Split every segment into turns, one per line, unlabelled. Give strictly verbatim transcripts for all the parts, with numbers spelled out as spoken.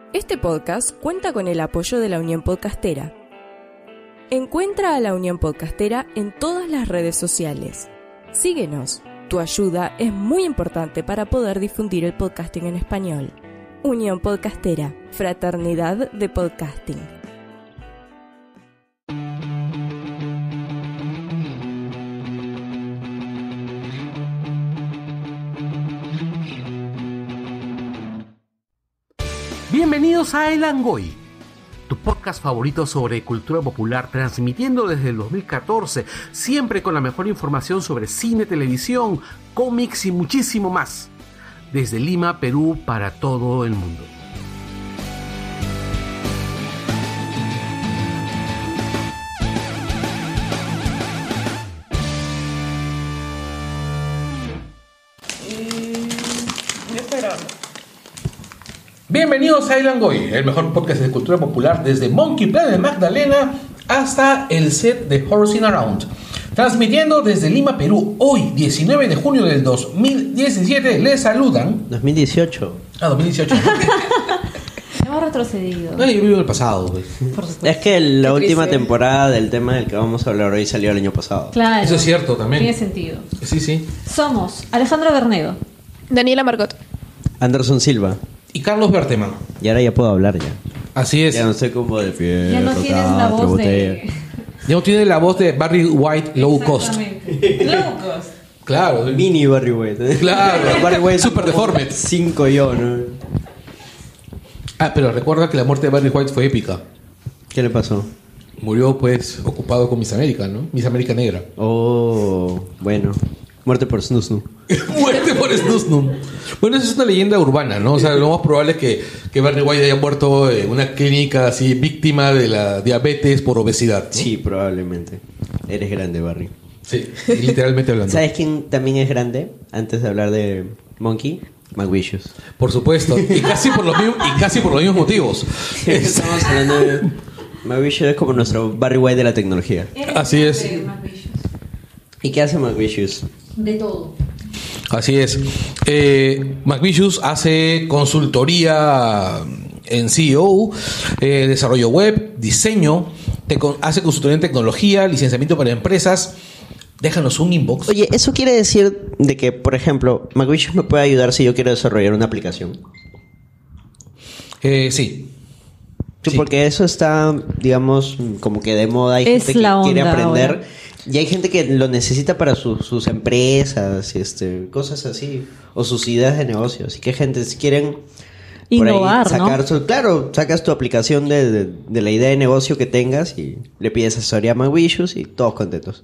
Este podcast cuenta con el apoyo de la Unión Podcastera. Encuentra a la Unión Podcastera en todas las redes sociales. Síguenos. Tu ayuda es muy importante para poder difundir el podcasting en español. Unión Podcastera, Fraternidad de Podcasting.
Bienvenidos a El Angoy, tu podcast favorito sobre cultura popular, transmitiendo desde el dos mil catorce, siempre con la mejor información sobre cine, televisión, cómics y muchísimo más, desde Lima, Perú, para todo el mundo. Bienvenidos a El Angoy, el mejor podcast de cultura popular desde Monkey Planet Magdalena hasta el set de Horsing Around. Transmitiendo desde Lima, Perú, hoy, diecinueve de junio del dos mil diecisiete, les saludan...
dos mil dieciocho.
Ah, dos mil dieciocho.
Hemos retrocedido.
No, yo vivo el pasado, pues.
Por supuesto.
Es que la
Qué
última
triste.
temporada del tema del que vamos a hablar hoy salió el año pasado.
Claro.
Eso es cierto también.
Tiene sentido.
Sí, sí.
Somos Alejandro Bernedo,
Daniela Margot.
Anderson Silva.
Y Carlos Berteman.
Y ahora ya puedo hablar ya.
Así es.
Ya no sé cómo de fiel.
ya no tienes la voz de...
Ya no tiene la voz de Barry White Low Cost.
Exactamente. Low cost.
Claro.
Mini Barry White.
Claro.
Barry White
Super deformed.
cinco yo, ¿no?
Ah, pero recuerda que la muerte de Barry White fue épica.
¿Qué le pasó?
Murió, pues, ocupado con Miss América, ¿no? Miss América Negra.
Oh, bueno. Muerte por Snoo Snoo.
Muerte por Snusnum. Bueno, eso es una leyenda urbana, ¿no? O sea, lo más probable es que, que Barry White haya muerto en una clínica así, víctima de la diabetes por obesidad, ¿no?
Sí, probablemente. Eres grande, Barry.
Sí, literalmente hablando.
¿Sabes quién también es grande? Antes de hablar de Monkey, McVicious.
Por supuesto. Y casi por los mismos, y casi por los mismos motivos.
Estamos hablando de... McVicious es como nuestro Barry White de la tecnología.
Así es.
¿Y qué hace McVicious?
De todo.
Así es. Eh, McVicious hace consultoría en C E O, eh, desarrollo web, diseño, te con- hace consultoría en tecnología, licenciamiento para empresas. Déjanos un inbox.
Oye, ¿eso quiere decir de que, por ejemplo, McVicious me puede ayudar si yo quiero desarrollar una aplicación?
Eh, sí.
Sí,
Sí.
porque eso está, digamos, como que de moda. Hay
Es
gente que
la
quiere
onda
aprender
ahora.
y hay gente que lo necesita para su- sus empresas, este, cosas así, o sus ideas de negocio. Así que gente, si quieren por ahí
Innovar,
sacar
¿no?
su, claro, sacas tu aplicación de, de, de la idea de negocio que tengas y le pides asesoría a McVicious y todos contentos.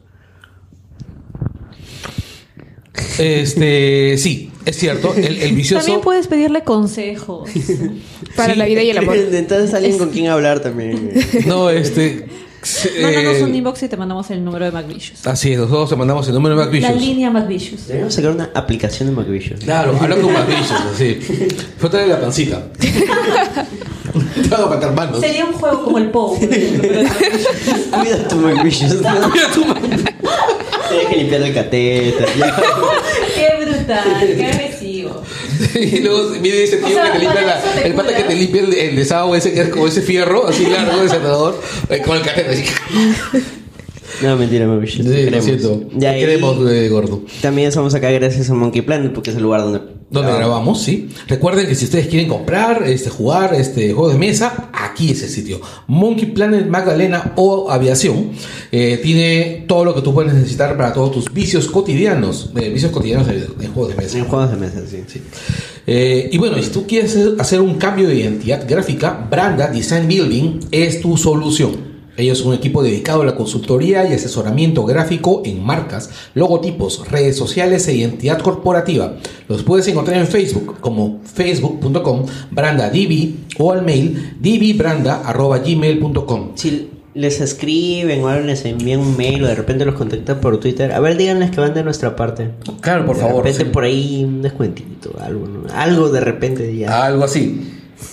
Este, sí, es cierto. El, el vicioso.
También puedes pedirle consejos.
Para
Sí.
la vida y el amor.
Entonces alguien con quien hablar también.
No, este.
Mándanos
eh,
un inbox y te mandamos el número de McVicious.
Así es, nosotros te mandamos el número de
La
McVicious.
línea McVicious.
Debemos sacar una aplicación de McVicious.
Claro, habla con McVicious, así. Fue de la pancita. Te van a patar manos.
Sería un juego como el Pou.
Cuida tu McVicious.
Mira tu mano.
Tienes que limpiar el catéter.
Qué brutal, qué agresivo.
Y luego viene ese tío
O sea,
que te limpia
para
la,
eso te
el pata
cuidas.
que te limpia el, el desagüe ese que es como ese fierro, así largo de sanador, eh, con el cajete así.
No, mentira, McVicious.
Sí,
te
lo
queremos.
siento.
Ya,
Te
y
queremos, eh, gordo.
también estamos acá gracias a Monkey Planet porque es el lugar donde...
Donde grabamos, sí. Recuerden que si ustedes quieren comprar, este, jugar este juegos de mesa, aquí es el sitio. Monkey Planet Magdalena o Aviación. Eh, tiene todo lo que tú puedes necesitar para todos tus vicios cotidianos. Eh, vicios cotidianos en, en juegos de mesa.
En juegos de mesa, sí.
Sí. Eh, y bueno, si tú quieres hacer- hacer un cambio de identidad gráfica, Branda Design Building es tu solución. Ellos son un equipo dedicado a la consultoría y asesoramiento gráfico en marcas, logotipos, redes sociales e identidad corporativa. Los puedes encontrar en Facebook como facebook punto com branda d b o al mail d b branda arroba gmail punto com.
Si les escriben o algo, les envían un mail o de repente los contactan por Twitter, a ver, díganles que van de nuestra parte.
Claro, por
de
favor.
repente
sí.
por ahí un descuentito, algo, ¿no? Algo de repente ya.
Algo así.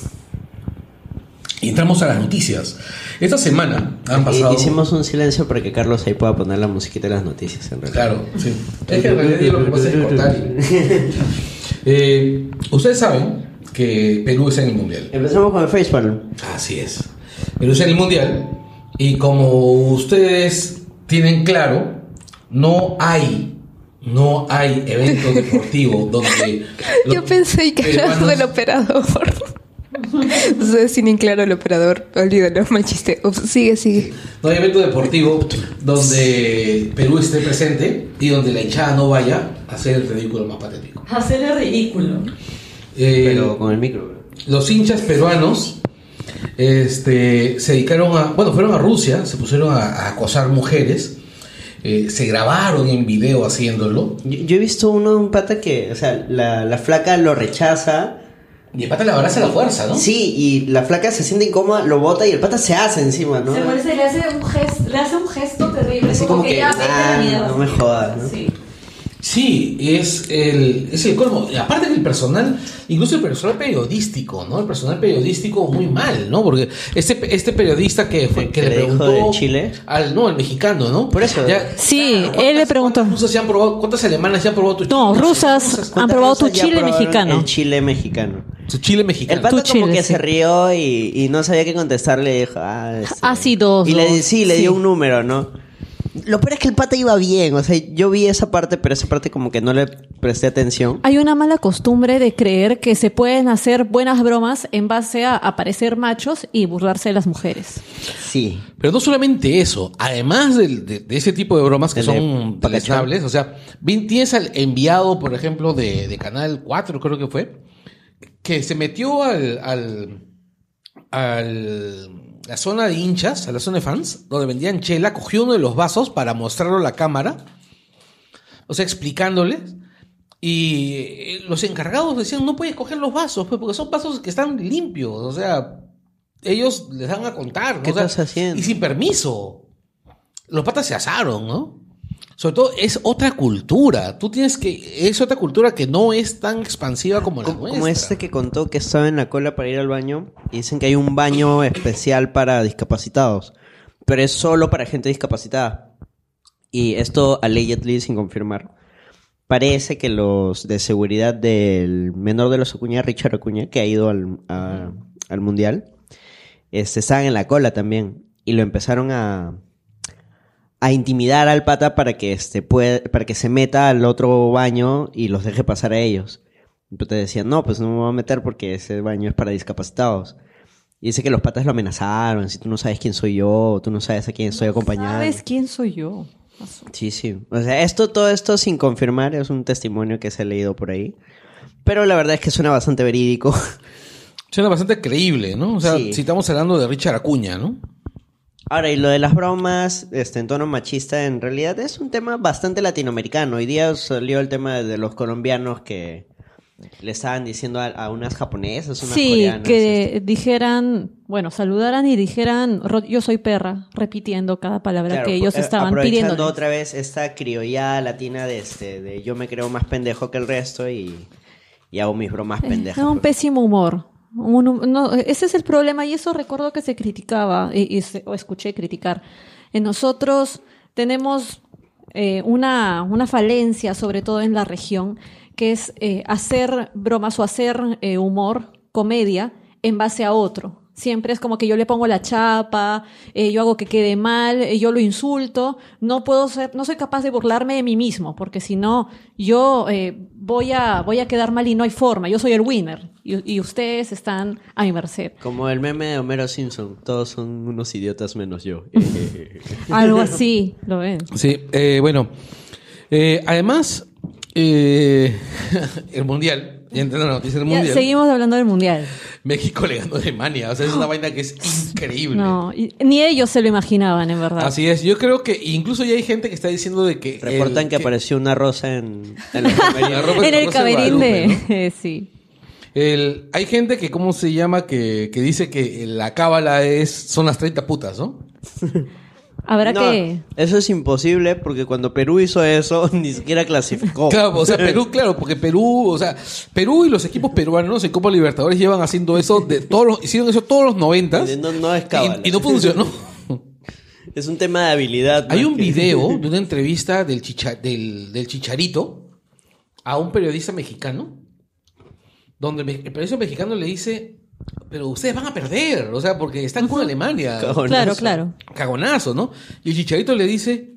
Y entramos a las noticias. Esta semana han pasado...
Eh, Hicimos un silencio para que Carlos ahí pueda poner la musiquita de las noticias, en realidad.
Claro, sí. Es que en realidad lo que pasa es cortar. y- Eh, ustedes saben que Perú está en el Mundial.
Empezamos con el facepalm.
Así es. Perú está en el Mundial y como ustedes tienen claro, no hay, no hay evento deportivo donde...
Yo pensé que eras
peruanos-
del operador. Ustedes tienen claro el operador. Olvídalo, mal chiste. Ups, sigue, sigue.
No hay evento deportivo donde Perú esté presente y donde la hinchada no vaya a hacer el ridículo más patético.
Hacer el ridículo.
Eh,
Pero con el micro.
los hinchas peruanos este, se dedicaron a... Bueno, fueron a Rusia, se pusieron a, a acosar mujeres, eh, se grabaron en video haciéndolo.
Yo, yo he visto uno, un pata que, o sea, la, la flaca lo rechaza.
Y el pata le abraza a la fuerza, ¿no?
Sí, y la flaca se siente incómoda, lo bota y el pata se hace encima, ¿no?
Se parece, le hace un gesto, le hace un gesto terrible.
Así como que,
ya, vete a la
ah,
mierda.
no me jodas, ¿no?
Sí.
Sí, es el, es el colmo. Y aparte que el personal, incluso el personal periodístico, ¿no? El personal periodístico muy mal, ¿no? Porque este, este periodista que fue, que
¿Que
le
le dijo
preguntó
de Chile?
al, no, el mexicano, ¿no?
Por eso.
Sí,
¿cuántas-
él le preguntó.
¿Cuántas rusas se han probado? ¿Cuántas alemanas se han probado tu chile?
No, rusas.
Rusas.
Han probado tu
¿Cuántas ya
chile
probaron
mexicano?
El chile mexicano.
Su chile
El
mexicano.
pata
Tu
como
chile,
que
sí.
se rió y, y no sabía qué contestarle. Dijo, ah, este...
Ácidos,
Y le,
dos.
sí, le
Sí.
dio un número, ¿no? Lo peor es que el pata iba bien. O sea, yo vi esa parte, pero esa parte como que no le presté atención.
Hay una mala costumbre de creer que se pueden hacer buenas bromas en base a aparecer machos y burlarse de las mujeres.
Sí.
Pero no solamente eso, además del- de, de ese tipo de bromas que
El de
son
Pacachón.
deleznables, o sea, bien tienes al enviado, por ejemplo, de, de Canal cuatro, creo que fue, que se metió al, al, al la zona de hinchas, a la zona de fans, donde vendían chela, cogió uno de los vasos para mostrarlo a la cámara, o sea, explicándoles, y eh, los encargados decían, no puedes coger los vasos, pues, porque son vasos que están limpios, o sea, ellos les dan a contar, ¿no?
¿Qué
O sea,
estás haciendo?
y sin permiso. Los patas se asaron, ¿no? Sobre todo es otra cultura. Tú tienes que... Es otra cultura que no es tan expansiva como la
Como,
nuestra.
como este que contó que estaba en la cola para ir al baño y dicen que hay un baño especial para discapacitados, pero es solo para gente discapacitada. Y esto allegedly, sin confirmar, parece que los de seguridad del menor de los Acuña, Richard Acuña, que ha ido al, a- al mundial, este, estaban en la cola también y lo empezaron a a intimidar al pata para que este pueda, para que se meta al otro baño y los deje pasar a ellos. Y te decían, no, pues no me voy a meter porque ese baño es para discapacitados. Y dice que los patas lo amenazaron, si tú no sabes quién soy yo, tú no sabes a quién estoy acompañando.
¿Sabes quién soy yo?
Sí, sí. O sea, esto, todo esto sin confirmar, es un testimonio que se ha leído por ahí. Pero la verdad es que suena bastante verídico.
Suena bastante creíble, ¿no? O sea,
Sí.
si estamos hablando de Richard Acuña, ¿no?
Ahora, y lo de las bromas este, en tono machista, en realidad es un tema bastante latinoamericano. Hoy día salió el tema de los colombianos que le estaban diciendo a, a unas japonesas, unas
Sí,
coreanas.
que dijeran, bueno, saludaran y dijeran, "Ro- yo soy perra", repitiendo cada palabra
Claro,
que ellos
eh,
estaban
aprovechando
pidiendo.
otra vez esta criollada latina de este de yo me creo más pendejo que el resto y, y hago mis bromas pendejas.
Es un
pues.
pésimo humor. Un hum- no, ese es el problema y eso recuerdo que se criticaba y, y se- o escuché criticar. En nosotros tenemos eh, una, una falencia, sobre todo en la región, que es eh, hacer bromas o hacer eh, humor, comedia, en base a otro. Siempre es como que yo le pongo la chapa, eh, yo hago que quede mal, eh, yo lo insulto. No puedo ser, no soy capaz de burlarme de mí mismo, porque si no, yo eh, voy a voy a quedar mal y no hay forma. Yo soy el winner y, y ustedes están a mi merced.
Como el meme de Homero Simpson, todos son unos idiotas menos yo.
Algo así, ¿lo ven?
Sí, eh, bueno. Eh, además, eh, el Mundial, ya entré en la noticia del
Ya,
Mundial.
seguimos hablando del mundial.
México le ganó a Alemania. O sea, es una vaina que es increíble.
No, y- ni ellos se lo imaginaban, en verdad.
Así es. Yo creo que incluso ya hay gente que está diciendo de que...
Reportan
el-
que apareció una rosa en, en la
La ropa-
En el
Rosa
camerín
Guadalupe,
de... sí.
El, hay gente que, ¿cómo se llama? Que, que dice que la cábala es, son las treinta putas, ¿no?
Habrá
No,
que...
eso es imposible porque cuando Perú hizo eso ni siquiera clasificó.
Claro, o sea, Perú, claro, porque Perú, o sea, Perú y los equipos peruanos en Copa Libertadores llevan haciendo eso de todos los, hicieron eso todos los noventas.
No, no es cábala.
y, y no funcionó.
Es un tema de habilidad.
Hay
más
un
que-
video de una entrevista del, chicha, del, del Chicharito a un periodista mexicano donde el periodista mexicano le dice, pero ustedes van a perder, o sea, porque están con Alemania.
Cagonazo.
Claro, claro.
Cagonazo, ¿no? Y el Chicharito le dice,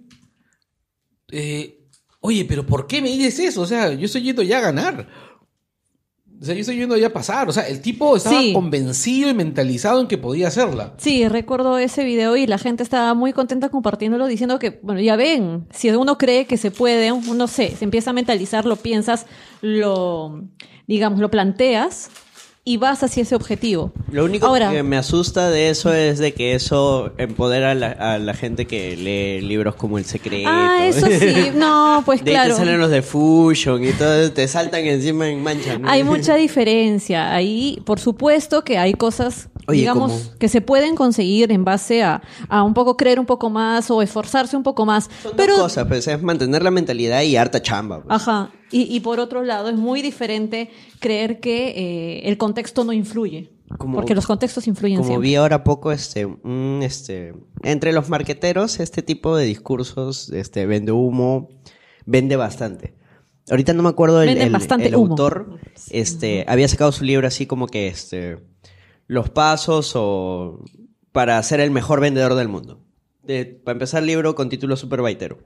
eh, oye, pero ¿por qué me dices eso? O sea, yo estoy yendo ya a ganar. O sea, yo estoy yendo ya a pasar. O sea, el tipo estaba
Sí.
convencido y mentalizado en que podía hacerla.
Sí, recuerdo ese video y la gente estaba muy contenta compartiéndolo, diciendo que, bueno, ya ven, si uno cree que se puede, uno se, se empieza a mentalizar, lo piensas, lo, digamos, lo planteas y vas hacia ese objetivo.
Lo único
Ahora,
que me asusta de eso es de que eso empodera a la, a la gente que lee libros como El Secreto.
Ah, eso sí, no, pues
De ahí
claro.
te salen los de Fusion y todo, te saltan encima en mancha, ¿no?
Hay mucha diferencia. Ahí, por supuesto que hay cosas,
Oye,
digamos,
¿cómo?
que se pueden conseguir en base a, a un poco creer un poco más o esforzarse un poco más.
Son
Pero,
dos cosas, pues es mantener la mentalidad y harta chamba. Pues.
ajá. Y, y por otro lado, es muy diferente creer que eh, el contexto no influye.
Como-
porque los contextos influyen
Como
siempre.
vi ahora poco, este, un, este, entre los marqueteros, este tipo de discursos, este, vende humo, vende bastante. Ahorita no me acuerdo el,
Venden
el-
bastante
el
humo.
autor, este, había sacado su libro así como que, este, los pasos o para ser el mejor vendedor del mundo. De- para empezar el libro con título super baitero.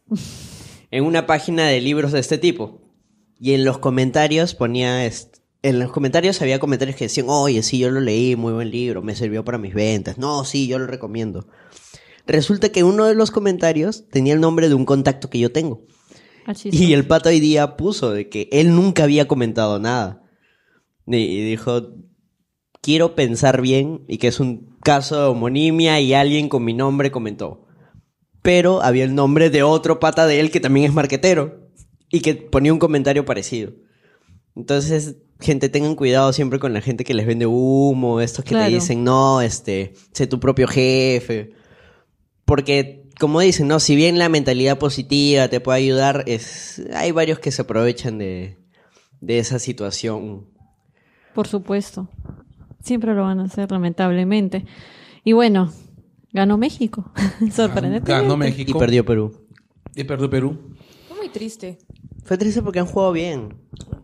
En una página de libros de este tipo. Y en los comentarios ponía, este, en los comentarios había comentarios que decían, oye, sí, yo lo leí, muy buen libro, me sirvió para mis ventas. No, sí, yo lo recomiendo. Resulta que uno de los comentarios tenía el nombre de un contacto que yo tengo.
Ah, chistoso.
Y el pato hoy día puso de que él nunca había comentado nada. Y, y dijo, quiero pensar bien y que es un caso de homonimia y alguien con mi nombre comentó. Pero había el nombre de otro pata de él que también es marquetero y que ponía un comentario parecido. Entonces, gente, tengan cuidado siempre con la gente que les vende humo, estos que
Claro.
te dicen, no, este, sé tu propio jefe. Porque, como dicen, no, si bien la mentalidad positiva te puede ayudar, es, hay varios que se aprovechan de, de esa situación.
Por supuesto. Siempre lo van a hacer, lamentablemente. Y bueno, ganó México. Sorprendente.
Ganó
Y
México.
perdió Perú.
Y perdió Perú.
Fue muy triste.
Fue triste porque han jugado bien.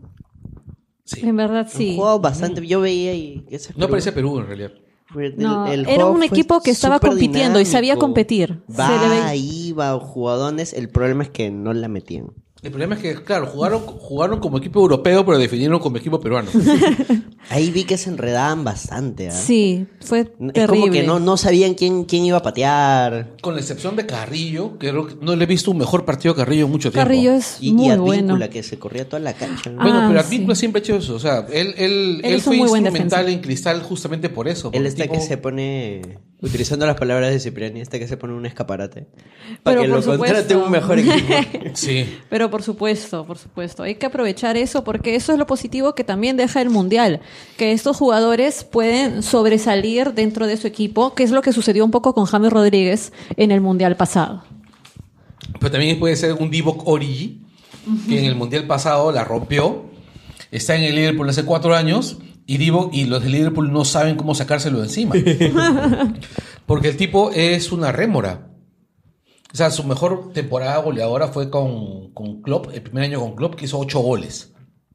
Sí.
En verdad,
Han
sí.
jugado bastante. Yo veía y... ese
No
Perú-
parecía Perú en realidad.
fue- el-
No,
el
era
juego
un
fue
equipo que estaba
súper
compitiendo y sabía
dinámico.
competir. Se
Va,
le ve-
iba, jugadones. El problema es que no la metían.
El problema es que, claro, jugaron, jugaron como equipo europeo, pero definieron como equipo peruano.
Ahí vi que se enredaban bastante. ¿ah?
Sí, fue
Es
terrible.
como que no, no sabían quién, quién iba a patear.
Con la excepción de Carrillo, que creo que no le he visto un mejor partido a Carrillo en mucho tiempo.
Carrillo es
Y,
muy
y
bueno.
Advíncula, que se corría toda la cancha. ¿no?
Bueno,
Ah,
pero
sí.
Advíncula siempre ha hecho eso. O sea, él, él,
Él
él
es un
fue
muy buen
instrumental
defensa.
en Cristal justamente por eso.
Él
porque
está
el
que
tipo-
se pone, utilizando las palabras de Cipriani, está que se pone un escaparate.
Pero
Para que
por
lo contrate
supuesto.
un mejor equipo.
Sí.
Pero por supuesto, por supuesto. Hay que aprovechar eso porque eso es lo positivo que también deja el Mundial. Que estos jugadores pueden sobresalir dentro de su equipo, que es lo que sucedió un poco con James Rodríguez en el Mundial pasado.
Pero también puede ser un Divock Origi, que en el Mundial pasado la rompió. Está en el Liverpool hace cuatro años y Divock y los de Liverpool no saben cómo sacárselo de encima. Porque el tipo es una rémora. O sea, su mejor temporada goleadora fue con, con Klopp, el primer año con Klopp, que hizo ocho goles.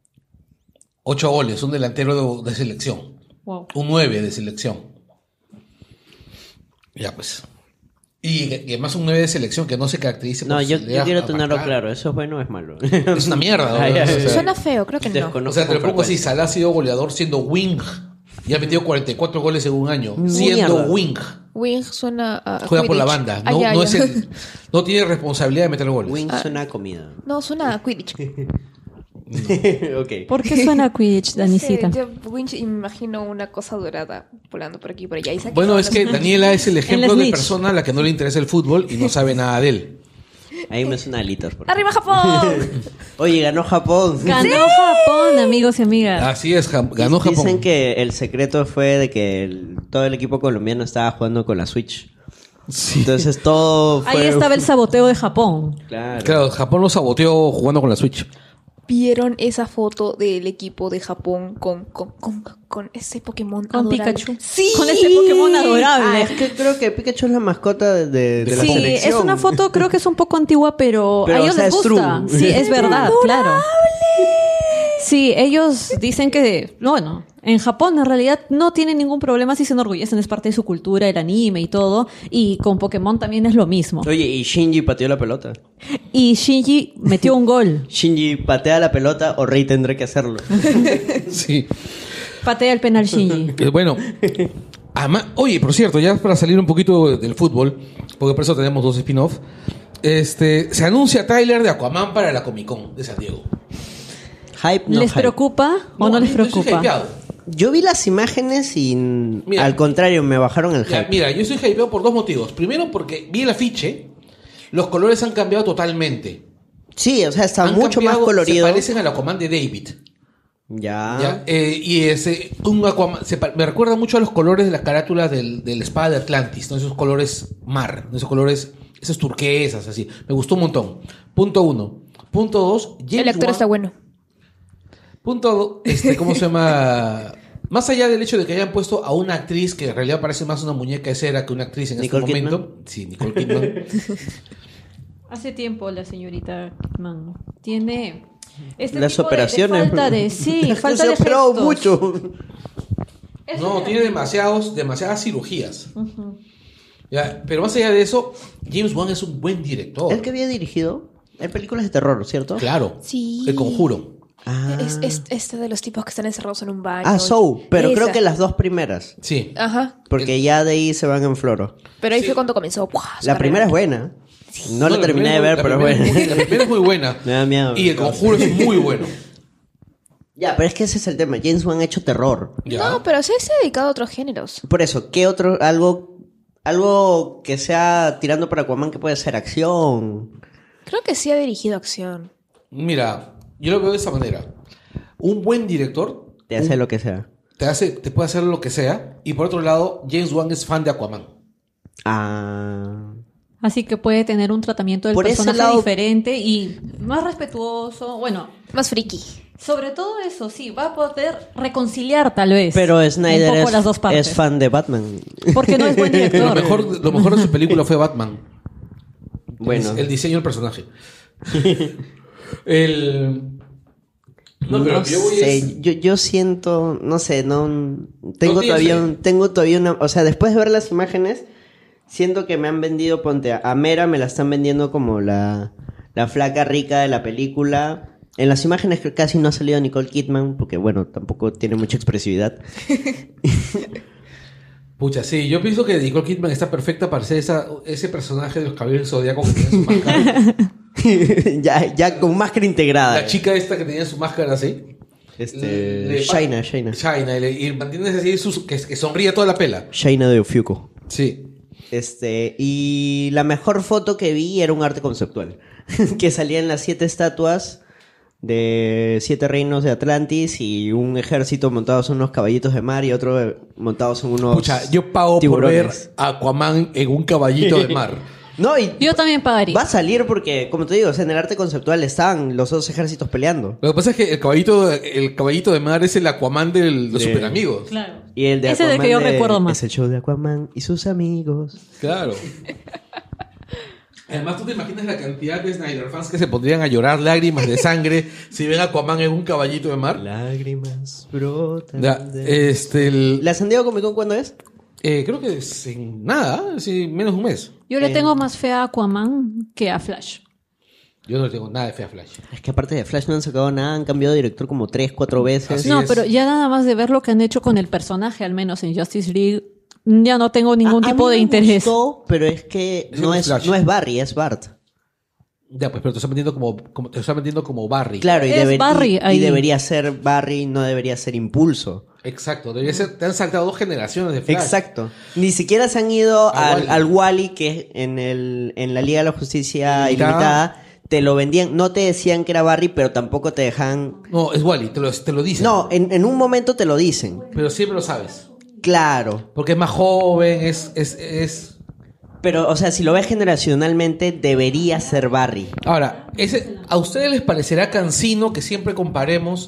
Ocho goles, un delantero de, de selección.
Wow.
Un nueve de selección. Ya pues. Y, y además un nueve de selección que no se caracteriza
No,
por
yo,
su
yo
idea
quiero
a
tenerlo
marcar.
claro. ¿Eso es bueno o es malo?
Es una mierda. ¿no?
Ah, ya,
O sea,
ya.
Suena feo, creo que no.
Desconozco
o sea, te lo
con
pongo así,
frecuencia.
Salah ha sido goleador siendo wing. Y ha metido cuarenta y cuatro goles en un año.
Mierda.
Siendo wing.
Wing suena a
Juega por la
Quidditch.
banda.
Ah,
No,
ya,
no,
ya.
es el- no tiene responsabilidad de meter goles.
Wing suena a comida.
No, suena a Quidditch.
Ok.
¿Por qué suena Quidditch, Danicita?
No sé, yo Winch y me imagino una cosa dorada volando por aquí y por allá. Y se ha
Bueno,
quedado
es que
los-
Daniela es el ejemplo
En la
de
snitch.
persona a la que no le interesa el fútbol y no sabe nada de él.
Ahí me suena alitas. por
¡Arriba Japón!
Oye, ganó Japón.
Ganó Japón, amigos y amigas.
Así es, Ja- ganó Japón.
Dicen que el secreto fue de que el- todo el equipo colombiano estaba jugando con la Switch. Entonces todo fue...
Ahí estaba el saboteo de Japón.
Claro.
Claro, Japón lo saboteó jugando con la Switch.
¿Vieron esa foto del equipo de Japón con, con, con, con ese Pokémon
Con
adorable?
Pikachu.
¡Sí!
Con ese Pokémon adorable.
Ah, es que creo que Pikachu es la mascota de, de, de la
Sí,
selección.
es una foto, creo que es un poco antigua, pero,
Pero,
a ellos
o sea,
les
es
gusta.
true.
Sí, es verdad, claro. Sí, ellos dicen que, no, bueno, en Japón en realidad no tienen ningún problema si se enorgullecen, es parte de su cultura, el anime y todo, y con Pokémon también es lo mismo.
Oye, y Shinji pateó la pelota.
Y Shinji metió un gol,
Shinji patea la pelota o Rey tendrá que hacerlo.
Sí.
patea el penal Shinji.
Eh, Bueno, ama- oye, por cierto, ya para salir un poquito del fútbol, porque por eso tenemos dos spin-off, este, se anuncia tráiler de Aquaman para la Comic Con de San Diego.
Hype, no
¿Les
hype.
preocupa o no les
yo estoy
preocupa?
hypeado.
Yo vi las imágenes y
Mira.
al contrario me bajaron el
Ya,
hype.
mira, yo estoy hypeado por dos motivos. Primero, porque vi el afiche, los colores han cambiado totalmente.
Sí, o sea, está
Han
mucho más
cambiado,
colorido.
Se parecen al Aquaman de David.
Ya.
¿Ya? Eh, y ese, un Aquaman, se pa- me recuerda mucho a los colores de las carátulas del, del espada de Atlantis, ¿no? Esos colores mar, esos colores, esas turquesas, así. Me gustó un montón. Punto uno. Punto dos, James
El actor
Wan-
está bueno.
Punto dos, este, ¿cómo se llama? Más allá del hecho de que hayan puesto a una actriz que en realidad parece más una muñeca de cera que una actriz en
Nicole
este momento. Sí, Nicole Kidman.
Hace tiempo la señorita Kidman tiene este
Las
tipo de-
operaciones.
de falta de, sí, falta
Se
de
operó
gestos.
mucho.
Es
No,
una-
tiene demasiados, demasiadas cirugías. Ya, pero más allá de eso, James Wan es un buen director.
¿El que había dirigido? En películas de terror, ¿cierto?
Claro.
Sí.
El Conjuro.
Ah,
Es, es este de los tipos que están encerrados en un baño.
ah Soul, pero
Esa.
creo que las dos primeras.
Sí.
Ajá.
Porque ya de ahí se van en floro.
Pero ahí
Sí.
fue cuando comenzó. ¡buah! su
La primera es
carrera.
buena. No, la terminé de ver,
la
pero es
primera
buena.
muy- La primera es muy buena.
Me da miedo.
Y el Conjuro es muy bueno.
Ya, pero es que ese es el tema. James Wan ha hecho terror.
Ya.
No, pero sí se ha dedicado a otros géneros.
Por eso, ¿qué otro, algo, algo que sea tirando para Aquaman que puede ser acción?
Creo que sí ha dirigido acción.
Mira, yo lo veo de esta manera. Un buen director
Te hace lo que sea.
te hace, te puede hacer lo que sea. Y por otro lado, James Wan es fan de Aquaman.
Ah.
Así que puede tener un tratamiento del
Por ese
personaje
lado-
diferente y más respetuoso. Bueno,
Más friki.
sobre todo eso, sí, va a poder reconciliar tal vez.
Pero
un
Snyder
poco
es,
las dos partes.
es fan de Batman.
Porque no es buen
Lo
director.
mejor, lo mejor de su película fue Batman.
Bueno.
El, el diseño del personaje. el... No, pero
No
lo que yo voy
sé,
es...
yo, yo siento, no sé, no tengo
No
todavía
piense.
un- tengo todavía una, o sea, después de ver las imágenes, siento que me han vendido, ponte, a, a Mera me la están vendiendo como la, la flaca rica de la película. En las imágenes que casi no ha salido Nicole Kidman, porque bueno, tampoco tiene mucha expresividad.
Pucha, sí, yo pienso que Nicole Kidman está perfecta para ser esa, ese personaje de los caballeros zodiacos que tiene su máscara.
ya, ya con máscara integrada.
La chica esta que tenía su máscara así.
Este,
Le-
Shaina, Shaina.
Shaina, y, le- y mantienes así sus- que, que sonríe toda la pela.
Shaina de Ofiuco.
Sí.
Este, y la mejor foto que vi era un arte conceptual. Que salían las siete estatuas de siete reinos de Atlantis y un ejército montados en unos caballitos de mar y otro eh, montados en unos
Pucha, yo pago
tiburones.
por ver a Aquaman en un caballito de mar.
No, y
Yo también pagaría.
va a salir porque, como te digo, o sea, en el arte conceptual están los dos ejércitos peleando.
Lo que pasa es que el caballito, el caballito de mar es el Aquaman de los
De-
super amigos.
Claro.
Y el de
Ese del
Aquaman
que yo
de-
recuerdo más.
Es el show de Aquaman y sus amigos.
Claro. Además, tú te imaginas la cantidad de Snyder fans que se pondrían a llorar lágrimas de sangre si ven a Aquaman en un caballito de mar.
Lágrimas brotan.
Ya,
de-
este, el-
¿La San Diego Comic Con cuándo es?
eh, creo que es en nada, sí, menos de un mes.
Yo le tengo más fe a Aquaman que a Flash.
Yo no le tengo nada de fe a Flash.
Es que aparte de Flash no han sacado nada, han cambiado de director como tres, cuatro veces.
Así
no,
es.
pero ya nada más de ver lo que han hecho con el personaje, al menos en Justice League, ya no tengo ningún
A- a
tipo
mí
de
me
interés.
gustó, pero es que
Es
no
un
es,
Flash.
no es Barry, es Bart.
Ya, pues, pero te están vendiendo como, como te están vendiendo como Barry.
Claro, y,
Es
deber-
Barry
y- y
ahí.
debería ser Barry, no debería ser Impulso.
Exacto, debería ser, te han saltado dos generaciones de Flash.
Exacto. Ni siquiera se han ido
Al
al,
Wally.
al Wally, que en, el, en la Liga de la Justicia
Ilimitada.
Ilimitada te lo vendían, no te decían que era Barry, pero tampoco te dejan...
No, es Wally, te lo, te lo dicen.
No, en, en un momento te lo dicen.
Pero siempre lo sabes.
Claro.
Porque es más joven, es, es, es...
Pero, o sea, si lo ves generacionalmente, debería ser Barry.
Ahora, ese, ¿a ustedes les parecerá cansino que siempre comparemos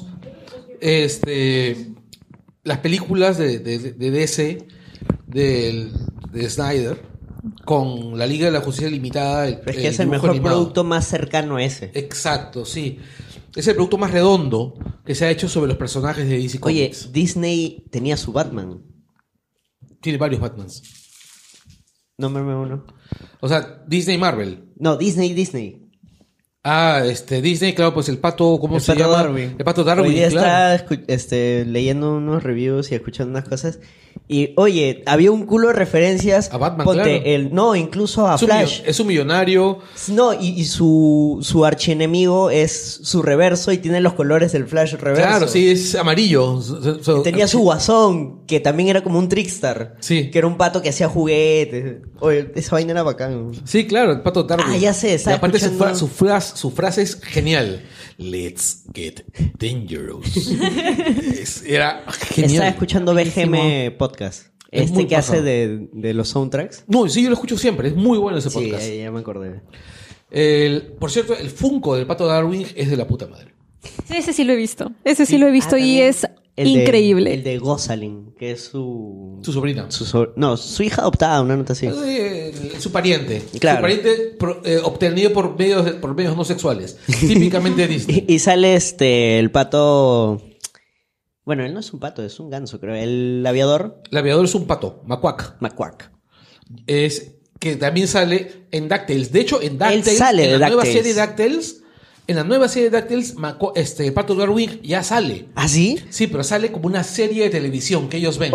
este, las películas de, de, de D C, del- de Snyder, con la Liga de la Justicia Limitada? El,
Es que es el
dibujo
mejor
animado?
producto más cercano a ese.
Exacto, sí. Es el producto más redondo que se ha hecho sobre los personajes de D C
Oye,
Comics.
Disney tenía su Batman.
Tiene varios Batmans.
Nómbrame uno.
O sea, Disney Marvel.
No, Disney, Disney.
Ah, este, Disney, claro, pues el pato, ¿cómo
El
se
Pato
llama?
Darwin.
El pato Darwin,
Hoy día
claro.
estaba escu- este, leyendo unos reviews y escuchando unas cosas. Y, oye, había un culo de referencias.
A Batman,
Ponte
claro.
el, no, incluso a
Es un,
Flash.
millo- es un millonario.
No, y, y su, su archienemigo es su reverso y tiene los colores del Flash reverso.
Claro, sí, es amarillo. So- so-
Tenía su guasón, que también era como un trickster.
Sí.
Que era un pato que hacía juguetes. Oye, esa vaina era bacán.
Sí, claro, el pato Darwin.
Ah, ya sé,
Y
estaba
aparte su,
escuchando-
fra- su, fras- su frase es genial. Let's get dangerous. Es- era genial.
Estaba escuchando B G M Podcast.
Es muy
Este que
paja.
hace de, de los soundtracks.
No, sí, yo lo escucho siempre. Es muy bueno ese
Sí,
podcast.
ya, ya me acordé.
El- por cierto, el Funko del pato Darwin es de la puta madre.
Sí, ese sí lo he visto. Ese sí lo he visto
Ah,
y
también
es
el de-
increíble.
el de Gosling, que es su...
Su sobrina.
su so- no, su hija adoptada, una nota así.
Eh, su pariente.
Claro.
Su pariente pro- eh, obtenido por medios, de- por medios no sexuales. Típicamente Disney.
Y, y sale este, el pato... Bueno, él no es un pato, es un ganso, creo. El aviador,
El aviador es un pato, Macuac.
McQuack.
Es que también sale en DuckTales. De hecho, en DuckTales,
sale
en
de
la nueva
DuckTales.
serie DuckTales, en la nueva serie de DuckTales, Macu- este, el pato Darwin ya sale.
¿Ah, sí?
Sí, pero sale como una serie de televisión que ellos ven.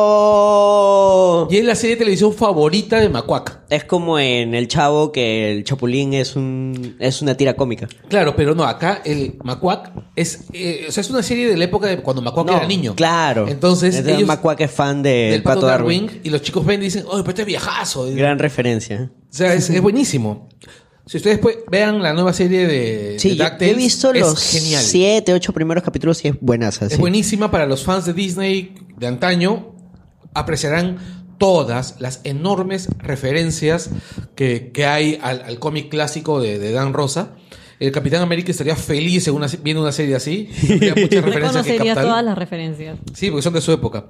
¡Oh!
Y es la serie de televisión favorita de Macuac.
Es como en El Chavo, que el Chapulín es un es una tira cómica.
Claro, pero no, acá el Macuac es, eh, o sea, es una serie de la época de cuando Macuac
No,
era niño.
Claro.
Entonces,
Entonces
ellos
McQuack es fan de
del pato,
Pato
Darwin,
Darwin.
y los chicos ven y dicen, oye, pero este es viejazo.
Gran referencia.
O sea, es, es buenísimo. Si ustedes pues, vean la nueva serie de,
Sí,
de
yo, yo
DuckTales,
he visto
es
los
genial.
siete, ocho primeros capítulos y es buenaza.
Es
sí.
buenísima para los fans de Disney de antaño. Apreciarán todas las enormes referencias que, que hay al, al cómic clásico de, de Dan Rosa. El Capitán América estaría feliz en una, viendo una serie así. Habría muchas referencias que
Reconocería
captar.
todas las referencias.
Sí, porque son de su época.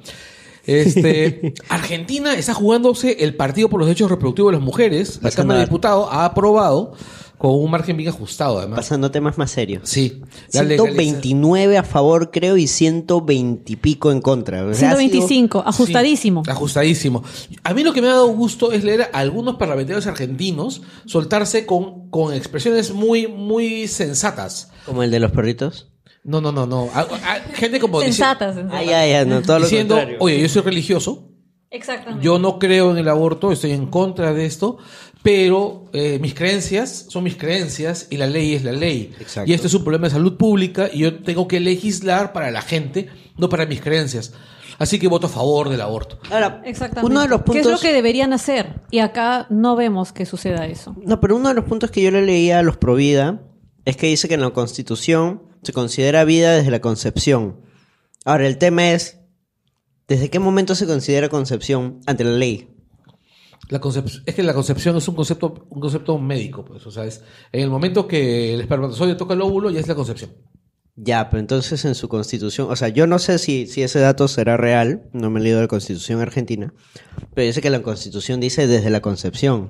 Este, Argentina está jugándose el partido por los derechos reproductivos de las mujeres. La
Pasando
Cámara de
a-
Diputados ha aprobado con un margen bien ajustado, además.
Pasando a temas más serios.
Sí. La
ciento
legaliza-
veintinueve a favor, creo, y ciento veinte y pico en contra. O sea, ha sido-
ciento veinticinco, ajustadísimo.
Sí, ajustadísimo. A mí lo que me ha dado gusto es leer a algunos parlamentarios argentinos soltarse con, con expresiones muy, muy sensatas.
Como el de los perritos.
No, no, no, no. A- a- gente como dici-
Sensatas, sensatas.
Ay, ay, ay, no, todo lo
diciendo,
contrario.
oye, yo soy religioso,
Exactamente.
yo no creo en el aborto, estoy en contra de esto, pero eh, mis creencias son mis creencias y la ley es la ley.
Exacto.
Y esto es un problema de salud pública y yo tengo que legislar para la gente, no para mis creencias. Así que voto a favor del aborto.
Ahora,
Exactamente.
uno de los
¿Qué
puntos...
es lo que deberían hacer? Y acá no vemos que suceda eso.
No, pero uno de los puntos que yo le leía a los Provida es que dice que en la Constitución se considera vida desde la concepción. Ahora, el tema es, ¿desde qué momento se considera concepción ante la ley?
La concep- es que la concepción es un concepto, un concepto médico, pues, o sea, es en el momento que el espermatozoide toca el óvulo ya es la concepción.
Ya, pero entonces en su Constitución, o sea, yo no sé si, si ese dato será real, no me he leído la Constitución argentina, pero dice que la Constitución dice desde la concepción.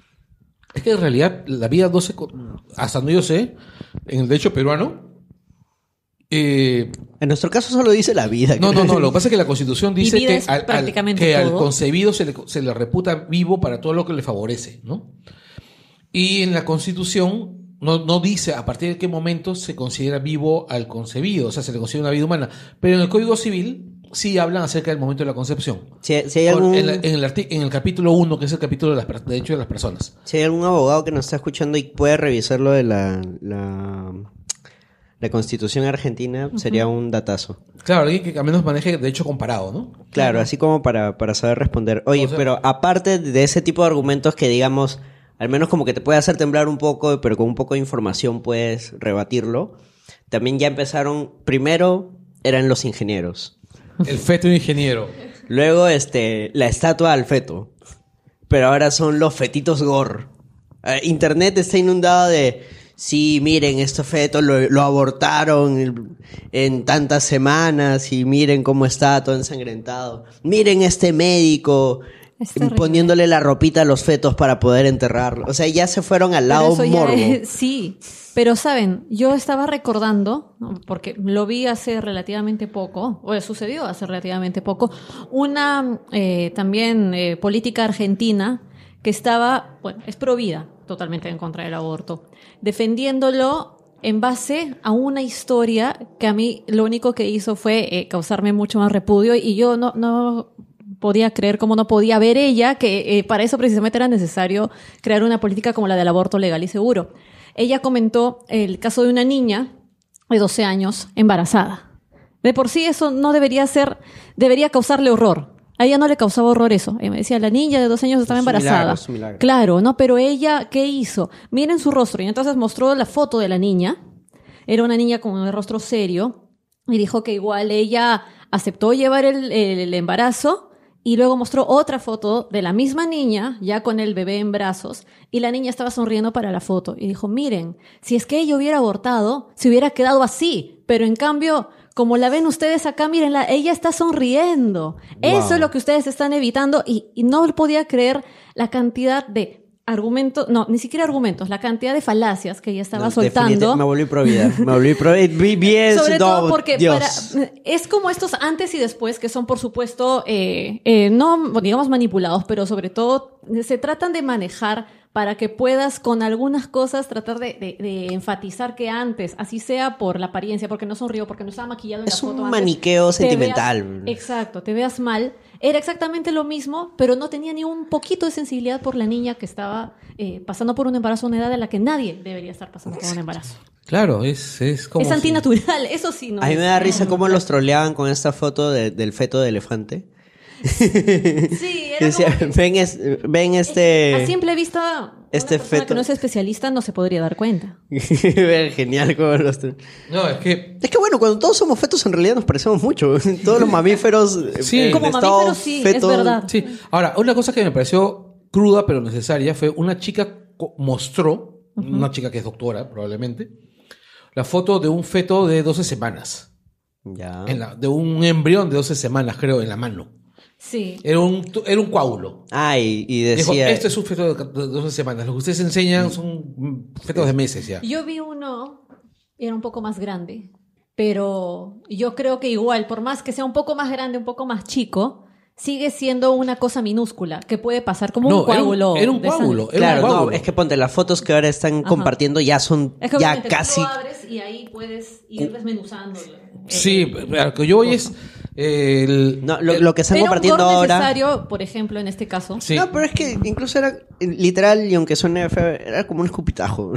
Es que en realidad la vida no se, co- hasta donde yo sé, en el derecho peruano, eh,
En nuestro caso solo dice la vida.
no,
creo.
no, no, lo que pasa es que la Constitución
Y
dice
vida
que,
es
al, al-
prácticamente
que al
todo.
concebido se le, se le reputa vivo para todo lo que le favorece, ¿no? Y en la Constitución no, no dice a partir de qué momento se considera vivo al concebido, o sea, se le considera una vida humana, pero en el Código Civil sí hablan acerca del momento de la concepción.
Si, si hay
Con-
algún,
en, la- en el arti- en el capítulo uno, que es el capítulo de, las, per- de derecho de las personas.
si hay algún abogado que nos está escuchando y puede revisar lo de la, la, la Constitución argentina, sería un datazo.
Claro, alguien que al menos maneje derecho comparado, ¿no?
Claro, así como para, para saber responder. Oye,
O sea-
pero aparte de ese tipo de argumentos que digamos, al menos como que te puede hacer temblar un poco, pero con un poco de información puedes rebatirlo, también ya empezaron, primero eran los ingenieros,
El feto ingeniero.
luego este, la estatua al feto, pero ahora son los fetitos gore. Eh, Internet está inundado de... Sí, miren, estos fetos lo, lo abortaron en, en tantas semanas y miren cómo está todo ensangrentado. Miren este médico
Es terrible.
poniéndole la ropita a los fetos para poder enterrarlo. O sea, ya se fueron al
Pero
lado
eso ya
morbo.
es- sí, pero saben, yo estaba recordando, ¿no? Porque lo vi hace relativamente poco, o sucedió hace relativamente poco, una eh, también eh, política argentina que estaba, bueno, es pro vida, totalmente en contra del aborto, defendiéndolo en base a una historia que a mí lo único que hizo fue eh, causarme mucho más repudio y yo no, no podía creer cómo no podía ver ella que eh, para eso precisamente era necesario crear una política como la del aborto legal y seguro. Ella comentó el caso de una niña de doce años embarazada. De por sí eso no debería ser, debería causarle horror. A ella no le causaba horror eso. Ella me decía, la niña de doce años estaba
Es un
embarazada.
milagro, es un milagro.
Claro, ¿no? Pero ella, ¿qué hizo? Miren su rostro. Y entonces mostró la foto de la niña. Era una niña con el rostro serio. Y dijo que igual ella aceptó llevar el, el, el embarazo. Y luego mostró otra foto de la misma niña, ya con el bebé en brazos. Y la niña estaba sonriendo para la foto. Y dijo, miren, si es que ella hubiera abortado, se hubiera quedado así. Pero en cambio, como la ven ustedes acá, mírenla, ella está sonriendo. Eso es lo que ustedes están evitando. Y, y no podía creer la cantidad de argumentos, no, ni siquiera argumentos, la cantidad de falacias que ella estaba
No,
soltando.
definitivamente, me volví pro vida. Me volví pro vida. Vi- vi eso,
Sobre
no,
todo porque
Dios.
para- es como estos antes y después que son, por supuesto, eh, eh, no digamos manipulados, pero sobre todo se tratan de manejar para que puedas con algunas cosas tratar de, de- de enfatizar que antes, así sea por la apariencia, porque no sonrió, porque no estaba maquillado en
Es
la
un
foto antes,
maniqueo
te
sentimental.
veas- exacto, te veas mal. Era exactamente lo mismo, pero no tenía ni un poquito de sensibilidad por la niña que estaba eh, pasando por un embarazo a una edad en la que nadie debería estar pasando por un embarazo.
Claro, es, es como...
Es
si-
antinatural, eso sí. No
A mí
es-
me da risa cómo los troleaban con esta foto de- del feto de elefante.
Sí, era
Decía,
como que-
ven, es- ven este...
A simple vista,
este
una persona
feto-
que no es especialista no se podría dar cuenta.
Genial como los tro-
No, es que...
Es que bueno, cuando todos somos fetos en realidad nos parecemos mucho. Todos los mamíferos...
Sí.
en
Como
estado
mamíferos sí, es verdad.
Sí. Ahora, una cosa que me pareció cruda pero necesaria fue una chica co- mostró, una chica que es doctora probablemente, la foto de un feto de doce semanas.
Ya.
En la- de un embrión de doce semanas, creo, en la mano.
Sí.
Era un, era un coágulo.
Ah, y, y
Dijo,
decía...
este es un feto de de doce semanas. Lo que ustedes enseñan son mm, fetos de meses ya.
Yo vi uno, era un poco más grande, pero yo creo que igual, por más que sea un poco más grande, un poco más chico, sigue siendo una cosa minúscula que puede pasar como
No,
un
era un-
coágulo.
era un
de sangre.
coágulo, era
Claro,
un
no,
coágulo.
es que ponte, las fotos que ahora están
Ajá.
compartiendo ya son
Es que
ya
obviamente tú
casi...
lo abres y ahí puedes ir desmenuzándolo.
Sí, pero lo que yo voy es... eh, el,
No, lo,
el-
lo que están
Era un
compartiendo
gore
ahora...
necesario, por ejemplo, en este caso.
sí.
No, pero es que incluso era eh, literal, y aunque suene feo, era como un escupitajo.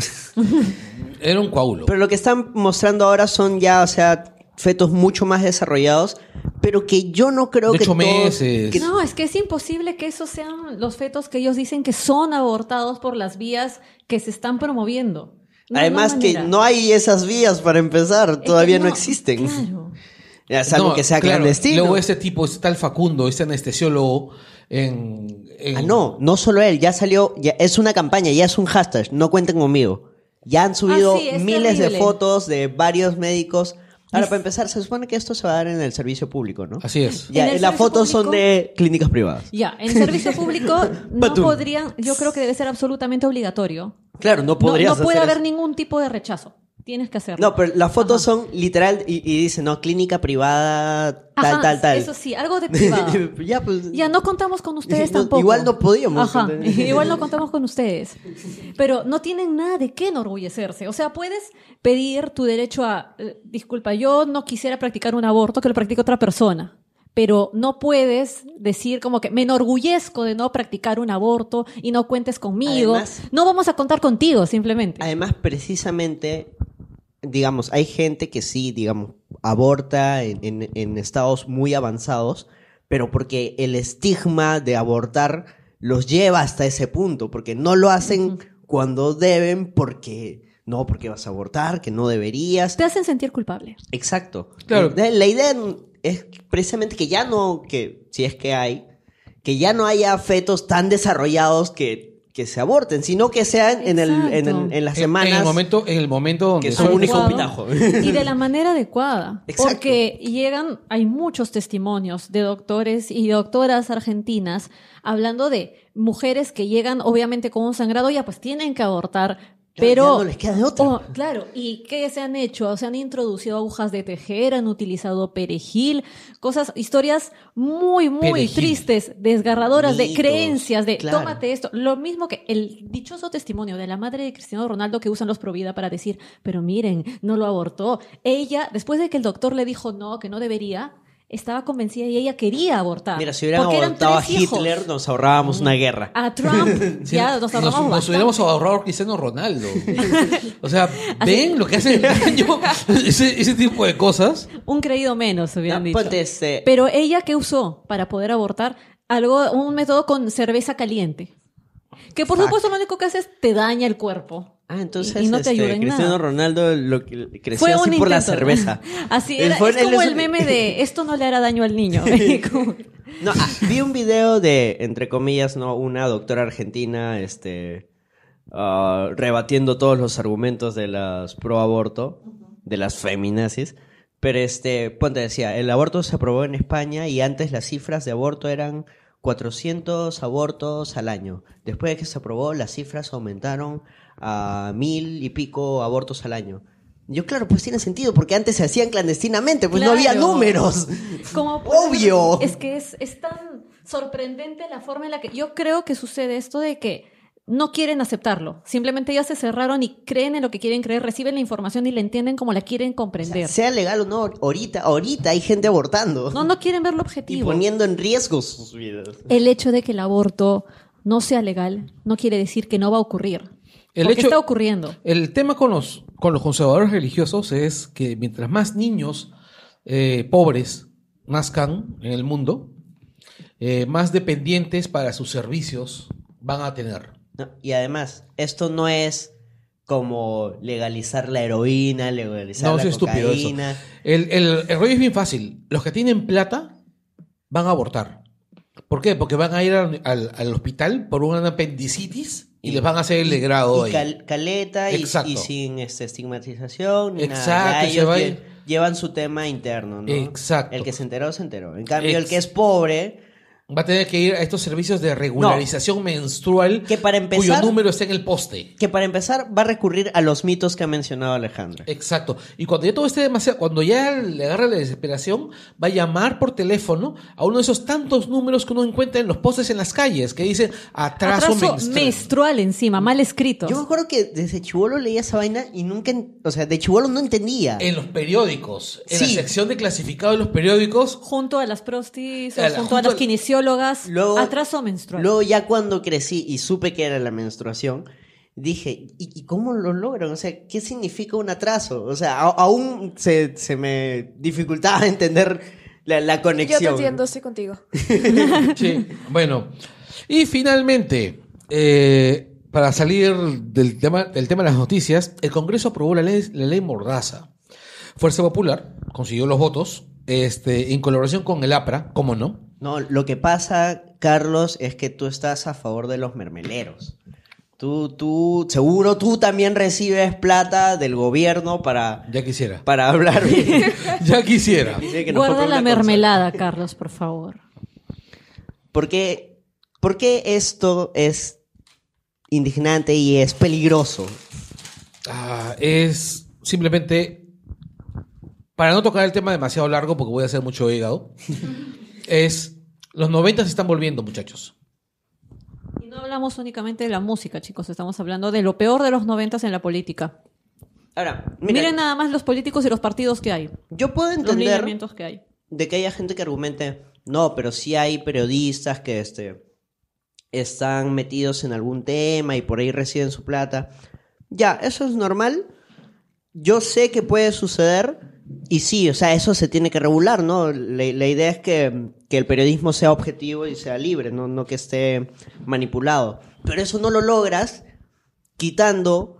Era un coágulo.
Pero lo que están mostrando ahora son ya, o sea, fetos mucho más desarrollados, pero que yo no creo
De
que
ocho
todos-
meses.
que-
No, es que es imposible que esos sean los fetos que ellos dicen que son abortados por las vías que se están promoviendo. No,
Además
no hay
que
manera.
no hay esas vías para empezar,
Es que
todavía no, existen.
Claro.
Ya, salvo
No,
que sea
claro,
clandestino.
Luego este tipo, este tal Facundo, este anestesiólogo en... en-
Ah, no, no solo él, ya salió, ya es una campaña, ya es un hashtag, no cuenten conmigo. Ya han subido
Ah, sí, es
miles de
terrible.
fotos de varios médicos. Ahora,
Es-
para empezar, se supone que esto se va a dar en el servicio público, ¿no?
Así es.
Ya,
¿En el
las
servicio
fotos son
público?
de clínicas privadas.
Ya, en servicio público no
Patum.
podrían, yo creo que debe ser absolutamente obligatorio.
Claro, no
No,
podrías
no puede
hacer
haber
eso.
ningún tipo de rechazo. Tienes que hacerlo.
No, pero las fotos
Ajá.
son literal y, y dice, no, clínica privada, tal,
Ajá,
tal, tal.
Eso sí, algo de privado.
ya, pues.
Ya no contamos con ustedes
No,
tampoco.
igual no podíamos.
Ajá, igual no contamos con ustedes. Pero no tienen nada de qué enorgullecerse. O sea, puedes pedir tu derecho a... eh, disculpa, yo no quisiera practicar un aborto que lo practique otra persona. Pero no puedes decir como que me enorgullezco de no practicar un aborto y no cuentes conmigo.
Además-
no vamos a contar contigo, simplemente.
Además, precisamente, digamos, hay gente que sí, digamos, aborta en, en- en estados muy avanzados, pero porque el estigma de abortar los lleva hasta ese punto, porque no lo hacen
Ujú.
cuando deben, porque no, porque vas a abortar, que no deberías.
Te hacen sentir culpable.
Exacto.
Claro.
La, la idea es precisamente que ya no, que si es que hay, que ya no haya fetos tan desarrollados que que se aborten, sino que sean en, el, en, el- en las
En-
semanas
En el momento, en el momento donde
que
son
son único
adecuado
pitajo.
y de la manera adecuada.
Exacto.
Porque llegan, hay muchos testimonios de doctores y doctoras argentinas hablando de mujeres que llegan obviamente con un sangrado, ya pues tienen que abortar. Pero,
ya no les queda de otra.
Oh, claro, ¿y qué se han hecho? Se han introducido agujas de tejer, han utilizado perejil, cosas, historias muy, muy
Perejil.
tristes, desgarradoras, de
Mitos,
creencias, de
claro.
tómate esto. Lo mismo que el dichoso testimonio de la madre de Cristiano Ronaldo que usan los Provida para decir, pero miren, no lo abortó. Ella, después de que el doctor le dijo no, que no debería, estaba convencida y ella quería abortar.
Mira, si hubieran
porque eran
abortado a
tres hijos.
Hitler, nos ahorrábamos una guerra.
A Trump,
Sí,
ya nos
nos,
ahorramos
nos
bastante.
hubiéramos ahorrado a Cristiano Ronaldo. O sea, ven lo que hace el daño, ese, ese tipo de cosas.
Un creído menos, hubieran
No,
dicho.
ponte este-
Pero ella, ¿qué usó para poder abortar? Algo, un método con cerveza caliente. Que por
Fuck.
supuesto lo único que hace es te daña el cuerpo.
Ah, entonces
Y- y no te
este,
ayuda en
Cristiano
nada.
Ronaldo lo que creció
Fue
así
un
por la
intento.
cerveza.
Así
Él
era,
fue-
es
él
como
es-
el meme de esto no le hará daño al niño. Como-
No, ah, vi un video de, entre comillas, no, una doctora argentina, este, ah, rebatiendo todos los argumentos de las pro aborto, de las feminazis. Pero este, ponte decía, el aborto se aprobó en España y antes las cifras de aborto eran cuatrocientos abortos al año. Después de que se aprobó, las cifras aumentaron a mil y pico abortos al año. Yo, claro, pues tiene sentido, porque antes se hacían clandestinamente, pues no había
Claro.
números.
Como,
Obvio.
Es que es, es tan sorprendente la forma en la que yo creo que sucede esto de que no quieren aceptarlo. Simplemente ellos se cerraron y creen en lo que quieren creer, reciben la información y la entienden como la quieren comprender.
Sea legal o no, ahorita, ahorita hay gente abortando.
No, no quieren ver lo
Y
objetivo.
poniendo en riesgo sus vidas.
El hecho de que el aborto no sea legal no quiere decir que no va a ocurrir.
El
porque
hecho-
está ocurriendo.
El tema con los, con los conservadores religiosos es que mientras más niños eh, pobres nazcan en el mundo, eh, más dependientes para sus servicios van a tener.
No, y además, esto no es como legalizar la heroína, legalizar
No,
la
es estúpido eso.
cocaína.
El, el, el rollo es bien fácil. Los que tienen plata van a abortar. ¿Por qué? Porque van a ir al, al- al hospital por una apendicitis y, les van a hacer el legrado
Y
ahí.
cal- caleta y,
Exacto.
y sin este, estigmatización. Ni
Exacto,
nada. Ya
y se
ellos
va a
lle-
ir-
llevan su tema interno, ¿no?
Exacto.
El que se enteró, se enteró. En cambio, el
Ex-
que es pobre,
Va a tener que ir a estos servicios de regularización menstrual
que para empezar-
cuyo número está en el poste.
que para empezar va a recurrir a los mitos que ha mencionado Alejandra.
Exacto. Y cuando ya todo esté demasiado, cuando ya le agarra la desesperación, va a llamar por teléfono a uno de esos tantos números que uno encuentra en los postes en las calles que dicen atraso,
Atraso
menstrual.
menstrual encima, mal escrito.
Yo me acuerdo que desde chibolo leía esa vaina y nunca, en- o sea, de chibolo no entendía.
En los periódicos, en
Sí.
la sección de clasificado de los periódicos,
Junto a las prostis, o
A la-
junto a
junto
las
al-
kinesiólogas,
Luego-
atraso menstrual.
Luego ya cuando crecí y supe que era la menstruación, dije, ¿y, y cómo lo logran? O sea, ¿qué significa un atraso? O sea, a- aún se, se me dificultaba entender la, la
Yo
conexión.
te entiendo, estoy contigo.
sí, bueno. Y finalmente, eh, para salir del tema, del tema de las noticias, el Congreso aprobó la ley, la ley Mordaza. Fuerza Popular consiguió los votos, este, en colaboración con el APRA, ¿cómo no?
No, lo que pasa, Carlos, es que tú estás a favor de los mermeleros. Tú, tú, seguro tú también recibes plata del gobierno para,
Ya quisiera.
para hablar bien.
Ya quisiera.
Dice que nos
Guarda
compre
la
una consola.
mermelada, Carlos, por favor.
¿Por qué, por qué esto es indignante y es peligroso?
Ah, es simplemente, para no tocar el tema demasiado largo, porque voy a hacer mucho hígado, es, los noventa se están volviendo, muchachos.
Y no hablamos únicamente de la música, chicos. Estamos hablando de lo peor de los noventas en la política.
Ahora, mira,
Miren nada más los políticos y los partidos que hay.
yo puedo
Los
entender
lineamientos que hay.
de que haya gente que argumente, no, pero sí hay periodistas que este, están metidos en algún tema y por ahí reciben su plata. Ya, eso es normal. Yo sé que puede suceder y sí, o sea, eso se tiene que regular, ¿no? La, la idea es que, que el periodismo sea objetivo y sea libre, ¿no? No que esté manipulado. Pero eso no lo logras quitando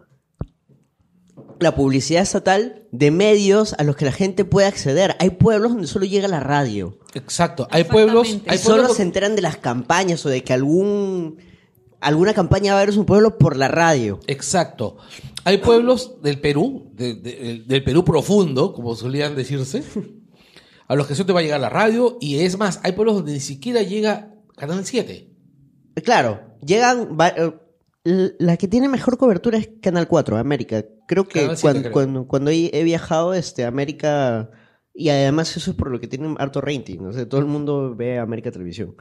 la publicidad estatal de medios a los que la gente puede acceder. Hay pueblos donde solo llega la radio.
Exacto. Hay pueblos,
Exactamente.
hay
Y solo
pueblos
se enteran de las campañas o de que algún alguna campaña va a haber en su pueblo por la radio.
Exacto. Hay pueblos del Perú, de, de, del Perú profundo, como solían decirse, a los que solo te va a llegar la radio, y es más, hay pueblos donde ni siquiera llega Canal siete.
Claro, llegan... Va, la que tiene mejor cobertura es Canal cuatro, América. Creo que
Canal siete,
cuando,
creo.
cuando, cuando he, he viajado, este, América... Y además eso es por lo que tienen harto rating. O sea, todo el mundo ve América Televisión.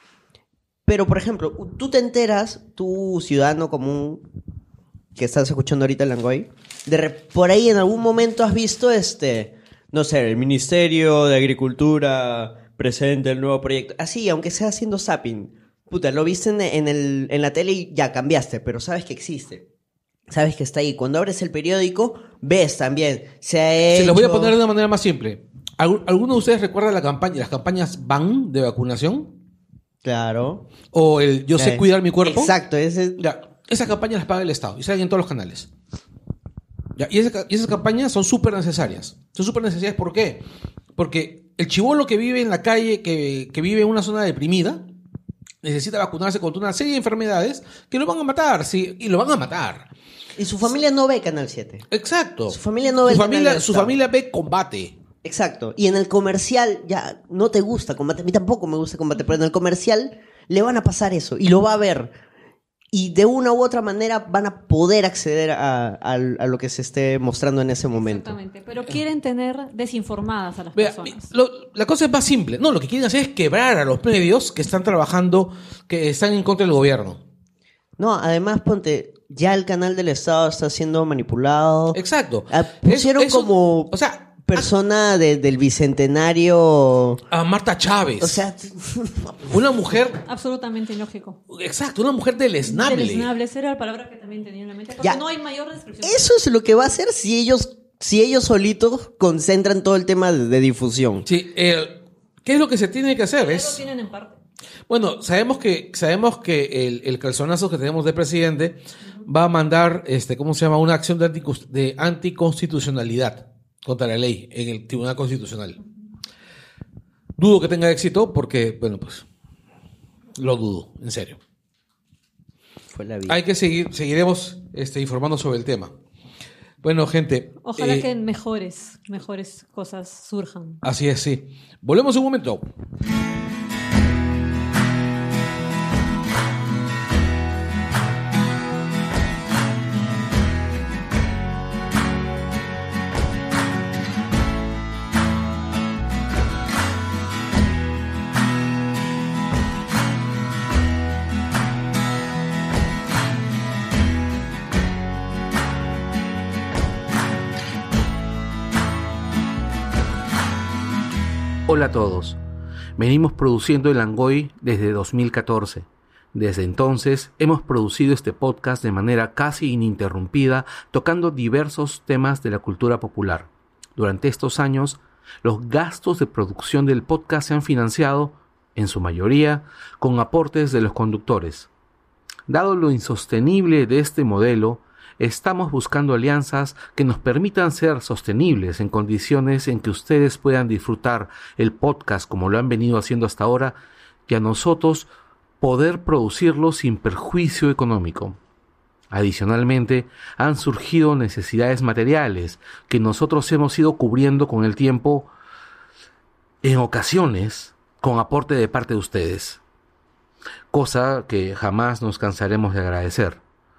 Pero, por ejemplo, tú te enteras, tú ciudadano común que estás escuchando ahorita el Langoy, de re- por ahí en algún momento has visto, este, no sé, el Ministerio de Agricultura presenta el nuevo proyecto. Así, aunque sea haciendo zapping. Puta, lo viste en, en, el, en la tele y ya cambiaste, pero sabes que existe. Sabes que está ahí. Cuando abres el periódico, ves también. Se ha hecho...
Se los voy a poner de una manera más simple. ¿Algu- ¿Alguno de ustedes recuerda la campaña, las campañas B A N de vacunación?
Claro.
O el Yo sé
Eh,
cuidar mi cuerpo.
Exacto. Ese...
Ya, esas campañas las paga el Estado y salen en todos los canales. Ya, y, esa- y esas campañas son súper necesarias. Son súper necesarias, ¿por qué? Porque el chibolo que vive en la calle, que, que vive en una zona deprimida, necesita vacunarse contra una serie de enfermedades que lo van a matar, sí, y lo van a matar.
Y su familia no ve Canal siete.
Exacto.
Su familia no ve
su
el canal
familia,
del
su
Estado.
familia ve combate.
Exacto. Y en el comercial ya no te gusta Combate. A mí tampoco me gusta Combate, pero en el comercial le van a pasar eso y lo va a ver. Y de una u otra manera van a poder acceder a, a, a lo que se esté mostrando en ese momento.
Exactamente, pero quieren tener desinformadas a las
Vea,
personas.
lo- la cosa es más simple. No, lo que quieren hacer es quebrar a los medios que están trabajando, que están en contra del gobierno.
No, además, ponte, ya el canal del Estado está siendo manipulado.
Exacto.
Ah, pusieron
Eso- eso-
como
O sea,
persona de- del bicentenario.
a Marta Chávez.
O sea,
Una mujer,
Absolutamente ilógico.
exacto, una mujer deleznable.
Deleznable, esa era la palabra que también tenía en la mente. Porque
Ya.
no hay mayor descripción.
eso es lo que va a hacer si ellos, si ellos solitos concentran todo el tema de, de difusión.
Sí, el- ¿qué es lo que se tiene que hacer?
Ya lo
Es,
tienen en parte.
bueno, sabemos que, sabemos que el, el calzonazo que tenemos de presidente va a mandar, este, ¿cómo se llama? Una acción de, anticos- de anticonstitucionalidad contra la ley en el Tribunal Constitucional. Dudo que tenga éxito porque, bueno, pues, lo dudo, en serio.
Fue la vida.
Hay que seguir, seguiremos este, informando sobre el tema. Bueno, gente.
Ojalá
eh,
que mejores, mejores cosas surjan.
Así es, sí. Volvemos un momento. Hola a todos. Venimos produciendo el Langoy desde dos mil catorce. Desde entonces hemos producido este podcast de manera casi ininterrumpida, tocando diversos temas de la cultura popular. Durante estos años, los gastos de producción del podcast se han financiado, en su mayoría, con aportes de los conductores. Dado lo insostenible de este modelo, estamos buscando alianzas que nos permitan ser sostenibles en condiciones en que ustedes puedan disfrutar el podcast como lo han venido haciendo hasta ahora y a nosotros poder producirlo sin perjuicio económico. Adicionalmente, han surgido necesidades materiales que nosotros hemos ido cubriendo con el tiempo, en ocasiones con aporte de parte de ustedes, cosa que jamás nos cansaremos de agradecer.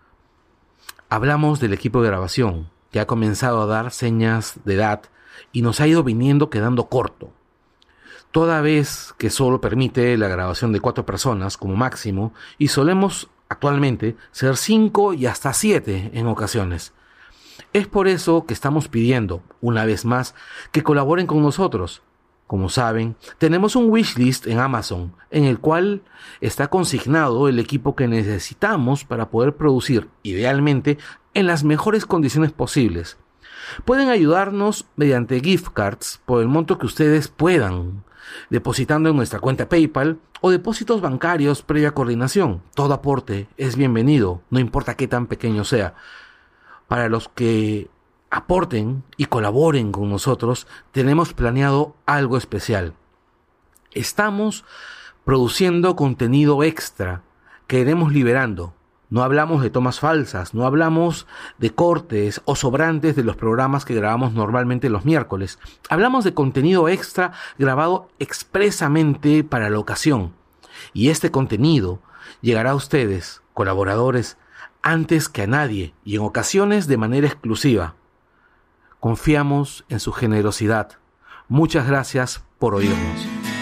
Hablamos del equipo de grabación, que ha comenzado a dar señas de edad y nos ha ido viniendo quedando corto. Toda vez que solo permite la grabación de cuatro personas como máximo, y solemos actualmente ser cinco y hasta siete en ocasiones. Es por eso que estamos pidiendo, una vez más, que colaboren con nosotros. Como saben, tenemos un wishlist en Amazon, en el cual está consignado el equipo que necesitamos para poder producir, idealmente, en las mejores condiciones posibles. Pueden ayudarnos mediante gift cards por el monto que ustedes puedan, depositando en nuestra cuenta PayPal o depósitos bancarios previa coordinación. Todo aporte es bienvenido, no importa qué tan pequeño sea. Para los que aporten y colaboren con nosotros, tenemos planeado algo especial. Estamos produciendo contenido extra que iremos liberando. No hablamos de tomas falsas, no hablamos de cortes o sobrantes de los programas que grabamos normalmente los miércoles. Hablamos de contenido extra grabado expresamente para la ocasión. Y este contenido llegará a ustedes, colaboradores, antes que a nadie y en ocasiones de manera exclusiva. Confiamos en su generosidad. Muchas gracias por oírnos.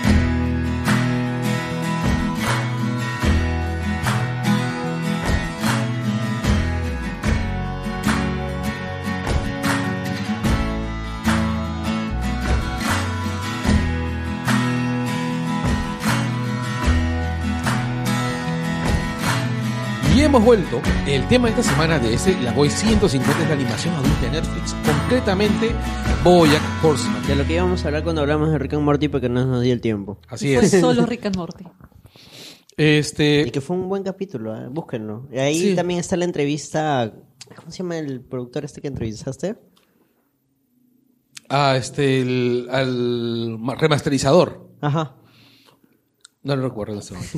Y hemos vuelto. El tema de esta semana de ese Langoy ciento cincuenta es la animación adulta de Netflix, concretamente BoJack Horseman.
De lo que íbamos a hablar cuando hablamos de Rick and Morty porque no nos dio el tiempo.
Así
Fue
es.
solo Rick and Morty.
Este,
Y que fue un buen capítulo, ¿eh? Búsquenlo. Y ahí
Sí.
también está la entrevista. ¿Cómo se llama el productor este que entrevistaste?
a este el, al remasterizador.
Ajá.
No lo recuerdo en este momento.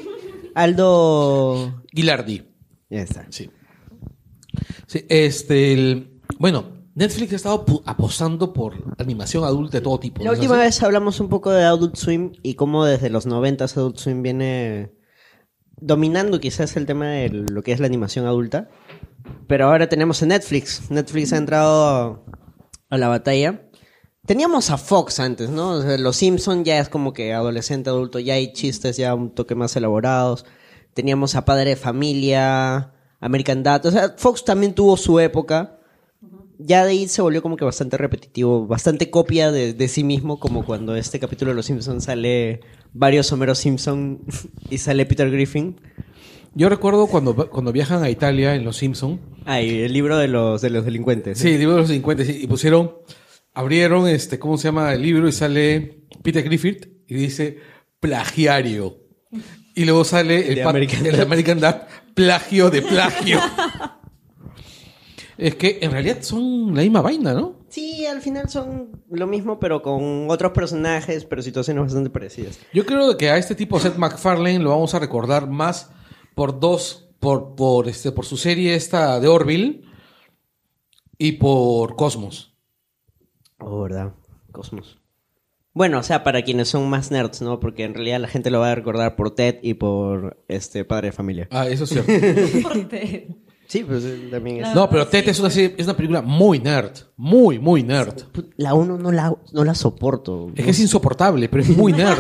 Aldo.
Gilardi.
Ya está.
Sí. Sí, este, el- bueno, Netflix ha estado pu- apostando por animación adulta de todo tipo.
La
¿no es
última
así?
vez hablamos un poco de Adult Swim y cómo desde los noventas Adult Swim viene dominando quizás el tema de lo que es la animación adulta. Pero ahora tenemos a Netflix. Netflix ha entrado a la batalla. Teníamos a Fox antes, ¿no? O sea, Los Simpson ya es como que adolescente, adulto, ya hay chistes ya un toque más elaborados. Teníamos a Padre de Familia, American Dad. O sea, Fox también tuvo su época. Ya de ahí se volvió como que bastante repetitivo, bastante copia de, de sí mismo, como cuando este capítulo de Los Simpsons sale varios Homero Simpson y sale Peter Griffin.
Yo recuerdo cuando, cuando viajan a Italia en Los Simpson.
Ah, y el libro de los, de los delincuentes.
Sí, el libro de los cincuenta, sí, y pusieron, abrieron este, ¿cómo se llama el libro? Y sale Peter Griffith y dice plagiario. Y luego sale el,
De
pa-
American
el
Dad.
American Dad, plagio de plagio. Es que en realidad son la misma vaina, ¿no?
Sí, al final son lo mismo, pero con otros personajes, pero situaciones bastante parecidas.
Yo creo que a este tipo Seth MacFarlane lo vamos a recordar más por dos, por, por, este, por su serie esta de Orville y por Cosmos.
Oh, ¿verdad? Cosmos. Bueno, o sea, para quienes son más nerds, ¿no? Porque en realidad la gente lo va a recordar por Ted y por este Padre de Familia.
Ah, eso es cierto.
Porque-
Sí, pues eh, también es...
No, pero Ted es una, serie- es una película muy nerd. Muy, muy nerd.
Put- La uno no la, no la soporto.
Es que es insoportable, pero es muy nerd.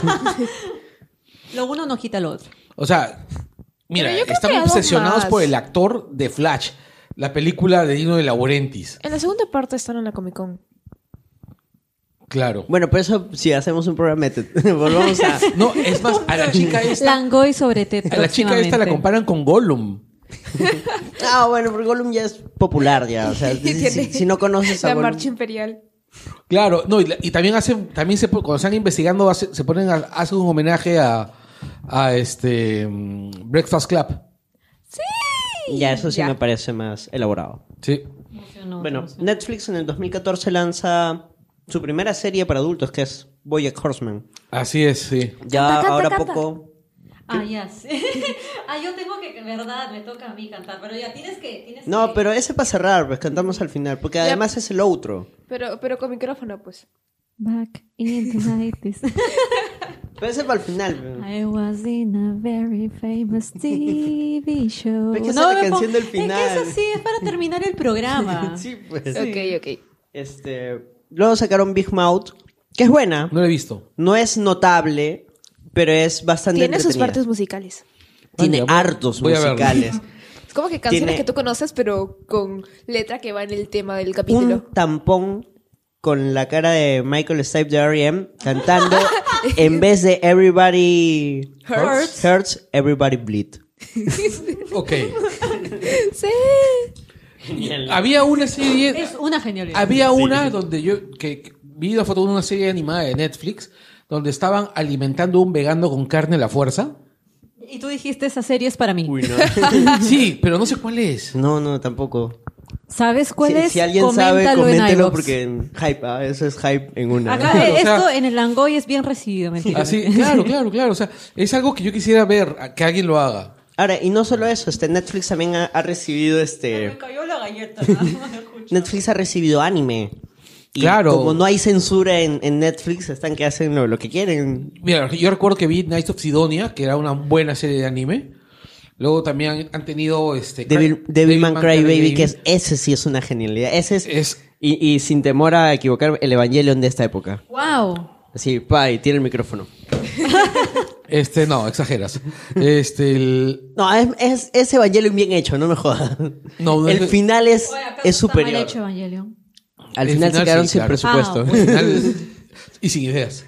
Lo uno no quita lo otro.
O sea, mira,
Pero yo creo
estamos
que algo
obsesionados
más.
por el actor de Flash, la película de Dino de Laurentiis.
En la segunda parte están en la Comic Con.
Claro.
Bueno, por eso si hacemos un programa, te- volvamos a...
No, es más, a la chica esta,
Langoy sobre Ted.
a la chica esta la
próximamente.
comparan con Gollum.
Ah, bueno, porque Gollum ya es popular ya. O sea, si,
Tiene
si- si no conoces a
la
Gollum...
marcha imperial.
Claro, no, y, la- y también hacen, también se, cuando están investigando, hace- se ponen a, hacen un homenaje a, a este mm, Breakfast Club.
Ya, eso sí
Ya.
me parece más elaborado.
Sí.
Emocionó,
Bueno,
emocionó.
Netflix en el dos mil catorce lanza su primera serie para adultos, que es BoJack Horseman.
Así es, sí.
Ya
Canta, canta,
ahora
canta.
poco...
Ah, ya sé. Ah, yo tengo que, en verdad, me toca a mí cantar, pero ya tienes que... Tienes
No,
que-
pero ese para cerrar, pues cantamos al final, porque
Ya.
además es el outro.
Pero, pero con micrófono, pues.
Back in the nineties.
Pero ese para el final. pues.
I was in a very famous T V show.
Es que esa es la
me
canción
pon-
del
Es
final.
que eso sí, es para terminar el programa.
Sí, pues.
Ok, ok.
Este, luego sacaron Big Mouth, que es buena.
No lo he visto.
No es notable, pero es bastante
Tiene sus
entretenida.
partes musicales.
Tiene
Ah, ya, voy-
hartos
voy a verlo.
musicales.
Es como que canciones
Tiene-
que tú conoces, pero con letra que va en el tema del capítulo.
Un tampón con la cara de Michael Stipe de R E M cantando en vez de Everybody
Hurts.
Hurts, Everybody Bleed.
Ok.
Sí.
Había una serie...
Es una genialidad.
Había una donde yo que, que vi la foto de una serie animada de Netflix donde estaban alimentando a un vegano con carne a la fuerza.
Y tú dijiste, esa serie es para mí.
Uy, no.
Sí, pero no sé cuál es.
No, no, tampoco.
¿Sabes cuál
si,
es?
si alguien sabe,
Coméntalo en
coméntelo
iVoox.
porque en hype, ah, eso es hype en una.
Acá,
Claro,
eh,
o sea-
esto en el Langoy es bien recibido, mentira.
Así, claro, claro, claro. O sea, es algo que yo quisiera ver, a- que alguien lo haga.
Ahora, y no solo eso, este Netflix también ha, ha recibido este...
Me cayó la galleta.
Netflix ha recibido anime. Y
Claro.
como no hay censura en, en Netflix, están que hacen lo, lo que quieren.
Mira, yo recuerdo que vi Knights of Sidonia, que era una buena serie de anime. Luego también han, han tenido este
Devil, Devilman Crybaby, que es, ese sí es una genialidad. Ese es,
es
y, y sin temor a equivocar, el Evangelion de esta época.
Wow.
Así, pa, y tiene el micrófono.
este no, exageras. Este el,
No, es, es, es Evangelion bien hecho, no me jodas.
No, no
el
es-
final es,
Oye, ¿acaso
es
está mal
superior.
hecho Evangelion?
Al
El
final, se
final
quedaron
sí,
sin
claro.
presupuesto.
Ah,
al final- y sin ideas.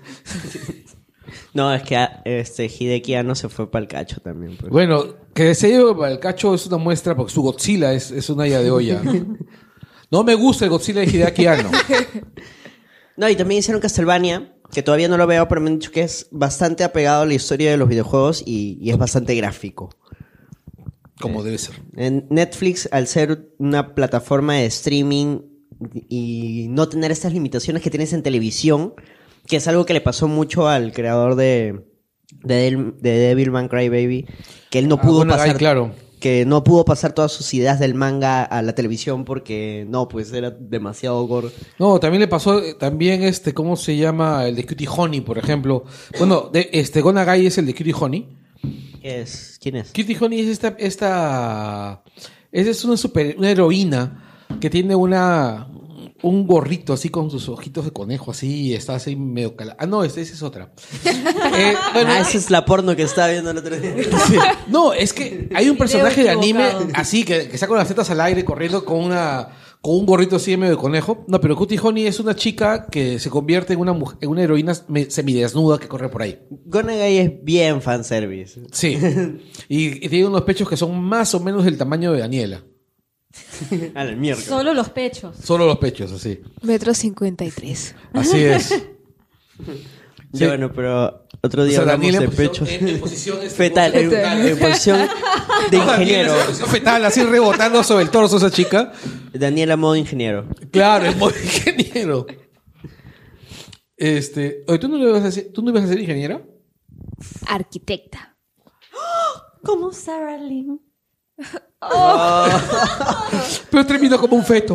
No, es que ah, este Hideki Anno se fue para el cacho también. Pues.
Bueno, que se lleve para el cacho es una muestra porque su Godzilla es, es una ya de olla. No me gusta el Godzilla de Hideaki Anno.
No, y también hicieron Castlevania, que todavía no lo veo, pero me han dicho que es bastante apegado a la historia de los videojuegos y, y es bastante gráfico.
Como debe ser.
En Netflix, al ser una plataforma de streaming y no tener estas limitaciones que tienes en televisión, que es algo que le pasó mucho al creador de, de, Del- de Devilman Crybaby, que él no
Ah,
pudo
bueno,
pasar...
ay, claro.
Que no pudo pasar todas sus ideas del manga a la televisión porque no, pues era demasiado gore.
No, también le pasó, eh, también este, ¿cómo se llama? El de Cutie Honey, por ejemplo. Bueno, de, este, Gonagai es el de Cutie Honey.
Es, ¿quién es?
Cutie Honey es esta, esta, esa es una super, una heroína que tiene una, un gorrito así con sus ojitos de conejo así y está así medio cala. Ah, no, esa esa es otra. Eh, bueno,
Ah, esa es la porno que estaba viendo el otro día.
sí. No, es que hay un personaje de anime
equivocado.
así que, que está con las tetas al aire corriendo con una con un gorrito así medio de conejo. No, pero Cutie Honey es una chica que se convierte en una mujer, en una heroína me- semidesnuda que corre por ahí.
Gonagai es bien fanservice.
Sí. Y, y tiene unos pechos que son más o menos del tamaño de Daniela.
A la mierda.
Solo los pechos.
Solo los pechos, así.
Metro cincuenta y tres.
Así es.
Ya bueno, pero otro
O
día
sea,
hablamos
Daniela
de
en posición-
pechos.
en- en posición, este,
Fetal, en,
fetal.
en posición de
No, Daniela
ingeniero.
en posición fetal, así rebotando sobre el torso esa chica.
Daniela modo ingeniero.
Claro, es muy ingeniero. Este, oye, ¿tú no ibas a ser, tú no ibas a ser ingeniera?
Arquitecta.
Como Sarah Lynn.
Pero terminó como un feto.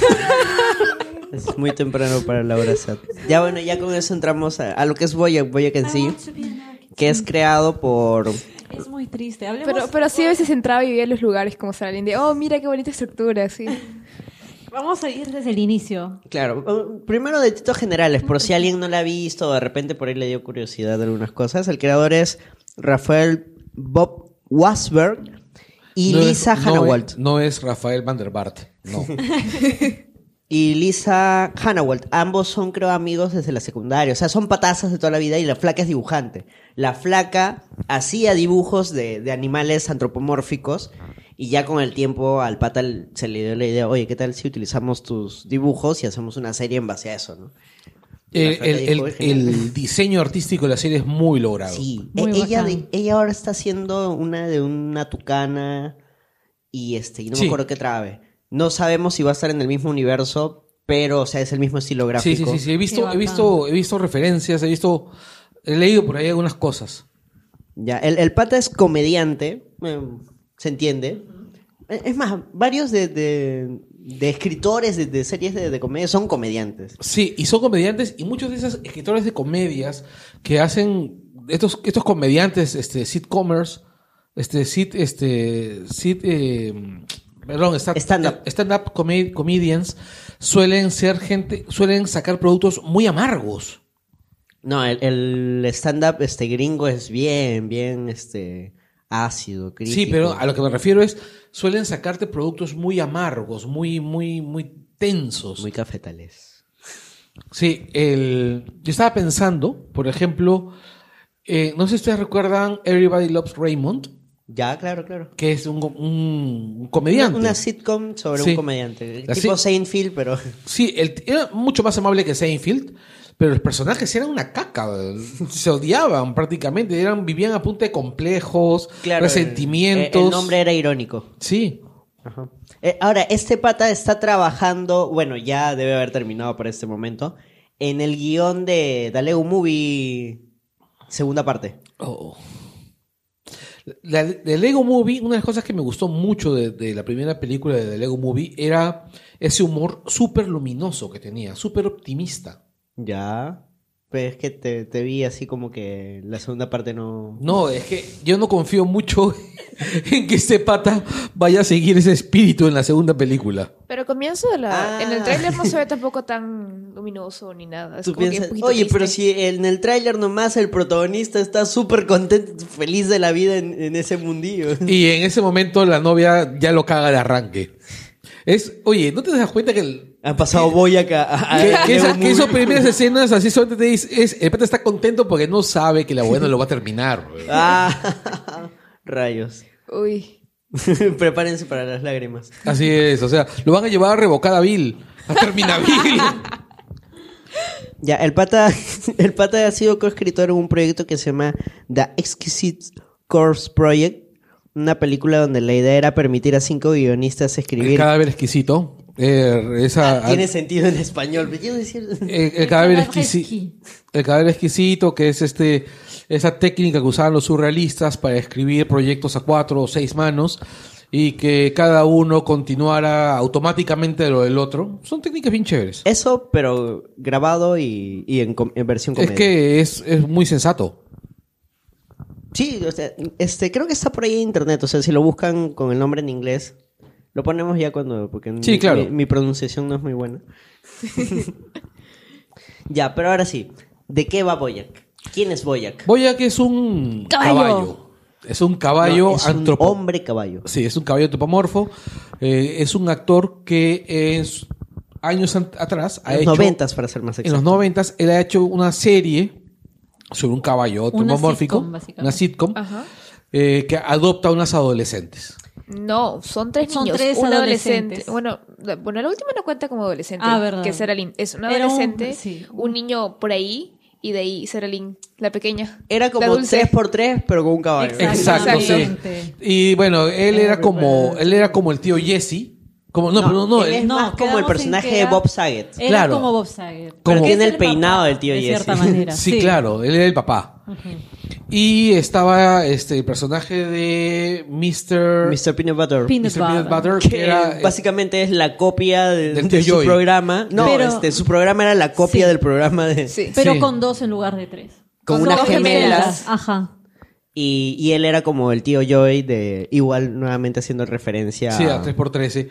Es muy temprano para la hora sad. Ya bueno, ya con eso entramos a, a lo que es Boyac, Boyac en sí, que es creado por...
Es muy triste. Hablemos...
Pero, pero sí a veces entraba y vivía en los lugares como Saralín de, oh, mira qué bonita estructura, sí.
Vamos a ir desde el inicio.
Claro, uh, primero de títulos generales, por si alguien no la ha visto o de repente por ahí le dio curiosidad de algunas cosas. El creador es Rafael Bob Wasberg y
No es-
Lisa
no
Hannawalt.
es- No es Rafael Van der Bart. No.
Y Lisa Hannawalt, ambos son creo amigos desde la secundaria, o sea, son patazas de toda la vida y la flaca es dibujante. La flaca hacía dibujos de, de animales antropomórficos y ya con el tiempo al pata se le dio la idea, oye, ¿qué tal si utilizamos tus dibujos y hacemos una serie en base a eso, ¿no?
El,
La flaca
el-
dijo,
el-
"Genial".
el diseño artístico de la serie es muy logrado.
Sí,
Muy
E- ella,
bacán.
de- ella ahora está haciendo una de una tucana y este, y no
Sí.
me acuerdo qué trabe. No sabemos si va a estar en el mismo universo, pero o sea, es el mismo estilo
Sí,
gráfico.
sí, sí, sí. He
Qué
visto, he
bacán.
visto, he visto referencias, he visto, he leído por ahí algunas cosas.
Ya, el, el pata es comediante, eh, se entiende. Eh, Es más, varios de, de, de escritores de, de series de, de comedia son comediantes.
Sí, y son comediantes y muchos de esos escritores de comedias que hacen estos estos comediantes, este sitcomers, este sit este sit eh, perdón, sta-
Stand-up.
stand-up come- comedians suelen ser gente, suelen sacar productos muy amargos.
No, el, el stand-up este, gringo es bien, bien este, ácido, crítico.
Sí, pero a lo que me refiero es suelen sacarte productos muy amargos, muy muy muy tensos.
Muy cafetales.
Sí, el, yo estaba pensando, por ejemplo, eh, no sé si ustedes recuerdan Everybody Loves Raymond,
Ya, claro, claro.
que es un, un- un comediante.
Una, una sitcom sobre
Sí.
un comediante.
La
tipo
sit-
Seinfeld, pero...
Sí, él era mucho más amable que Seinfeld, pero los personajes eran una caca, se odiaban prácticamente, eran, vivían a punta de complejos,
Claro,
resentimientos.
El, el nombre era irónico.
Sí,
Ajá. Eh, ahora, este pata está trabajando, bueno, ya debe haber terminado para este momento, en el guión de The Lego Movie, segunda parte.
Oh. La, de Lego Movie, una de las cosas que me gustó mucho de, de la primera película de The Lego Movie era ese humor súper luminoso que tenía, súper optimista.
Ya. Pues es que te, te vi así como que la segunda parte no...
No, es que yo no confío mucho en que este pata vaya a seguir ese espíritu en la segunda película.
Pero comienzo de la...
Ah.
En el tráiler no se ve tampoco tan luminoso ni nada. Es
Tú
como que
piensas,
un poquito
oye, pero
triste.
si en el tráiler nomás el protagonista está súper contento, feliz de la vida en, en ese mundillo.
Y en ese momento la novia ya lo caga de arranque. Es, oye, ¿no te das cuenta que el,
Han pasado Boyac a... a- a-
que,
a
que
Lego
esa- que
Movie.
esas primeras escenas así solamente te dice, es, el pata está contento porque no sabe que la buena lo va a terminar. Güey.
Ah, rayos.
Uy.
Prepárense para las lágrimas.
Así es, o sea, lo van a llevar a revocar a Bill, a terminar Bill.
Ya, el pata, el pata ha sido coescritor en un proyecto que se llama The Exquisite Corpse Project, una película donde la idea era permitir a cinco guionistas
El
escribir.
cadáver exquisito. eh, esa,
Tiene sentido en español, pero quiero decir...
el, el
El
cadáver
cadáver
exquisito.
exqui-
El cadáver exquisito, que es este esa técnica que usaban los surrealistas para escribir proyectos a cuatro o seis manos y que cada uno continuara automáticamente de lo del otro. Son técnicas bien chéveres.
Eso, pero grabado y, y en, com- en versión comedia.
Es que es, es muy sensato.
Sí, o sea, este, creo que está por ahí en internet. O sea, si lo buscan con el nombre en inglés, lo ponemos ya cuando... Porque
Sí,
mi,
claro.
mi, mi pronunciación no es muy buena. Ya, pero ahora sí. ¿De qué va Boyac? ¿Quién es Boyac?
Boyac es un
Caballo.
caballo. Es un caballo
No, es un
antropo-
hombre caballo.
Sí, es un caballo antropomorfo. Eh, es un actor que en años an- atrás ha
En los
hecho...
noventas, para ser más
En
exacto.
los noventas, él ha hecho una serie sobre un caballo
Una
antropomórfico,
sitcom, básicamente.
una sitcom,
Ajá.
eh, que adopta a unas adolescentes.
No, son tres
Son
niños.
tres
un
adolescentes.
adolescente. Bueno, la, bueno, la última no cuenta como adolescente.
Ah, verdad.
Que es Seralín. Es un
Era un-
adolescente,
sí.
un niño por ahí, y de ahí Seralín, la pequeña.
Era
la
como
dulce.
tres por tres, pero con un caballo.
Exacto, sí.
Exactamente.
Y bueno, él era como, él era como el tío Jesse. Como, no, pero no, no,
él es
él-
no,
más como el
quedamos en
personaje
que
de
era-
Bob Saget.
Era
Claro.
como Bob Saget.
Como-
Porque
tiene
es
el peinado del tío
de
Jesse.
cierta manera.
sí, claro, él era el papá. Y estaba este el personaje de mister
mister Peanut Butter.
Peanut
mister Peanut
Butter.
Butter,
Que
que era eh,
básicamente es la copia de,
Del
de
tío
su
Joey.
programa. No,
Pero-
este, su programa era la copia
Sí.
del programa de...
Sí.
Pero
Sí.
con dos en lugar de tres.
Con
Con
unas
dos
gemelas.
Ajá.
Y, y él era como el tío Joey de... Igual nuevamente haciendo referencia
sí, a tres por trece.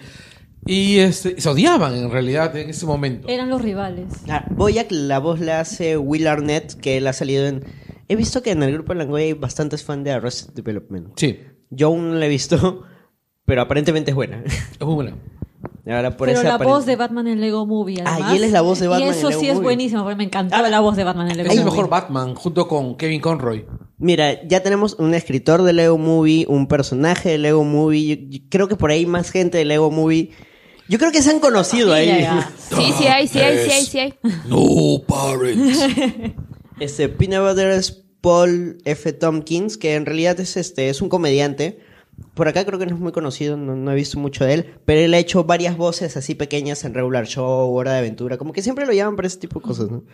Y este, se odiaban en realidad en ese momento.
Eran los rivales.
Ah, Boyac, la voz la hace Will Arnett, que él ha salido en... He visto que en el grupo de Langoy hay bastantes fans de Arrested Development.
Sí,
Yo aún no la he visto, pero aparentemente es buena.
es muy buena.
Ahora, por
Pero
esa
la
aparent-
voz de Batman en Lego Movie,
Ah,
además.
y él es la voz de Batman
Y eso
en Lego
sí es
Movie.
buenísimo, porque me encantó
Ah,
la voz de Batman en Lego
Es el
Movie.
mejor Batman junto con Kevin Conroy.
Mira, ya tenemos un escritor de Lego Movie, un personaje de Lego Movie. Yo- yo creo que por ahí más gente de Lego Movie. Yo creo que se han conocido ahí.
Ya, ya.
Sí, sí hay, sí hay, sí hay, sí hay.
No parents.
Este Peanut Butter es Paul F. Tompkins, que en realidad es este es un comediante. Por acá creo que no es muy conocido, no, no he visto mucho de él, pero él ha hecho varias voces así pequeñas en Regular Show, Hora de Aventura, como que siempre lo llaman para ese tipo de cosas, ¿no?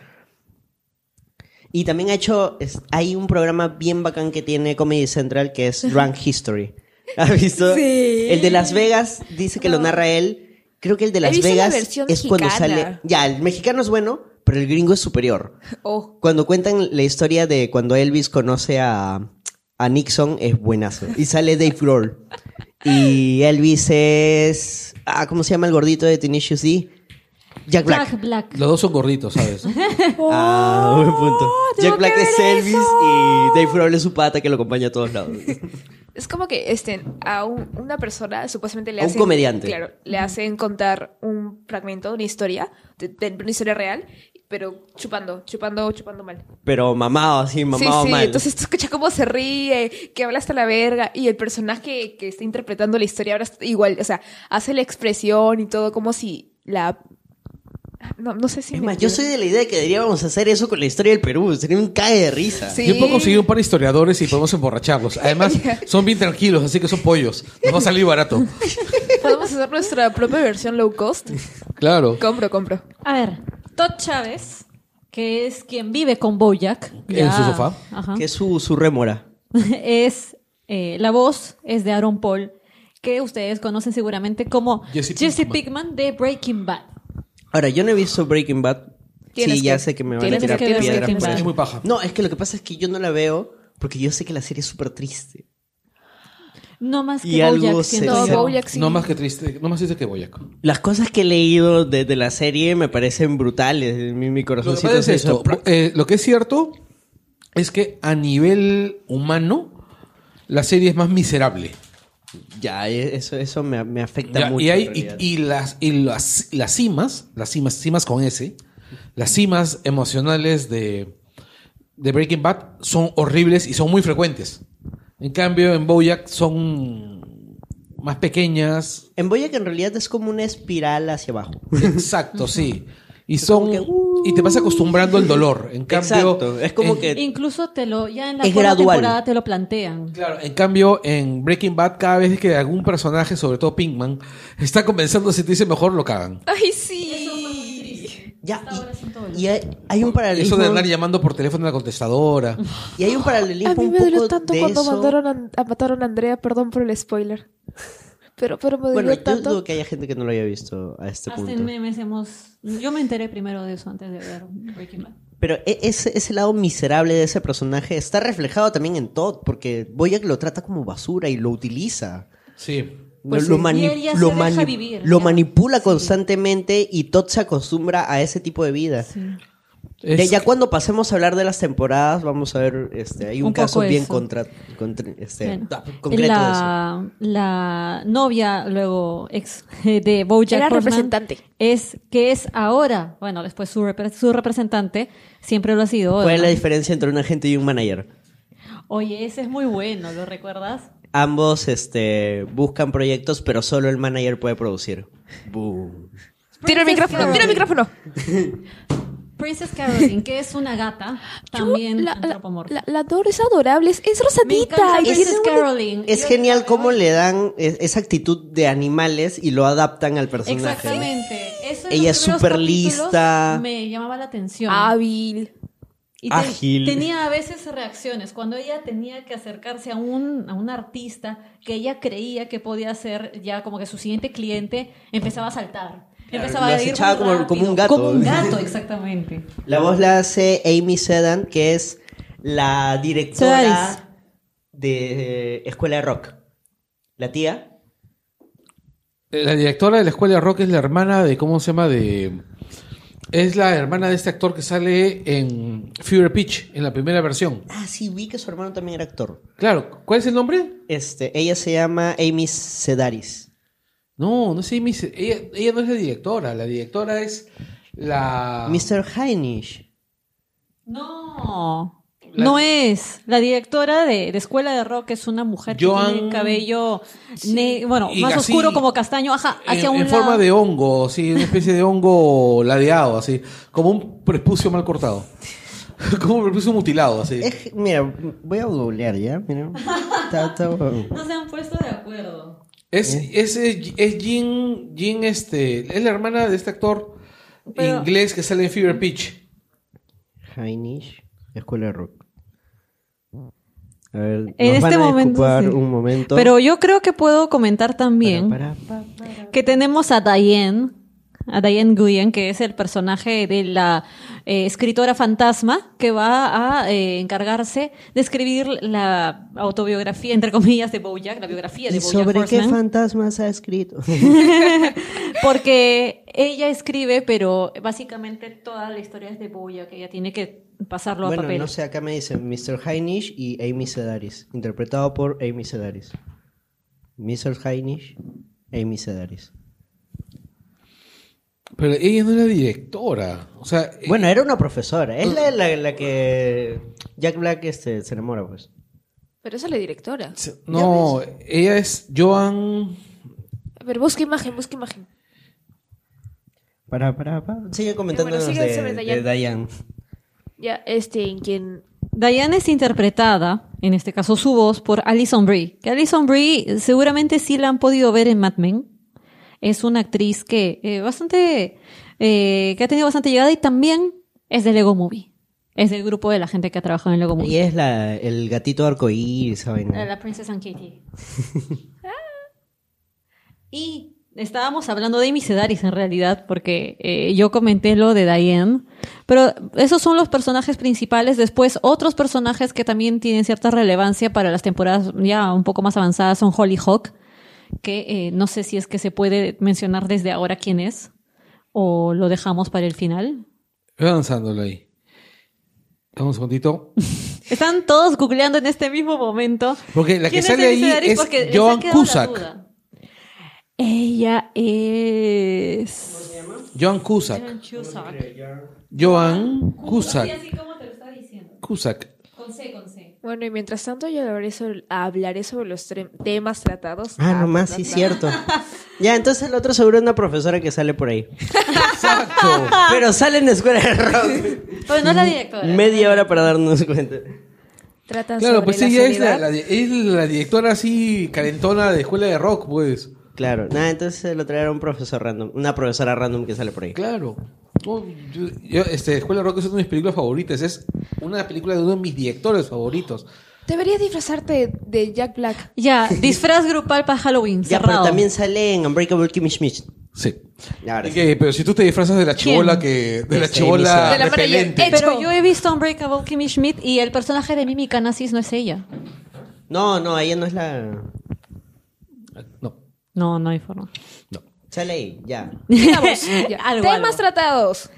Y también ha hecho, es- hay un programa bien bacán que tiene Comedy Central que es Drunk History. ¿Has visto?
Sí.
El de Las Vegas dice que lo narra él. Creo que el de Las
visto la
Vegas
versión
es cuando
mexicana.
sale... Ya, el mexicano es bueno, pero el gringo es superior.
Oh,
Cuando cuentan la historia de cuando Elvis conoce a, a Nixon, es buenazo. Y sale Dave Grohl. Y Elvis es... Ah, ¿cómo se llama el gordito de Tenacious D? Jack Black.
Jack Black.
Los dos son gorditos, ¿sabes?
Ah, buen punto.
tengo
Jack Black
que
es
ver
Elvis
eso.
y Dave Grohl es su pata que lo acompaña a todos lados.
es como que este, a un- una persona supuestamente le
A un
hacen...
comediante.
Claro, le hacen contar un fragmento de una historia, de, de una historia real, pero chupando, chupando, chupando mal.
Pero mamado así, mamado
sí, sí,
mal.
entonces tú escuchas cómo se ríe, que habla hasta la verga, y el personaje que está interpretando la historia ahora está igual, o sea, hace la expresión y todo como si la... No, no sé si...
Es
me
más, yo
entiendes.
soy de la idea de que deberíamos hacer eso con la historia del Perú. Sería un cae de risa.
Sí.
Yo puedo conseguir un par de historiadores y podemos emborracharlos. Además, son bien tranquilos, así que son pollos. Nos va a salir barato.
Podemos hacer nuestra propia versión low cost.
Claro.
Compro, compro.
A ver, Todd Chávez, que es quien vive con Bojack.
En su sofá.
Ajá.
Que es su, su rémora.
Es Eh, la voz es de Aaron Paul, que ustedes conocen seguramente como
Jesse
Jesse,
Pinkman.
Pinkman de Breaking Bad.
Ahora, yo no he visto Breaking Bad.
Tienes
Sí, ya
que-
sé que me van a
tienes
tirar
que ver
piedras
Breaking
por
Bad.
Es
eso.
muy paja.
No, es que lo que pasa es que yo no la veo porque yo sé que la serie es súper triste.
No más que
Y algo
Bojack,
se-
siento
No,
yo.
Bojack sí.
No más que triste, no más triste que Boyac.
Las cosas que he leído de, de la serie me parecen brutales. Mi, mi
Lo que
corazoncito
pasa es
se
esto,
hizo-
eh, lo que es cierto es que a nivel humano la serie es más miserable.
Ya, e- eso, eso me, me afecta
Ya,
mucho.
y, hay,
en realidad.
y, y las, y las, las cimas, las cimas, cimas con S, las cimas emocionales de, de Breaking Bad son horribles y son muy frecuentes. En cambio, en BoJack son más pequeñas.
En Boyac en realidad es como una espiral hacia abajo.
Exacto, sí. Y son
como que, uh,
y te vas acostumbrando al dolor. En cambio,
Exacto, es como
en-
que...
Incluso te lo, ya en la
Es
cuarta
gradual.
temporada te lo plantean.
Claro, en cambio, en Breaking Bad, cada vez que algún personaje, sobre todo Pinkman, está comenzando a sentirse mejor, lo cagan.
Ay, sí.
Ya,
Hasta ahora siento dolor.
y, y hay, hay un
Eso
paralelismo...
de andar llamando por teléfono a la contestadora.
Y hay un paralelismo
A mí
un
me dolió
poco
tanto
de
cuando
eso.
mandaron a, a mataron a Andrea, perdón por el spoiler. Pero, pero me dolió
Bueno, yo
tanto.
dudo que haya gente que no lo haya visto a este
Hasta
punto.
en memes hemos... Yo me enteré primero de eso antes de ver Breaking Bad.
Pero e- ese, ese lado miserable de ese personaje está reflejado también en Todd, porque Boyac lo trata como basura y lo utiliza.
Sí.
Pues
lo, lo
sí.
mani-
Y él ya se
lo
deja
mani-
vivir,
lo
ya.
manipula constantemente y Todd se acostumbra a ese tipo de vida.
Sí.
Es-
Ya, ya cuando pasemos a hablar de las temporadas, vamos a ver, este, hay un,
Un
caso
poco
bien
eso.
contra, contra- este,
Bueno,
ah, concreto de eso.
la, la novia, luego ex de BoJack
Era
Horseman,
representante.
es que es ahora, bueno, después su, repre- su representante, siempre lo ha sido.
¿Cuál es la
¿no?
diferencia entre un agente y un manager?
Oye, ese es muy bueno, ¿lo recuerdas?
Ambos este, buscan proyectos, pero solo el manager puede producir. Boom.
Tira el micrófono, tira el micrófono.
Princess Caroline, que es una gata, también
la, la,
antropomorfa.
la, la Dora es adorable, es, es
Me
rosadita.
encanta
y
Princess
tiene una-
Caroline.
Es
Yo
genial
la
cómo
veo-
le dan es- esa actitud de animales y lo adaptan al personaje.
Exactamente. Eso en
Ella
los
es
primeros
súper
capítulos
lista.
Me llamaba la atención.
Hábil.
Y te-
ágil.
tenía a veces reacciones. Cuando ella tenía que acercarse a un, a un artista que ella creía que podía ser ya como que su siguiente cliente, empezaba a saltar. Empezaba
lo
a ir
acechaba
muy
como-
rápido.
como un gato.
Como un gato, exactamente.
La voz la hace Amy Sedan, que es la directora
Sedaris.
de Escuela de Rock. La tía.
La directora de la escuela de rock es la hermana de, ¿cómo se llama? De... Es la hermana de este actor que sale en Fever Pitch, en la primera versión.
Ah, sí, vi que su hermano también era actor.
Claro, ¿cuál es el nombre?
Este, ella se llama Amy Sedaris.
No, no sé, Miss- ella, ella no es la directora, la directora es la...
mister Heinisch.
No.
La-
No es. La directora de, de Escuela de Rock es una mujer que
Joan-
tiene cabello, ne- bueno,
Y
más
así-
oscuro como castaño, ajá,
En,
hacia un
en
lado.
forma de hongo, sí, una especie de hongo ladeado, así, como un prepucio mal cortado. Como un prepucio mutilado, así.
Es- mira, voy a googlear ya. Mira. Está- está bueno.
No se han puesto de acuerdo.
Es, es, es, es Jean, Jean, este, es la hermana de este actor
Pero-
inglés que sale en Fever Pitch.
Heinisch, Escuela de Rock. A ver,
En
nos van
este
a
momento.
disculpar
sí.
un momento.
Pero yo creo que puedo comentar también
Para, para, para, para.
que tenemos a Diane, a Diane Nguyen, que es el personaje de la eh, escritora fantasma que va a eh, encargarse de escribir la autobiografía, entre comillas, de BoJack, la biografía de
¿Y
BoJack
sobre qué
Horseman.
fantasmas ha escrito?
Porque ella escribe, pero básicamente toda la historia es de BoJack, que ella tiene que pasarlo
Bueno,
a papel.
no sé, acá me dicen mister Heinisch y Amy Sedaris. Interpretado por Amy Sedaris. mister Heinisch, Amy Sedaris.
Pero ella no era directora. O sea,
Bueno, era una profesora. Es la, la, la que Jack Black este, se enamora, pues.
Pero esa es la directora.
eh, no, ella es Joan...
A ver, busca imagen, busca imagen.
Para, para, para. Sigue comentando
Bueno, sigue
de,
sobre
de
Diane.
Diane.
Ya, este, en quien...
Diane es interpretada, en este caso su voz, por Alison Brie. Que Alison Brie seguramente sí la han podido ver en Mad Men. Es una actriz que eh, bastante, eh, que ha tenido bastante llegada y también es de Lego Movie. Es del grupo de la gente que ha trabajado en Lego Movie.
Y es la, el gatito arcoíris, esa vaina.
La Princess and Katie. Y estábamos hablando de Amy Sedaris en realidad, porque eh, yo comenté lo de Diane, pero esos son los personajes principales. Después, otros personajes que también tienen cierta relevancia para las temporadas ya un poco más avanzadas son Hollyhock, que eh, no sé si es que se puede mencionar desde ahora quién es, o lo dejamos para el final.
Voy avanzándolo ahí. Dame un segundito.
Están todos googleando en este mismo momento.
Porque la que
¿Quién es
sale
Amy
ahí
Sedaris?
es
Porque les ha
Joan
quedado la
Cusack.
duda. Ella es...
Joan Cusack.
Joan Cusack.
Joan Cusack.
Así como te lo está diciendo.
Cusack.
Con C, con C.
Bueno, y mientras tanto yo hablaré sobre, hablaré sobre los tre- temas tratados.
Ah, nomás, sí, cierto. Ya, entonces el otro seguro es una profesora que sale por ahí.
Exacto.
Pero sale en Escuela de Rock.
Pero no es la directora.
Media hora para darnos cuenta.
Tratan
Claro,
sobre
pues
la
ella es la,
soledad.
la, es la directora así calentona de escuela de rock, pues.
Claro, nada, entonces lo traerá un profesor random, una profesora random que sale por ahí.
Claro. No, yo, yo, este, Escuela de Rock es una de mis películas favoritas. Es una película de uno de mis directores favoritos.
Deberías disfrazarte de Jack Black.
Ya, disfraz grupal para Halloween,
Ya,
cerrado.
pero también sale en Unbreakable Kimmy Schmidt.
Sí.
Ahora
Y
sí.
que- pero si tú te disfrazas de la chibola
¿Quién?
que. De la
Este,
chibola
De la manager.
repelente.
Eh,
Pero
Hecho.
yo he visto Unbreakable Kimmy Schmidt y el personaje de Mimi Canasis no es ella.
No, no, ella no es la...
No,
No, no hay forma.
no.
Sale ahí, ya.
Digamos, ya.
Algo,
Temas
algo.
tratados.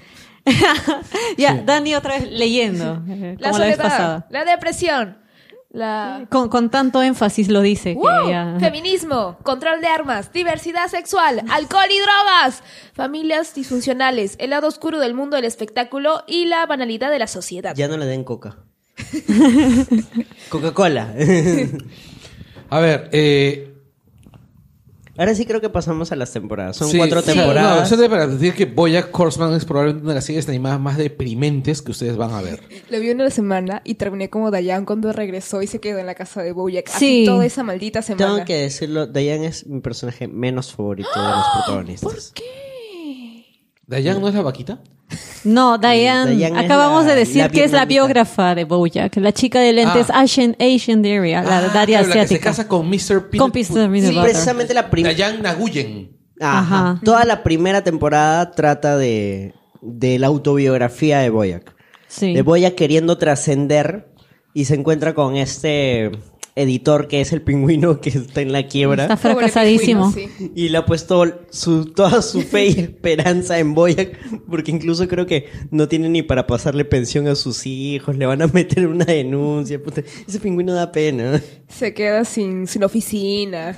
Ya, Dani otra vez leyendo, eh,
La
como la vez
soledad,
pasada.
la depresión, la...
Con, con tanto énfasis lo dice. Que
¡Wow!
ya...
Feminismo, control de armas, diversidad sexual, alcohol y drogas, familias disfuncionales, el lado oscuro del mundo del espectáculo y la banalidad de la sociedad.
Ya no le den coca. Coca-Cola.
A ver, eh.
Ahora sí creo que pasamos a las temporadas. Son
sí,
cuatro
o sea,
temporadas.
No, solo para decir que BoJack Horseman es probablemente una de las series animadas más deprimentes que ustedes van a ver.
Lo vi una semana y terminé como Dayan cuando regresó y se quedó en la casa de Bojack.
Sí.
Así toda esa maldita semana.
Tengo que decirlo, Diane es mi personaje menos favorito de los protagonistas.
¿Por qué?
¿Dayan no es la vaquita?
No, Diane,
Diane es
acabamos
la-
de decir
la
que es la
vietnamita.
biógrafa de Bojack, la chica de lentes
Ah.
Asian, Asian Daria, la
Ah,
Daria
claro, la que se
asiática.
casa con mister Peanut
Con mister Peanut
Sí,
Butter.
precisamente la primera...
Dayan Naguyen.
Ajá.
Ajá.
Toda la primera temporada trata de, de la autobiografía de Bojack.
Sí.
De Bojack queriendo trascender y se encuentra con este editor que es el pingüino que está en la quiebra.
Está
Pobre
fracasadísimo.
pingüino, sí.
Y le ha puesto su, toda su fe y esperanza en Bojack, porque incluso creo que no tiene ni para pasarle pensión a sus hijos, le van a meter una denuncia. Puta, ese pingüino da pena.
Se queda sin, sin oficina.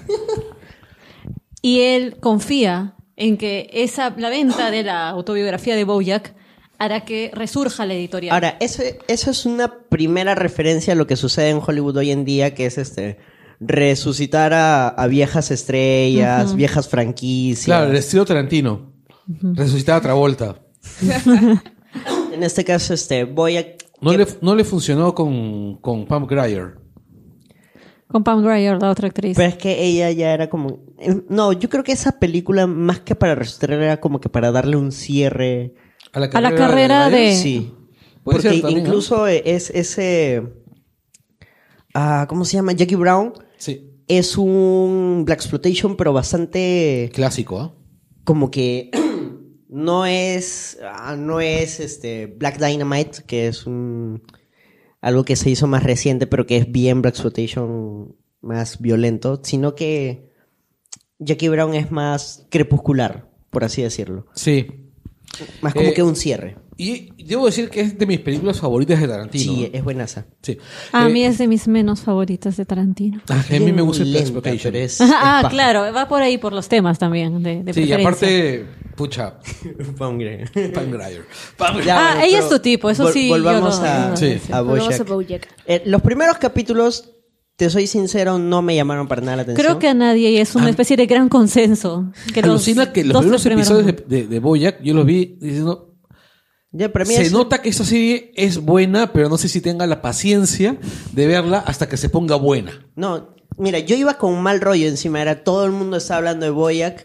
Y él confía en que esa, la venta de la autobiografía de Bojack hará que resurja la editorial.
Ahora, eso, eso es una primera referencia a lo que sucede en Hollywood hoy en día, que es este resucitar a, a viejas estrellas,
Ujú.
viejas franquicias.
Claro, el estilo Tarantino. Resucitada a Travolta.
En este caso, este Bojack...
No
que-
le, no le funcionó con, con Pam Grier.
Con Pam Grier, la otra actriz.
Pero es que ella ya era como... eh, No, yo creo que esa película, más que para resucitar, era como que para darle un cierre...
A la
A la carrera de-
Grier.
Sí.
Puede
Porque
ser también, ¿no?
incluso es ese... ah, ¿cómo se llama? Jackie Brown
Sí.
es un Blaxploitation, pero bastante...
Clásico, ¿ah?
Como que no es... ah, no es este Black Dynamite, que es un... algo que se hizo más reciente, pero que es bien Blaxploitation más violento, sino que Jackie Brown es más crepuscular, por así decirlo.
Sí.
Más como
Eh,
que un cierre.
Y debo decir que es de mis películas favoritas de Tarantino.
Sí, es buenaza.
Sí.
A
Eh,
mí es de mis menos favoritas de Tarantino.
ah, a mí me gusta el
Lenta,
Exploitation.
pero es-
ah,
es paja.
claro, va por ahí por los temas también de, de
Sí, y
preferencia.
aparte, pucha,
Pam Grier.
Pam Grier. Pam Grier.
Ya,
Ah,
bueno,
ella
pero
es tu tipo, eso
vol-
sí, yo
Volvamos
no-
a,
no-
Sí.
a
Volvamos
Bojack.
a Bojack.
Eh, los primeros capítulos, te soy sincero, no me llamaron para nada la atención.
Creo que a nadie y es una
Ah.
especie de gran consenso. Que
Alucina que los
dos,
primeros
tres
episodios de,
no.
de, de BoJack yo los vi diciendo...
Ya, para mí
Se
es-
nota que esta serie es buena, pero no sé si tenga la paciencia de verla hasta que se ponga buena.
No, mira, yo iba con un mal rollo encima. Era todo el mundo estaba hablando de Bojack.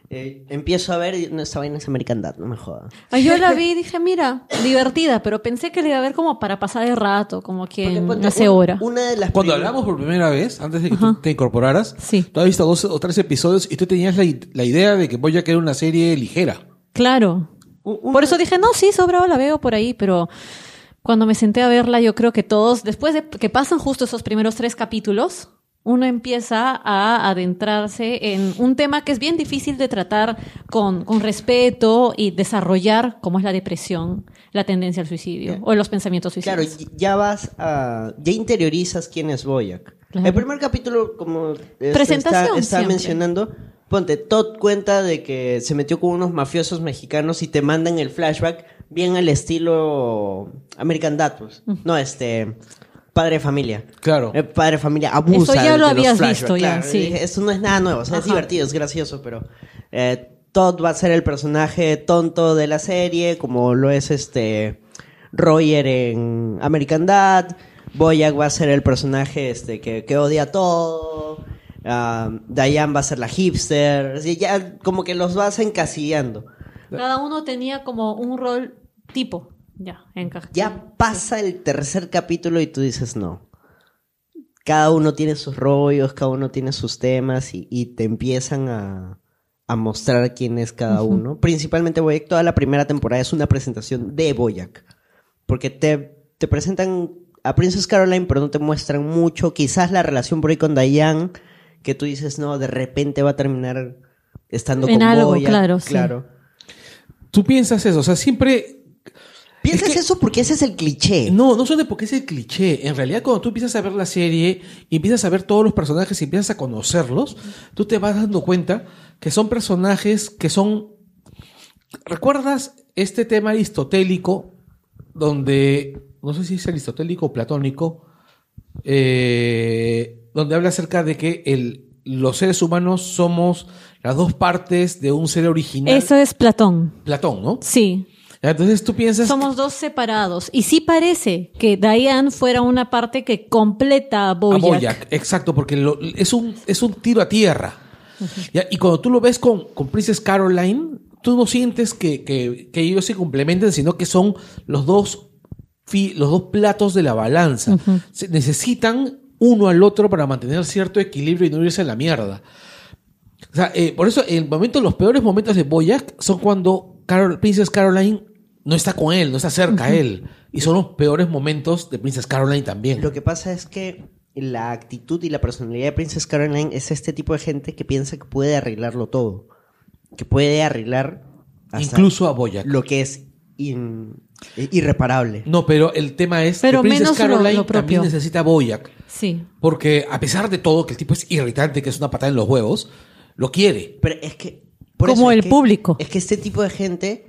Eh, empiezo a ver y no, esta vaina es American Dad, no me jodas.
Ah, yo la vi y dije, mira, divertida, pero pensé que le iba a ver como para pasar el rato, como que
Porque,
en-
ponte,
hace
un-
hora.
Una de las
Cuando
primeras-
hablamos por primera vez, antes de que
Ajá.
tú te incorporaras,
Sí.
tú has visto dos o tres episodios y tú tenías la, i- la idea de que Bojack era una serie ligera.
Claro.
un- una-
Por eso dije, no, sí, sobrado la veo por ahí, pero cuando me senté a verla, yo creo que todos, después de que pasan justo esos primeros tres capítulos, uno empieza a adentrarse en un tema que es bien difícil de tratar con, con respeto y desarrollar, como es la depresión, la tendencia al suicidio o los pensamientos
Claro,
suicidas.
y- ya vas a... Ya interiorizas quién es Bojack.
Claro.
El primer capítulo, como este,
Presentación
está, está
siempre.
mencionando, ponte, Todd cuenta de que se metió con unos mafiosos mexicanos y te mandan el flashback bien al estilo American Dad, pues. No, este... Padre de familia.
Claro.
El padre de familia abusa
Eso ya
de-
lo
de los
habías
flashbacks,
visto, ya,
claro.
sí.
Dije, esto no es nada nuevo, o sea, es
Ajá.
divertido, es gracioso, pero eh, Todd va a ser el personaje tonto de la serie, como lo es este Roger en American Dad. Bojack va a ser el personaje este que, que odia todo. ah, Diane va a ser la hipster. Así, ya como que los vas encasillando.
Cada uno tenía como un rol tipo. Ya, encaja.
Ya pasa el tercer capítulo y tú dices no. Cada uno tiene sus rollos, cada uno tiene sus temas y, y te empiezan a, a mostrar quién es cada
Ujú.
uno. Principalmente Bojack, toda la primera temporada es una presentación de Bojack. Porque te, te presentan a Princess Caroline, pero no te muestran mucho. Quizás la relación por ahí con Diane, que tú dices, no, de repente va a terminar estando
En
con
algo,
Bojack.
claro, sí.
Claro.
Tú piensas eso, o sea, siempre...
Piensas
Es que-
eso porque ese es el cliché.
No, no solo porque es el cliché. En realidad, cuando tú empiezas a ver la serie y empiezas a ver todos los personajes y empiezas a conocerlos, tú te vas dando cuenta que son personajes que son... ¿Recuerdas este tema aristotélico donde... No sé si es aristotélico o platónico, eh, donde habla acerca de que el, los seres humanos somos las dos partes de un ser original.
Eso es Platón.
Platón, ¿no?
Sí.
Entonces tú piensas...
Somos dos separados. Y sí parece que Diane fuera una parte que completa a Bojack.
A Bojack, exacto, porque lo- es, un, es un tiro a tierra. ¿Ya? Y cuando tú lo ves con, con Princess Caroline, tú no sientes que, que, que ellos se complementen, sino que son los dos, fi- los dos platos de la balanza.
Ujú.
Se necesitan uno al otro para mantener cierto equilibrio y no irse a la mierda. O sea, eh, por eso, el momento, los peores momentos de Bojack son cuando Carol, Princess Caroline no está con él, no está cerca a él. Y son los peores momentos de Princess Caroline también.
Lo que pasa es que la actitud y la personalidad de Princess Caroline es este tipo de gente que piensa que puede arreglarlo todo. Que puede arreglar hasta
Incluso a Bojack.
lo que es in- irreparable.
No, pero el tema es
Pero
que Princess
menos lo-
Caroline
lo propio.
también necesita a Bojack.
Sí.
Porque a pesar de todo, que el tipo es irritante, que es una patada en los huevos, lo quiere.
Pero es que... por
Como
eso es
el
que-
público.
Es que este tipo de gente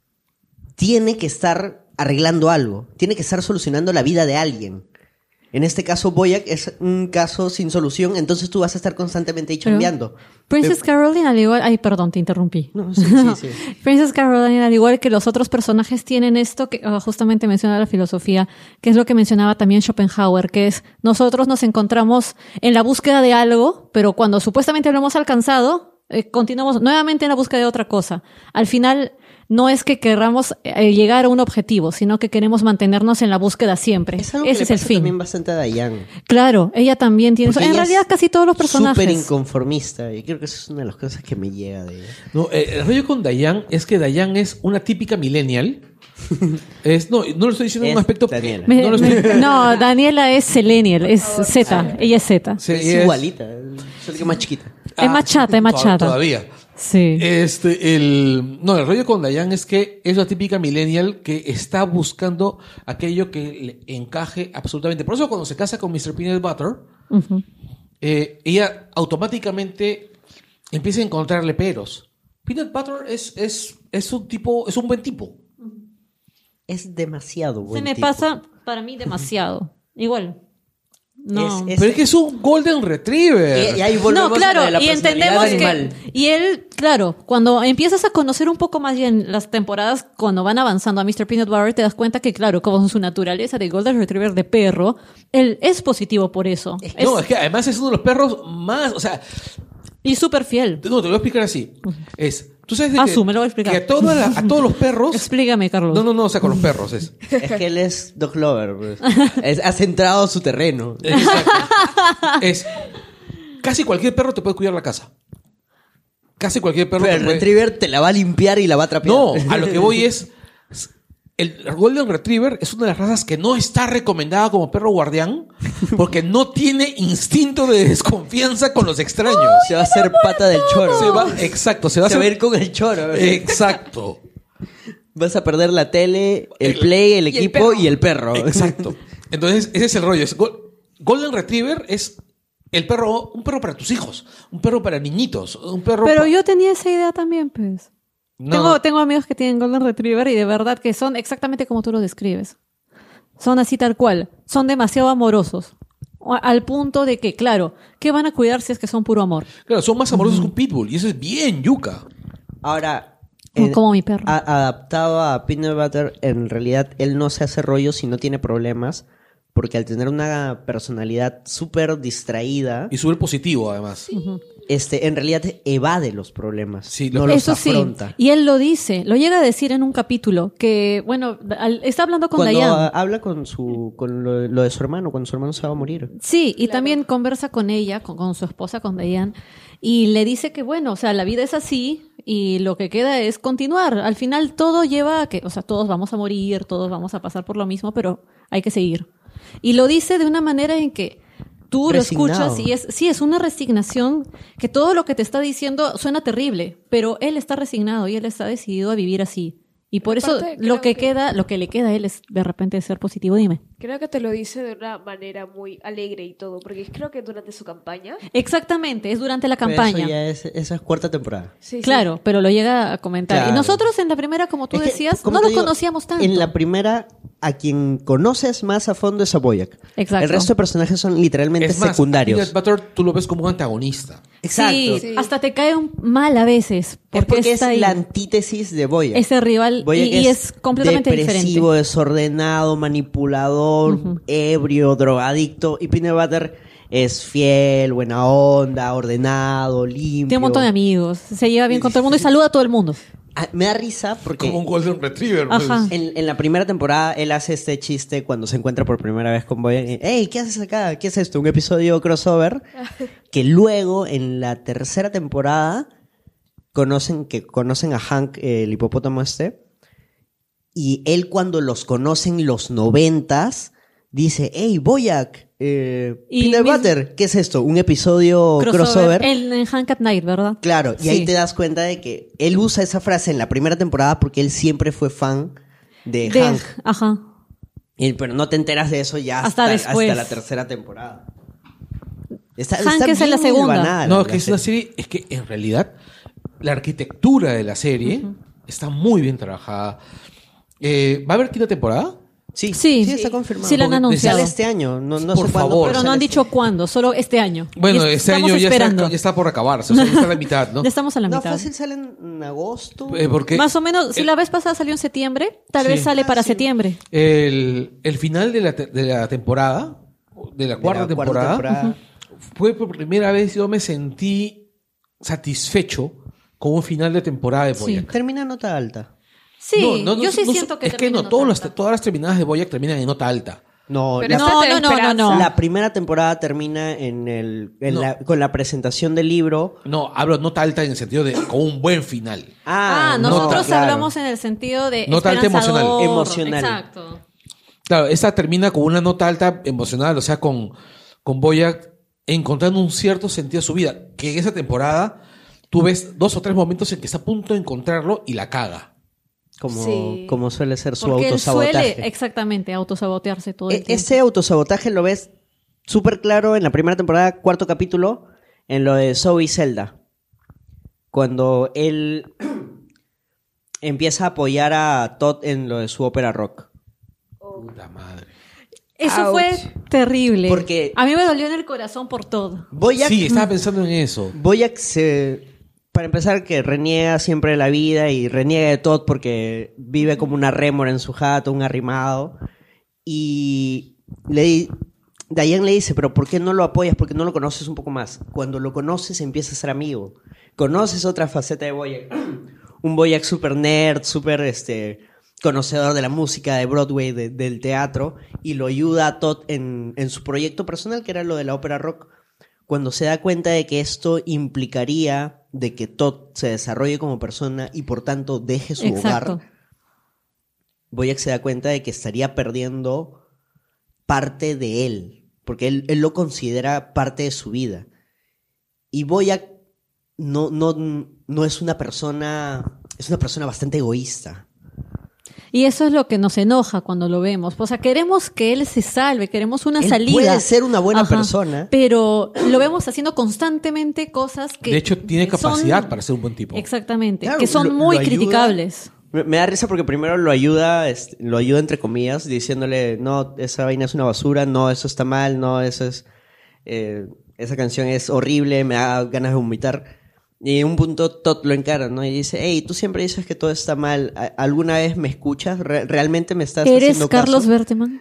tiene que estar arreglando algo. Tiene que estar solucionando la vida de alguien. En este caso, Bojack es un caso sin solución, entonces tú vas a estar constantemente ahí
Pero-
chambeando.
Princess Caroline, al igual... Ay, perdón, te interrumpí.
No, sí, sí, sí.
Princess Caroline, al igual que los otros personajes, tienen esto que ah, justamente menciona la filosofía, que es lo que mencionaba también Schopenhauer, que es nosotros nos encontramos en la búsqueda de algo, pero cuando supuestamente lo hemos alcanzado, eh, continuamos nuevamente en la búsqueda de otra cosa. Al final, no es que queramos eh, llegar a un objetivo, sino que queremos mantenernos en la búsqueda siempre.
Es algo
Ese
que
es
le
el
pasa
fin.
también bastante a Diane.
Claro, ella también tiene eso.
Porque
En
ella
realidad,
es
casi todos los personajes.
Súper inconformista. Y creo que eso es una de las cosas que me llega de ella.
No, eh, el rollo con Diane es que Diane es una típica millennial. es, no, no lo estoy diciendo en un
Es
aspecto...
Daniela.
Me-
No lo
me-
estoy-
no, Daniela es Selenial, es Z, ella es Z.
Sí,
es,
es-
igualita. Solo que más chiquita.
Es más chata, es más
to-
chata.
Todavía.
Sí.
Este, el, no, el rollo con Diane es que es la típica millennial que está buscando aquello que le encaje absolutamente. Por eso cuando se casa con mister Peanut Butter,
Ujú.
eh, ella automáticamente empieza a encontrarle peros. Peanut Butter es, es, es un tipo, es un buen tipo.
Es demasiado
Se
buen
me
tipo.
pasa, para mí, demasiado. Igual. No.
Es-
Pero es que es un Golden Retriever.
Y, y ahí volvemos
No, claro,
a la
y
personalidad
entendemos
animal.
que... Y él, claro, cuando empiezas a conocer un poco más bien las temporadas, cuando van avanzando a mister Peanut Butter, te das cuenta que, claro, como su naturaleza de Golden Retriever de perro, él es positivo por eso. Es-
No, es que además es uno de los perros más, o sea,
Y súper fiel.
No, te lo voy a explicar así. Es, tú sabes de
Ah,
que,
su, me lo voy a explicar.
que a, toda la- a todos los perros...
Explícame, Carlos.
No, no, no, o sea, con los perros es.
Es que él es dog lover, pues. Es- ha centrado su terreno.
Exacto. Es, casi cualquier perro te puede cuidar la casa. Casi cualquier perro
Pero
te
el
puede...
retriever te la va a limpiar y la va a trapear.
No, a lo que voy es... El Golden Retriever es una de las razas que no está recomendada como perro guardián porque no tiene instinto de desconfianza con los extraños.
Se va a hacer pata del choro.
Se va, exacto, se va a
Se va a
hacer...
ir con el choro.
Exacto,
Vas a perder la tele, el play, el
y el
equipo
perro.
y el perro.
exacto. Entonces, ese es el rollo. Es Gol- Golden Retriever es el perro, un perro para tus hijos, un perro para niñitos, un perro...
Pero
pa-
yo tenía esa idea también, pues.
No,
Tengo, tengo amigos que tienen Golden Retriever y de verdad que son exactamente como tú lo describes. Son así tal cual. Son demasiado amorosos. O- Al punto de que, claro, ¿qué van a cuidar si es que son puro amor?
claro, son más amorosos que un pitbull y eso es bien yuca.
Ahora,
Como-
en-
como mi perro.
a- adaptado a Peanut Butter, en realidad él no se hace rollo si no tiene problemas, porque al tener una personalidad súper distraída,
Y súper positivo, además.
este, en realidad evade los problemas.
Sí, lo-
no los
Eso sí.
afronta.
Y él lo dice, lo llega a decir en un capítulo que, bueno, al- está hablando con
Cuando
Diane.
ah, habla con su con lo, lo de su hermano, cuando su hermano se va a morir.
Sí, y también conversa con ella, con, con su esposa, con Diane, y le dice que, bueno, o sea, la vida es así y lo que queda es continuar. Al final todo lleva a que, o sea, todos vamos a morir, todos vamos a pasar por lo mismo, pero hay que seguir. Y lo dice de una manera en que tú lo
Resignado.
escuchas y es, sí, es una resignación que todo lo que te está diciendo suena terrible, pero él está resignado y él está decidido a vivir así. Y por eso
Aparte,
lo
creo
que,
que-
queda, lo que le queda a él es de repente ser positivo, dime.
Creo que te lo dice de una manera muy alegre y todo, porque creo que durante su campaña...
Exactamente, es durante la
Pero
campaña.
Eso ya es, esa es cuarta temporada.
Sí, sí.
Claro, pero lo llega a comentar.
Claro.
Y nosotros en la primera, como tú
Es que,
decías,
como
no
te
lo
digo,
conocíamos tanto.
En la primera, a quien conoces más a fondo es a Boyack.
Exacto.
El resto de personajes son literalmente
Es más,
secundarios.
Peanut Butter tú lo ves como un antagonista.
Exacto.
Sí,
Sí.
hasta te cae un mal a veces.
Es
Porque,
porque es
está ahí
la antítesis de Boyack.
ese rival y,
Boyack
y es completamente
depresivo,
diferente.
desordenado, manipulador, ebrio, drogadicto. Y Peanut Butter es fiel, buena onda, ordenado, limpio.
Tiene un montón de amigos, se lleva bien con todo el mundo y saluda a todo el mundo.
Ah, me da risa porque
Como un Golden Retriever. pues.
Ajá.
en, en la primera temporada él hace este chiste cuando se encuentra por primera vez con Boyack. Hey, ¿qué haces acá? ¿Qué es esto? Un episodio crossover. Que luego en la tercera temporada conocen que conocen a Hank, el hipopótamo este. Y él cuando los conoce en los noventas dice, hey, Boyack, eh,
Y
Peanut
mis-
Butter, ¿qué es esto? Un episodio crossover.
En, en Hank at Night, ¿verdad?
Claro, y
Sí.
ahí te das cuenta de que él usa esa frase en la primera temporada porque él siempre fue fan de,
De-
Hank.
Ajá.
Y- pero no te enteras de eso ya
Hasta
hasta,
después.
hasta la tercera temporada. Está,
Hank
está
es en la
bien
segunda.
hilvanada
No,
la-
es que
la
es una serie, es que en realidad la arquitectura de la serie está muy bien trabajada. Eh, ¿Va a haber quinta temporada?
Sí,
Sí,
sí, está confirmado.
sí la han
Porque
anunciado.
Sale este año, no, no
Por
sé cuándo.
favor.
Pero no
sale
han
este
dicho cuándo, solo este año.
Bueno,
Y
este
estamos
año ya
esperando.
está, ya está por acabarse, o sea, ya está a la mitad, ¿no?
Ya estamos a la
No,
mitad.
fácil sale en agosto.
Eh, porque
Más o menos, si
el-
la vez pasada salió en septiembre, tal
Sí.
vez sale
Ah,
para
sí.
septiembre.
el, el final de la, te- de la temporada, de la
De
cuarta
la
temporada,
temporada.
fue por primera vez yo me sentí satisfecho con un final de temporada de
Sí.
Boyack.
Termina nota alta.
Sí,
No, no, no,
yo sí
no,
siento que
es que
termina
no, todas
en
las,
nota alta.
todas las terminadas de Boyack terminan en nota alta.
No,
Pero
la,
esta
No,
te da
no, no, no,
esperanza.
no.
la primera temporada termina en el, en
No.
la- con la presentación del libro.
No, hablo nota alta en el sentido de con un buen final.
Ah,
no,
nosotros
claro.
hablamos en el sentido de
Nota alta
esperanzador.
emocional.
Emocional.
Exacto.
Claro, esta termina con una nota alta emocional, o sea, con, con Boyack encontrando un cierto sentido a su vida. Que en esa temporada tú ves dos o tres momentos en que está a punto de encontrarlo y la caga.
Como,
Sí.
como suele ser su
Porque él
autosabotaje.
suele, exactamente, autosabotearse todo el
E-
tiempo.
Ese autosabotaje lo ves súper claro en la primera temporada, cuarto capítulo, en lo de Zoe y Zelda. Cuando él empieza a apoyar a Todd en lo de su ópera rock.
Puta madre.
Eso
Ouch.
fue terrible.
Porque-
a mí me dolió en el corazón por todo.
Boyack,
Sí, estaba pensando en eso.
Boyack se... Para empezar, que reniega siempre de la vida y reniega de Todd porque vive como una rémora en su jato, un arrimado. Y le, Diane le dice, pero ¿por qué no lo apoyas? ¿Por qué no lo conoces un poco más? Cuando lo conoces empieza a ser amigo. Conoces otra faceta de Bojack. Un Bojack super nerd, super este, conocedor de la música, de Broadway, de, del teatro, y lo ayuda a Todd en, en su proyecto personal, que era lo de la ópera rock. Cuando se da cuenta de que esto implicaría de que Todd se desarrolle como persona y por tanto deje su
Exacto.
hogar, Bojack se da cuenta de que estaría perdiendo parte de él, porque él, él lo considera parte de su vida. Y Bojack no, no, no es una persona, es una persona bastante egoísta.
Y eso es lo que nos enoja cuando lo vemos. O sea, queremos que él se salve, queremos una
Él
salida.
puede ser una buena
Ajá.
persona.
Pero lo vemos haciendo constantemente cosas que
De hecho, tiene
son-
capacidad para ser un buen tipo.
Exactamente,
Claro,
que son
lo-
muy
lo ayuda.
criticables.
Me, me da risa porque primero lo ayuda, este, lo ayuda entre comillas, diciéndole, no, esa vaina es una basura, no, eso está mal, no, eso es, eh, esa canción es horrible, me da ganas de vomitar. Y en un punto Todd lo encara, ¿no? Y dice, hey, tú siempre dices que todo está mal, ¿A- ¿alguna vez me escuchas? ¿Re- ¿Realmente me estás
¿Eres
haciendo
Carlos
caso?
Berteman?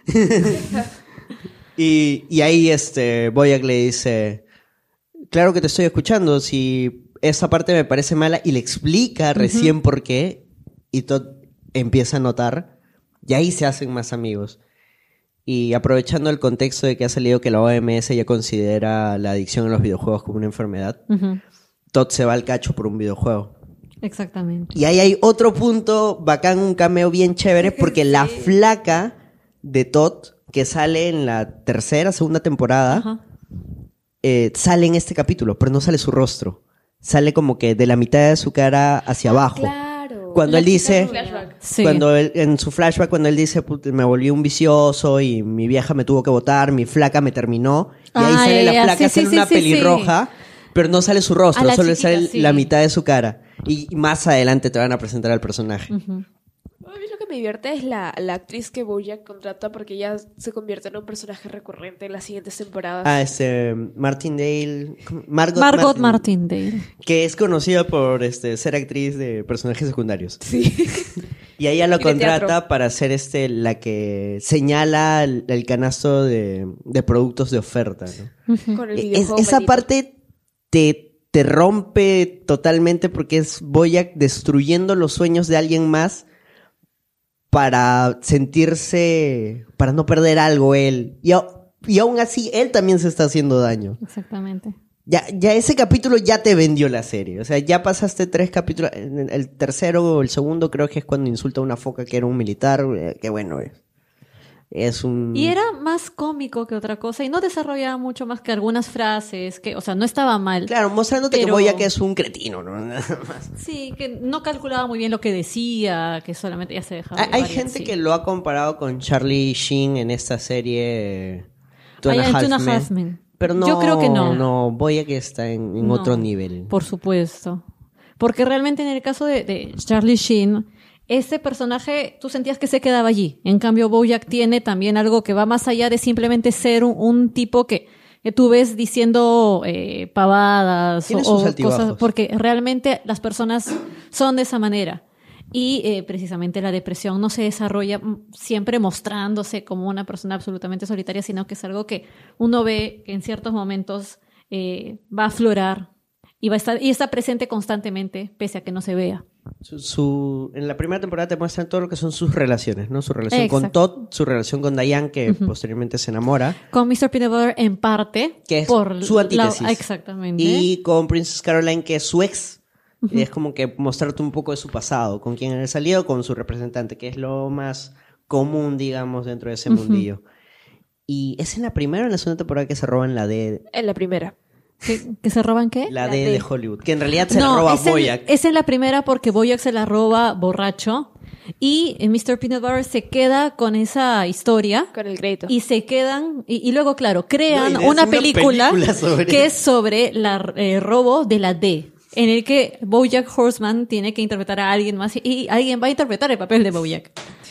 Y, y ahí este Bojack le dice, claro que te estoy escuchando, si esa parte me parece mala, y le explica recién por qué, y Todd empieza a notar, y ahí se hacen más amigos. Y aprovechando el contexto de que ha salido que la O M S ya considera la adicción a los videojuegos como una enfermedad,
Ujú.
Todd se va al cacho por un videojuego.
Exactamente.
Y ahí hay otro punto bacán, un cameo bien chévere, porque la flaca de Todd, que sale en la tercera, segunda temporada,
Ajá.
eh, sale en este capítulo, pero no sale su rostro. Sale como que de la mitad de su cara hacia abajo.
Claro.
Cuando
La
él
chica
dice,
flashback.
Sí.
cuando él, en su flashback, cuando él dice, "Put- me volví un vicioso y mi vieja me tuvo que botar, mi flaca me terminó", y ahí
Ah,
sale
ya,
la
ya,
flaca,
sí,
sale
sí,
una
sí, sí,
pelirroja, pero no sale su rostro,
A la
solo
chiquita,
sale
sí.
la mitad de su cara. Y más adelante te van a presentar al personaje.
Ujú.
A mí lo que me divierte es la, la actriz que Bojack contrata porque ella se convierte en un personaje recurrente en las siguientes temporadas.
Ah, este, Martindale, ¿cómo? Margot,
Margot
Martin-
Martindale.
que es conocida por este, ser actriz de personajes secundarios.
Sí.
Y a ella lo
Y de
contrata
teatro.
para ser este, la que señala el, el canasto de, de productos de oferta, ¿no?
Con el
Es-
videojuego
esa
maldito.
parte te, te rompe totalmente porque es Bojack destruyendo los sueños de alguien más para sentirse, para no perder algo él. Y, a- y aún así, él también se está haciendo daño.
Exactamente.
Ya, ya ese capítulo ya te vendió la serie. O sea, ya pasaste tres capítulos. En el tercero o el segundo creo que es cuando insulta a una foca que era un militar. eh, que bueno, es, es un...
Y era más cómico que otra cosa y no desarrollaba mucho más que algunas frases que, o sea, no estaba mal.
Claro, mostrándote que
Pero-
Bojack es un cretino, ¿no? Nada más.
Sí, que no calculaba muy bien lo que decía, que solamente ya se dejaba
Hay, hay
llevar y
gente
así.
que lo ha comparado con Charlie Sheen en esta serie Two and
Ah,
a
ya,
Half
Two and a
Men.
Half Men.
Pero no,
Yo creo que no.
No, Bojack está en, en
No,
otro nivel.
Por supuesto. Porque realmente en el caso de, de Charlie Sheen, ese personaje tú sentías que se quedaba allí. En cambio, Bojack tiene también algo que va más allá de simplemente ser un, un tipo que, que tú ves diciendo eh, pavadas
Tiene
o,
sus
o
altibajos.
cosas. Porque realmente las personas son de esa manera. Y eh, precisamente la depresión no se desarrolla mm, siempre mostrándose como una persona absolutamente solitaria, sino que es algo que uno ve que en ciertos momentos eh, va a aflorar y va a estar y está presente constantemente, pese a que no se vea.
Su, su- en la primera temporada te muestran todo lo que son sus relaciones, ¿no? Su relación con
Exacto.
Todd, su relación con Diane, que posteriormente se enamora,
Con mister Peanut Butter en parte.
que es
por
su antítesis.
la- exactamente.
Y con Princess Caroline, que es su ex. Y es como que mostrarte un poco de su pasado, con quién él salió, con su representante, que es lo más común, digamos, dentro de ese
Ujú.
mundillo. Y es en la primera o en la segunda temporada que se roban la D,
En la primera.
¿Que, que se roban qué?
la
La
D
D.
de Hollywood, que en realidad se la roba
es en,
Bojack.
es en la primera porque Bojack se la roba borracho y eh, mister Peanut Butter se queda con esa historia
Con el crédito.
y se quedan y, y luego claro crean
No, y de-
una,
es una
película,
película sobre-
que es sobre la eh, robo de la D, en el que Bojack Horseman tiene que interpretar a alguien más y, y alguien va a interpretar el papel de Bojack.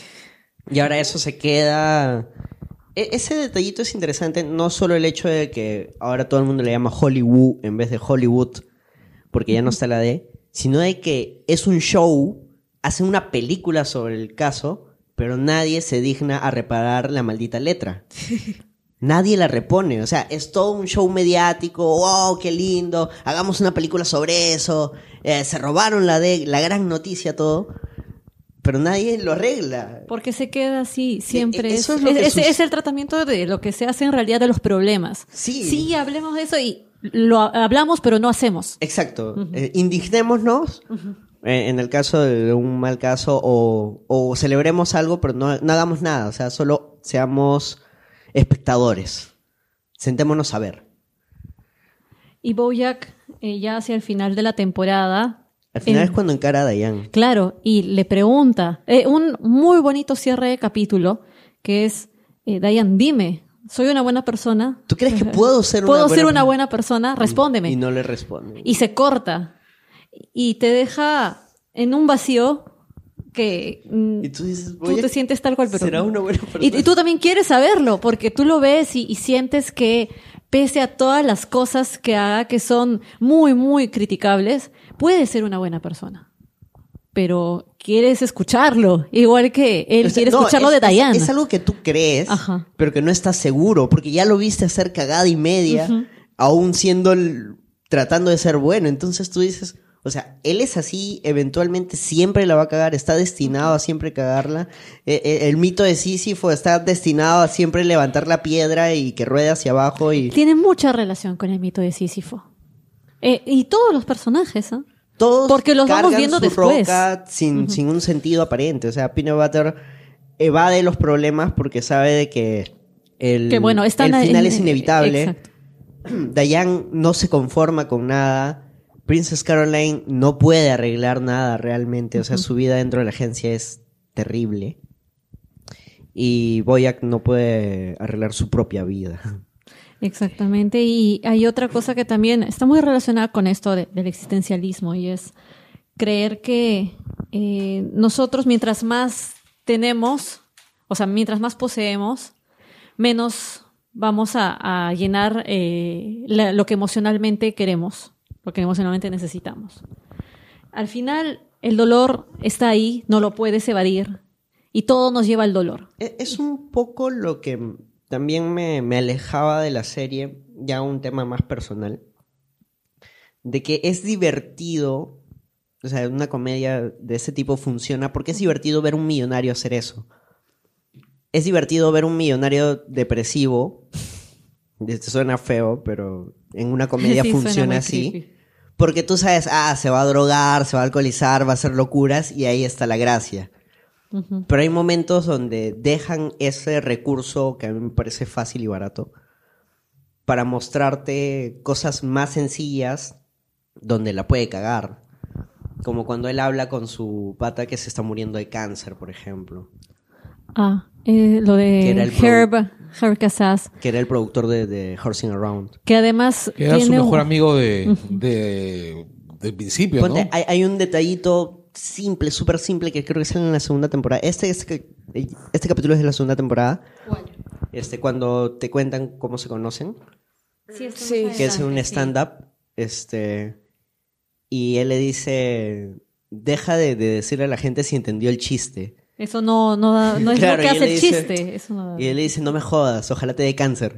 Y ahora eso se queda... E- ese detallito es interesante, no solo el hecho de que ahora todo el mundo le llama Hollywood en vez de Hollywood, porque ya no está la D, sino de que es un show, hacen una película sobre el caso, pero nadie se digna a reparar la maldita letra. nadie la repone. O sea, es todo un show mediático. ¡Wow, qué lindo! Hagamos una película sobre eso. Eh, se robaron la, de, la gran noticia, todo. Pero nadie lo arregla.
Porque se queda así, siempre.
E- eso
es,
es lo que
es,
sus-
es el tratamiento de lo que se hace en realidad de los problemas.
Sí.
Sí, hablemos de eso y lo ha- hablamos, pero no hacemos.
Exacto. Eh, indignémonos, eh, en el caso de un mal caso, o, o celebremos algo, pero no, no hagamos nada. O sea, solo seamos espectadores. Sentémonos a ver.
Y BoJack, eh, ya hacia el final de la temporada...
Al final
eh,
es cuando encara a Diane.
Claro, y le pregunta, eh, un muy bonito cierre de capítulo, que es, eh, Diane, dime, ¿soy una buena persona?
¿Tú crees que puedo ser una
¿Puedo
buena
ser una
per-
buena persona? Respóndeme.
Y no le responde.
Y se corta. Y te deja en un vacío que mm,
Y tú dices,
tú
"Voy a-
te sientes tal cual, pero...
¿será una buena persona?"
Y, y tú también quieres saberlo, porque tú lo ves y, y sientes que pese a todas las cosas que haga, que son muy, muy criticables, puede ser una buena persona. Pero quieres escucharlo, igual que él
O sea,
quiere
no,
escucharlo
es-
de
es-
Diane.
Es, algo que tú crees,
Ajá.
pero que no estás seguro, porque ya lo viste hacer cagada y media,
Ujú.
aún siendo el- tratando de ser bueno. Entonces tú dices, o sea, él es así, eventualmente siempre la va a cagar, está destinado a siempre cagarla. Eh, eh, el mito de Sísifo está destinado a siempre levantar la piedra y que ruede hacia abajo y
Tiene mucha relación con el mito de Sísifo. Eh, y todos los personajes, ¿ah?
todos
Porque los vamos
cargan
viendo
su
después.
roca sin, sin un sentido aparente. O sea, Peanut Butter evade los problemas porque sabe de que el,
Que bueno, están
el
ahí-
final es inevitable.
Exacto.
Diane no se conforma con nada. Princess Caroline no puede arreglar nada realmente. O sea, su vida dentro de la agencia es terrible. Y BoJack no puede arreglar su propia vida.
Exactamente, y hay otra cosa que también está muy relacionada con esto de- del existencialismo y es creer que eh, nosotros mientras más tenemos, o sea, mientras más poseemos, menos vamos a, a llenar eh, la- lo que emocionalmente queremos, lo que emocionalmente necesitamos. Al final, el dolor está ahí, no lo puedes evadir y todo nos lleva al dolor.
E- Es un poco lo que también me, me alejaba de la serie, ya un tema más personal, de que es divertido, o sea, una comedia de ese tipo funciona porque es divertido ver un millonario hacer eso. Es divertido ver un millonario depresivo, esto suena feo, pero en una comedia
Sí, suena
funciona
muy
así.
creepy.
Porque tú sabes, ah, se va a drogar, se va a alcoholizar, va a hacer locuras y ahí está la gracia.
Ujú.
Pero hay momentos donde dejan ese recurso que a mí me parece fácil y barato para mostrarte cosas más sencillas donde la puede cagar. Como cuando él habla con su pata que se está muriendo de cáncer, por ejemplo.
Ah, eh, lo
Que era
de
el pro-
Herb, Herb Casas,
Que era el productor de, de Horsing Around.
que además
Que era su
tiene un-
mejor amigo de, de, del principio, ¿no?
Ponte, hay, hay un detallito simple, súper simple, que creo que sale en la segunda temporada. Este, este, este capítulo es de la segunda temporada. Este, cuando te cuentan cómo se conocen.
Sí, esto
Sí.
más
Que es un
adelante, sí.
stand-up. Este. Y él le dice. Deja de, de decirle a la gente si entendió el chiste.
Eso no, no, da- no es
Claro,
lo que
y él
hace
le
el
dice-
chiste. Eso no da-
Y él le dice, no me jodas, ojalá te dé cáncer.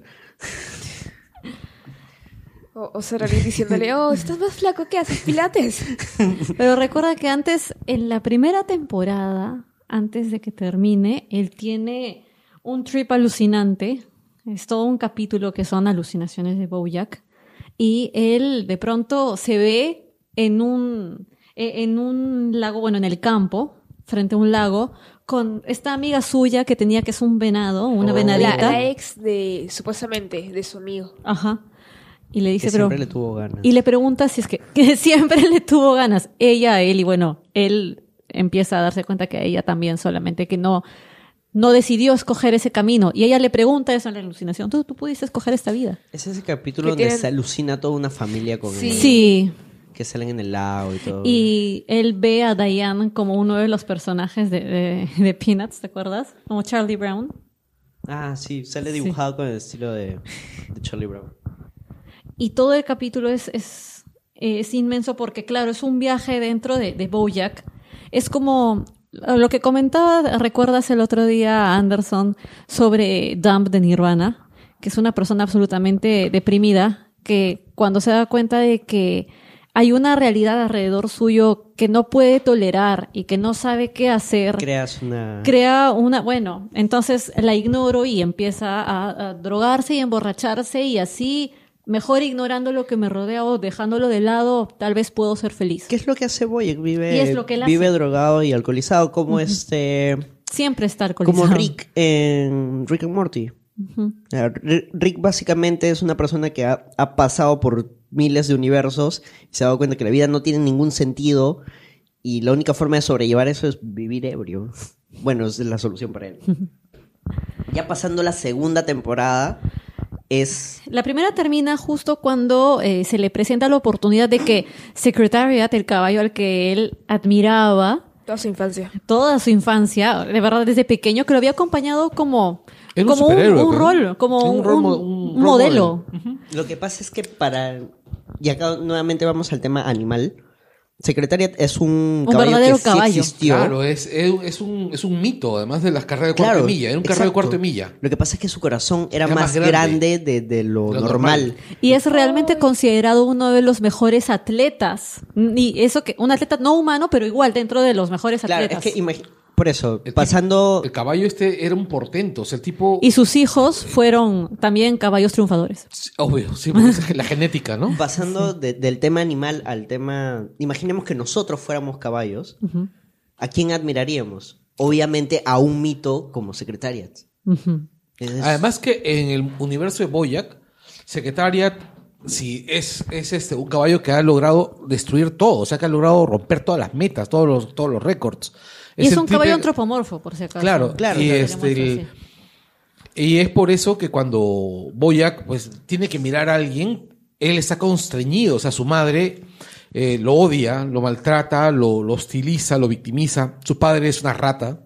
O, o Sorari diciéndole, oh, estás más flaco, ¿qué haces? ¿Pilates?
Pero recuerda que antes, en la primera temporada, antes de que termine, él tiene un trip alucinante. Es todo un capítulo que son alucinaciones de BoJack. Y él de pronto se ve en un, e- en un lago, bueno, en el campo, frente a un lago, con esta amiga suya que tenía que es un venado, una
Oh.
venadita.
La, la ex de, supuestamente, de su amigo.
Ajá. Y le dice,
Que
pero...
siempre le tuvo ganas.
Y le pregunta si es que, que siempre le tuvo ganas. Ella a él, y bueno, él empieza a darse cuenta que a ella también, solamente que no, no decidió escoger ese camino. Y ella le pregunta eso en la alucinación. Tú, tú pudiste escoger esta vida.
Es ese capítulo
Que
donde
tienen-
se alucina toda una familia con
Sí.
él.
Sí.
Que salen en el lago y todo.
Y él ve a Diane como uno de los personajes de, de, de Peanuts, ¿te acuerdas? Como Charlie Brown.
Ah, sí, sale
Sí.
dibujado con el estilo de, de Charlie Brown.
Y todo el capítulo es, es, es inmenso porque, claro, es un viaje dentro de, de BoJack. Es como lo que comentaba, recuerdas el otro día Anderson sobre Dump de Nirvana, que es una persona absolutamente deprimida, que cuando se da cuenta de que hay una realidad alrededor suyo que no puede tolerar y que no sabe qué hacer,
Creas una...
crea una, bueno, entonces la ignoro y empieza a, a drogarse y emborracharse y así, mejor ignorando lo que me rodea o dejándolo de lado, tal vez puedo ser feliz.
¿Qué es lo que hace Bojack? Vive,
Y es lo que él
vive
hace.
drogado y alcoholizado, como
Ujú.
este...
Siempre está alcoholizado.
Como Rick en Rick and Morty.
Ujú.
Eh, R- Rick básicamente es una persona que ha, ha pasado por miles de universos y se ha dado cuenta que la vida no tiene ningún sentido y la única forma de sobrellevar eso es vivir ebrio. Bueno, es la solución para él. Ya pasando la segunda temporada, es...
La primera termina justo cuando eh, se le presenta la oportunidad de que Secretariat, el caballo al que él admiraba
Toda su infancia.
toda su infancia, de verdad desde pequeño, que lo había acompañado como,
Era un
como un,
superhéroe,
un
pues,
rol, como
sí,
un,
un rol mo-
un
un rol
modelo.
model.
Lo que pasa es que para... Y acá nuevamente vamos al tema animal. Secretariat es un,
Un
caballo
verdadero
que sí
caballo.
existió.
Claro, es, es, es un, es un mito, además de las carreras de cuarto
Claro,
de milla. Era un carrero de
exacto.
cuarto de milla.
Lo que pasa es que su corazón era,
Era
más,
más grande.
grande, de, de lo,
Lo
normal.
normal.
Y es realmente considerado uno de los mejores atletas. Y eso que, un atleta no humano, pero igual dentro de los mejores
Claro,
atletas.
es que imagi- por eso,
El
pasando...
tipo- el caballo este era un portento, o sea, el tipo...
Y sus hijos fueron también caballos triunfadores.
Obvio, sí, porque es la genética, ¿no?
Pasando de- del tema animal al tema... Imaginemos que nosotros fuéramos caballos.
Ujú,
¿A quién admiraríamos? Obviamente a un mito como Secretariat.
ujú.
Es-
Además que en el universo de Bojack, Secretariat, sí, es, es este, un caballo que ha logrado destruir todo, o sea, que ha logrado romper todas las metas, todos los, todos los récords.
Y es
el
un caballo
triple-
antropomorfo, por si acaso.
Claro,
Claro,
y,
claro.
este,
Queremos
el-
decir.
y es por eso que cuando Bojack pues, tiene que mirar a alguien, él está constreñido, o sea, su madre eh, lo odia, lo maltrata, lo, lo hostiliza, lo victimiza, su padre es una rata.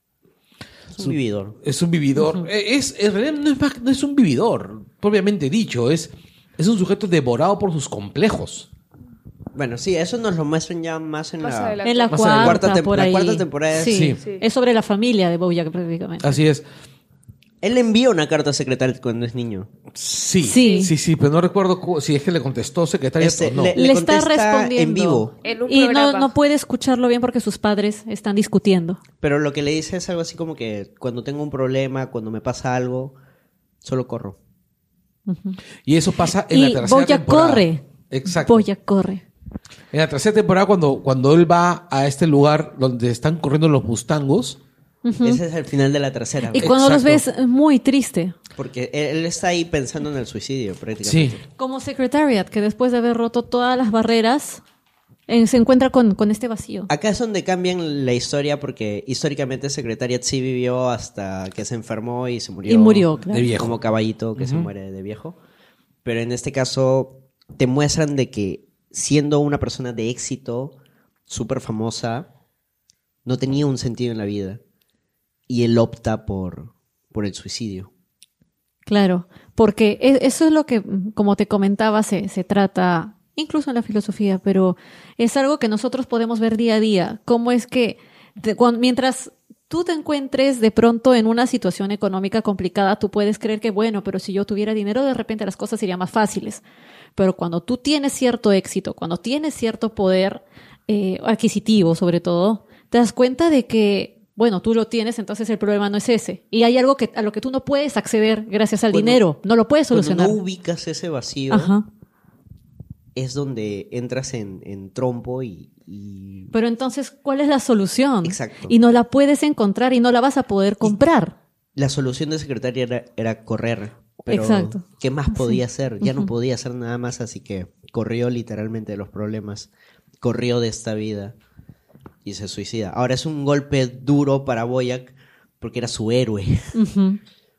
es un vividor.
Es un vividor. Eh, es, en realidad no es, más- no es un vividor, propiamente dicho. Es, es un sujeto devorado por sus complejos.
Bueno, sí, eso nos lo muestran ya más en
Más
la...
adelante.
En la
Más
cuarta,
adelante.
Cuarta tem-
por
la
ahí.
cuarta temporada,
Sí.
sí.
Sí.
Es sobre la familia de Bojack prácticamente.
Así es.
Él le envía una carta a Secretariat cuando es niño.
Sí,
Sí.
sí, sí, pero no recuerdo cu- si es que le contestó secretaria
Este,
o no.
le-
Le está
contesta
respondiendo.
en vivo.
En un
Y no,
programa.
no puede escucharlo bien porque sus padres están discutiendo.
Pero lo que le dice es algo así como que cuando tengo un problema, cuando me pasa algo, solo corro.
Y eso pasa en
Y
la tercera
Bojack
temporada.
corre.
Exacto.
Bojack corre.
En la tercera temporada, cuando, cuando él va a este lugar donde están corriendo los mustangos,
Ese es el final de la tercera.
Y
¿no?
cuando los ves
Exacto.
muy triste.
Porque él, él está ahí pensando en el suicidio, prácticamente.
sí,
Como Secretariat, que después de haber roto todas las barreras, eh, se encuentra con, con este vacío.
Acá es donde cambian la historia porque históricamente Secretariat sí vivió hasta que se enfermó y se murió.
Y murió, claro.
De viejo.
Como caballito que se muere de viejo. Pero en este caso te muestran de que siendo una persona de éxito, súper famosa, no tenía un sentido en la vida. Y él opta por, por el suicidio.
Claro, porque e- eso es lo que, como te comentaba, se, se trata, incluso en la filosofía, pero es algo que nosotros podemos ver día a día. Cómo es que te- cuan- mientras tú te encuentres de pronto en una situación económica complicada, tú puedes creer que, bueno, pero si yo tuviera dinero, de repente las cosas serían más fáciles. Pero cuando tú tienes cierto éxito, cuando tienes cierto poder eh, adquisitivo, sobre todo, te das cuenta de que, bueno, tú lo tienes, entonces el problema no es ese. Y hay algo que, a lo que tú no puedes acceder gracias al
Cuando-
dinero. No lo puedes
Cuando
solucionar.
no ubicas ese vacío,
Ajá.
es donde entras en, en trompo y... y-
Pero entonces, ¿cuál es la solución?
Exacto.
Y no la puedes encontrar y no la vas a poder comprar.
La solución de secretaria era, era correr. Pero
Exacto.
¿qué más podía hacer? Ya no
Ujú.
podía hacer nada más, así que corrió literalmente de los problemas. Corrió de esta vida y se suicida. Ahora es un golpe duro para Bojack porque era su héroe.
Ujú.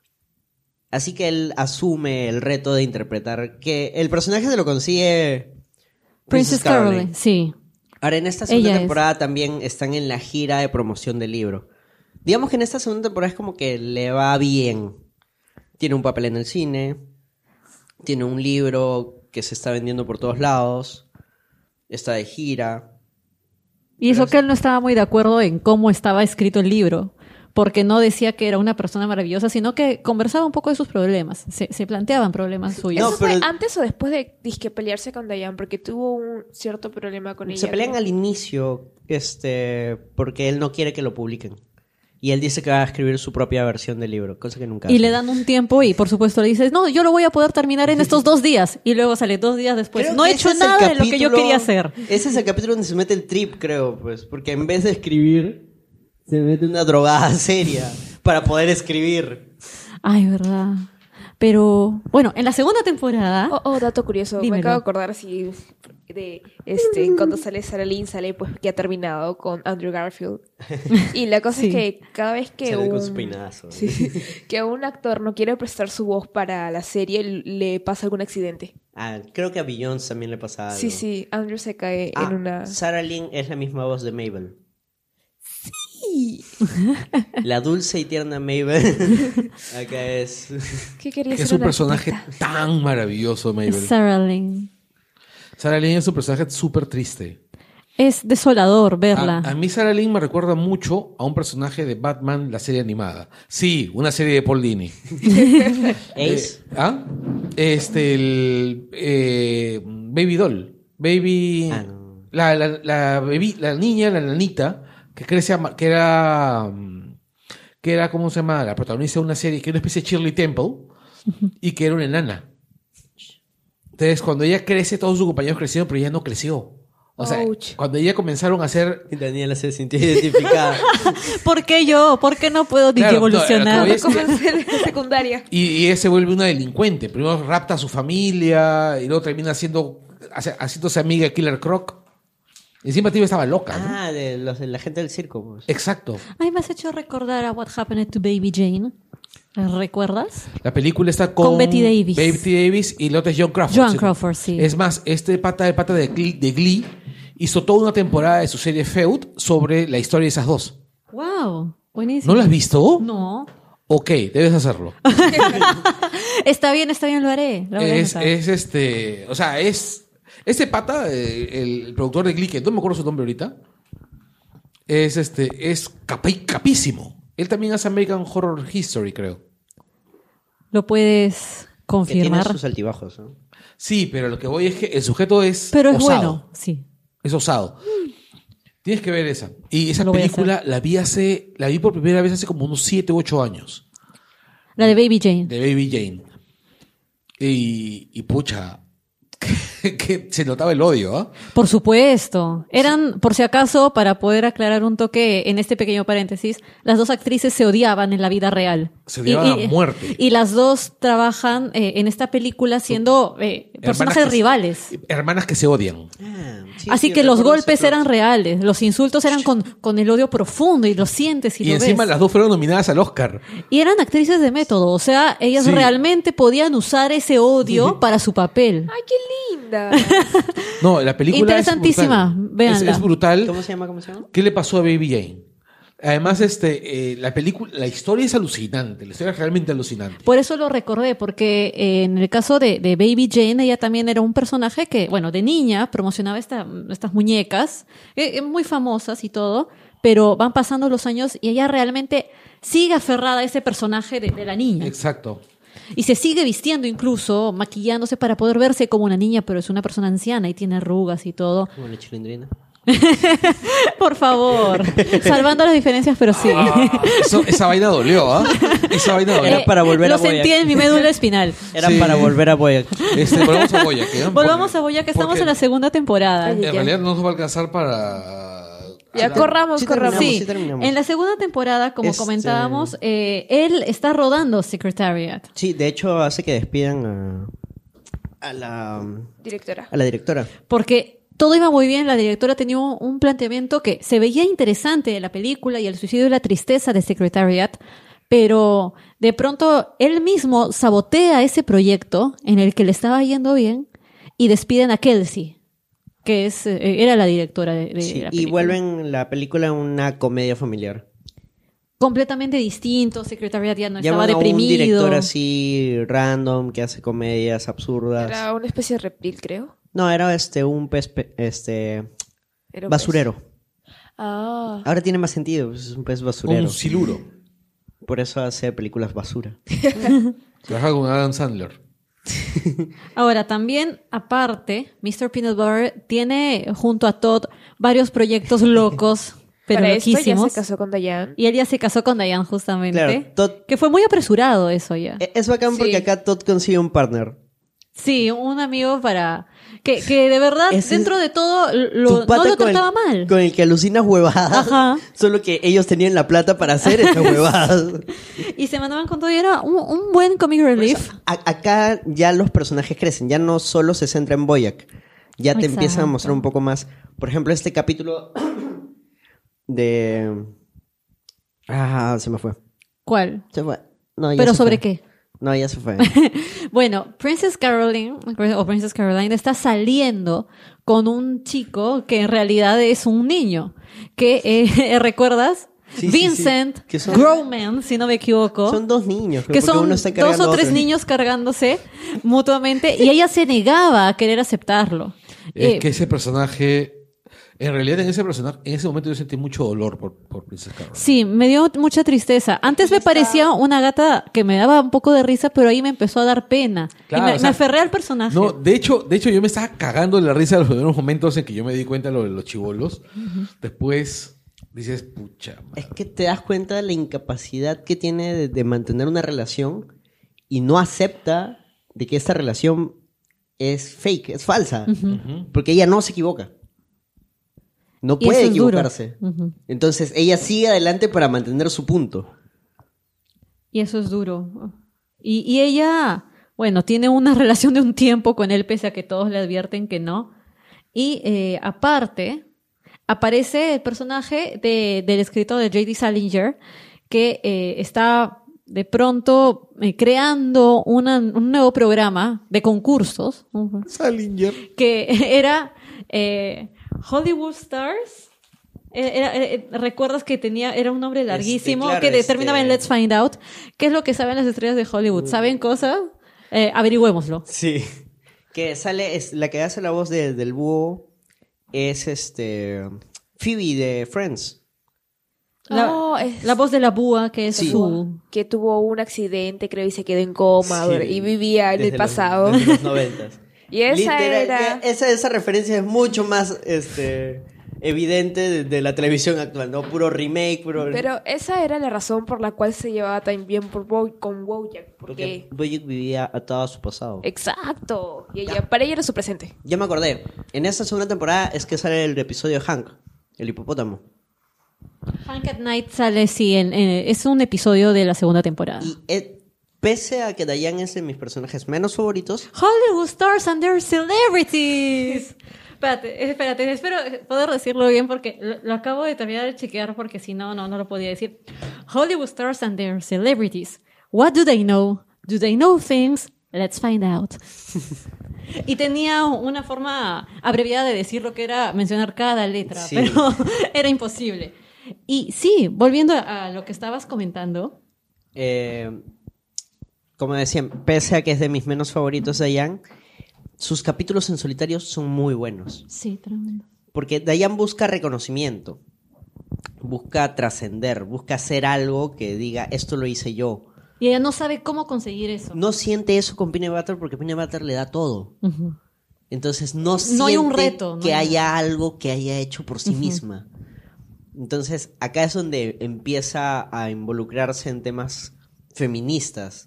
Así que él asume el reto de interpretar que el personaje se lo consigue
Princess Caroline, sí.
Ahora, en esta segunda
Ella es.
temporada también están en la gira de promoción del libro. Digamos que en esta segunda temporada es como que le va bien. Tiene un papel en el cine, tiene un libro que se está vendiendo por todos lados, está de gira.
Y eso
Pero
que él no estaba muy de acuerdo en cómo estaba escrito el libro. porque no decía que era una persona maravillosa, sino que conversaba un poco de sus problemas. Se, se planteaban problemas suyos.
No,
¿Eso fue
pero-
antes o después de disque pelearse con Diane? Porque tuvo un cierto problema con ella.
Se pelean
¿no?
al inicio, este, porque él no quiere que lo publiquen. Y él dice que va a escribir su propia versión del libro, cosa que nunca
Y
hace.
le dan un tiempo y por supuesto le dices, no, yo lo voy a poder terminar en estos dos días. Y luego sale dos días después.
Creo
No he
que
hecho
ese es el
nada de lo que yo
capítulo-
quería hacer.
Ese es el capítulo donde se mete el trip, creo, pues. Porque en vez de escribir, se mete una drogada seria para poder escribir.
Ay, verdad. Pero, bueno, en la segunda temporada...
Oh, oh, dato curioso.
Dímelo.
Me acabo de acordar así de este cuando sale Sarah Lynn, sale pues que ha terminado con Andrew Garfield. Y la cosa
Sí.
es que cada vez que
Sale
un,
con su peinazo.
sí, que un actor no quiere prestar su voz para la serie, le pasa algún accidente.
Ah, creo que a Beyoncé también le pasa algo.
Sí, sí, Andrew se cae
Ah,
en una...
Sarah Lynn es la misma voz de Mabel.
Sí.
La dulce y tierna Mabel. Acá es...
¿Qué quería
Es
ser
un
una
personaje
arquitecta?
tan maravilloso, Mabel.
Sarah Lynn.
Sarah Lynn es un personaje súper triste.
Es desolador verla.
A, a mí Sarah Lynn me recuerda mucho a un personaje de Batman, la serie animada. Sí, una serie de Paul Dini.
Ace.
Eh, ¿Ah? Este, el eh, Baby Doll. Baby...
Ah, no.
La, la, la, baby- la niña, la nanita, que crece, a- que era... mm, que era, ¿cómo se llama? La protagonista de una serie, que era una especie de Shirley Temple, y que era una enana. Entonces, cuando ella crece, todos sus compañeros crecieron, pero ella no creció. O sea,
Ouch.
cuando ella comenzaron a hacer...
Y Daniela se sintió identificada.
¿Por qué yo? ¿Por qué no puedo
Claro,
evolucionar?
no, es-
Como en serie secundaria.
Y, y ella se vuelve una delincuente. Primero rapta a su familia, y luego termina siendo, hace- haciéndose amiga de Killer Croc. Encima Tiva estaba loca, ¿no?
Ah, de, los, de la gente del circo. Pues.
Exacto.
Ay, me has hecho recordar a What Happened to Baby Jane. ¿Recuerdas?
La película está con,
Con Betty Davis.
Betty Davis y Lotte John Crawford.
John
¿sí?
Crawford, sí.
Es más, este pata de pata de Glee, de Glee hizo toda una temporada de su serie Feud sobre la historia de esas dos.
Wow, buenísimo.
¿No la has visto?
No.
Ok, debes hacerlo.
Está bien, está bien, lo haré. Lo voy a
es,
anotar.
es este, o sea, es este pata, eh, el, el productor de Glee, que no me acuerdo su nombre ahorita, es este, es capi- capísimo. Él también hace American Horror History, creo.
Lo puedes
Que tiene
confirmar.
sus altibajos, ¿no?
Sí, pero lo que voy es que el sujeto es
Pero es
osado.
bueno, sí.
Es osado. Tienes que ver esa. Y esa
Lo voy a
película la vi hace, la vi por primera vez hace como unos siete u ocho años.
La de Baby Jane.
De Baby Jane. Y, y pucha, que, que se notaba el odio, ¿ah?
Por supuesto. Eran, por si acaso, para poder aclarar un toque en este pequeño paréntesis, las dos actrices se odiaban en la vida real.
Se odiaban a muerte.
Y las dos trabajan eh, en esta película siendo eh, personajes
Hermanas que-
rivales.
Hermanas que se odian.
Ah, sí,
Así
sí,
que los
recuerdo
golpes
ese
eran
plot.
reales, los insultos eran con, con el odio profundo y lo sientes y,
Y
lo
encima
ves.
las dos fueron nominadas al Oscar.
Y eran actrices de método, o sea, ellas
Sí.
realmente podían usar ese odio para su papel.
¡Ay, qué linda!
No, la película
Interesantísima,
es brutal.
véanla.
Es, es brutal.
¿Cómo se llama? ¿Cómo se llama?
¿Qué le pasó a Baby Jane? Además, este, eh, la película, la historia es alucinante. La historia es realmente alucinante.
Por eso lo recordé, porque eh, en el caso de, de Baby Jane, ella también era un personaje que, bueno, de niña promocionaba esta, estas muñecas, eh, eh, muy famosas y todo, pero van pasando los años y ella realmente sigue aferrada a ese personaje de, de la niña.
Exacto.
Y se sigue vistiendo incluso, maquillándose para poder verse como una niña, pero es una persona anciana y tiene arrugas y todo.
Como la chilindrina.
Por favor, salvando las diferencias, pero sí.
Ah, eso- esa vaina dolió, ¿ah? Esa vaina dolió.
Era para volver
lo
a Boyac.
sentí en mi médula espinal.
Era
Sí.
para volver a Boyac.
Este, volvamos a Boya. que-
Volvamos
porque-
a Boya, que estamos
porque
en la segunda temporada.
Ay,
En realidad no nos va a alcanzar para...
Ya,
hablar.
corramos,
Sí
corramos.
terminamos,
Sí,
sí terminamos.
en la segunda temporada, como
Este-
comentábamos, eh, él está rodando Secretariat.
Sí, de hecho hace que despidan a, a la,
Directora.
a la directora.
Porque todo iba muy bien, la directora tenía un, un planteamiento que se veía interesante de la película y el suicidio y la tristeza de Secretariat, pero de pronto él mismo sabotea ese proyecto en el que le estaba yendo bien y despiden a Kelsey, que es eh, era la directora de, de
Sí,
la
y
película.
vuelven la película una comedia familiar.
Completamente distinto, Secretariat ya no
Llaman
estaba
a un
deprimido.
director así random que hace comedias absurdas.
Era una especie de reptil, creo.
No, era este un pez pe- este
Era un
basurero.
pez. Ah.
Ahora tiene más sentido, pues, es un pez basurero.
Un siluro.
Por eso hace películas basura.
Trabaja con Adam Sandler.
Ahora, también, aparte, mister Peanut Butter tiene junto a Todd varios proyectos locos, pero
Para esto ya
loquísimos.
se casó con Diane.
Y él ya se casó con Diane, justamente.
Claro, Todd-
Que fue muy apresurado eso ya.
E- Es bacán
Sí.
porque acá Todd consigue un partner.
Sí, un amigo para... Que, que de verdad,
Ese es
dentro de todo,
Tu
lo, no
pata
lo
con el-
trataba mal.
Con el que alucinas huevadas.
Ajá.
Solo que ellos tenían la plata para hacer esas huevadas.
Y se mandaban con todo y era un, un buen comic relief.
A- acá ya los personajes crecen, ya no solo se centra en Boyack. Ya te
Exacto.
empiezan a mostrar un poco más. Por ejemplo, este capítulo de... Ah, se me fue.
¿Cuál?
Se fue. No, ya
¿Pero
se
sobre
fue.
qué?
No, ya se fue.
Bueno, Princess Caroline, o Princess Caroline, está saliendo con un chico que en realidad es un niño. Que, eh, ¿recuerdas?
Sí, sí,
Vincent
sí. Que son-
Growman, si no me equivoco.
Son dos niños.
que
porque
son
uno está
dos
cargando
o
a
tres
otro.
niños cargándose mutuamente y ella se negaba a querer aceptarlo.
Es
Eh,
que ese personaje... En realidad, en ese personaje, en ese momento yo sentí mucho dolor por, por Princess Caroline.
Sí, me dio mucha tristeza. Antes me parecía una gata que me daba un poco de risa, pero ahí me empezó a dar pena.
Claro,
y me,
o sea,
me aferré al personaje.
No, de hecho, de hecho, yo me estaba cagando de la risa de los primeros momentos en que yo me di cuenta de lo de los chibolos. Después dices, pucha madre.
Es que te das cuenta de la incapacidad que tiene de, de mantener una relación y no acepta de que esta relación es fake, es falsa. Porque ella no se equivoca. No
Y
puede
eso es duro.
equivocarse.
Ujú.
Entonces ella sigue adelante para mantener su punto.
Y eso es duro. Y, y ella, bueno, tiene una relación de un tiempo con él, pese a que todos le advierten que no. Y eh, aparte, aparece el personaje de- del escritor de J D Salinger, que eh, está de pronto eh, creando una- un nuevo programa de concursos, ujú,
Salinger.
que era eh, Hollywood Stars. Eh, era- eh, ¿Recuerdas que tenía, era un nombre larguísimo
claro,
que
este-
terminaba en Let's Find Out? ¿Qué es lo que saben las estrellas de Hollywood? ¿Saben cosas? Eh, averigüémoslo.
Sí. Que sale, es la que hace la voz de- del búho es este Phoebe de Friends.
La,
Oh, es-
la voz de la búa, que es
Sí.
su...
Que tuvo un accidente, creo, y se quedó en coma
Sí,
y vivía en
desde
el
los-
pasado.
desde los noventas.
Y esa
Literal,
era...
ya esa, esa referencia es mucho más este, evidente de, de la televisión actual, ¿no? Puro remake, puro...
Pero esa era la razón por la cual se llevaba tan bien por Bo- con Bojack.
porque
Porque...
Bojack vivía atado a su pasado.
Exacto. Y ella, para ella era su presente.
Ya me acordé. En esta segunda temporada es que sale el episodio de Hank, el hipopótamo.
Hank at Night sale, sí, en- en- es un episodio de la segunda temporada.
Y eh, pese a que Diane es de mis personajes menos favoritos,
Hollywood Stars and their Celebrities. Espérate, espérate, espero poder decirlo bien porque lo, lo acabo de terminar de chequear porque si no, no, no lo podía decir. Hollywood Stars and their Celebrities. What do they know? Do they know things? Let's find out. Y tenía una forma abreviada de decir lo que era mencionar cada letra,
Sí.
pero era imposible. Y sí, volviendo a, a lo que estabas comentando,
eh, como decía, pese a que es de mis menos favoritos Diane, sus capítulos en solitario son muy buenos.
sí, tremendo.
Porque Diane busca reconocimiento, busca trascender, busca hacer algo que diga, esto lo hice yo.
Y ella no sabe cómo conseguir eso.
No siente eso con Peanut Butter porque Peanut Butter le da todo.
Ujú.
Entonces no,
No hay un
siente
reto, no
que
hay-
haya algo que haya hecho por sí misma. Entonces acá es donde empieza a involucrarse en temas feministas.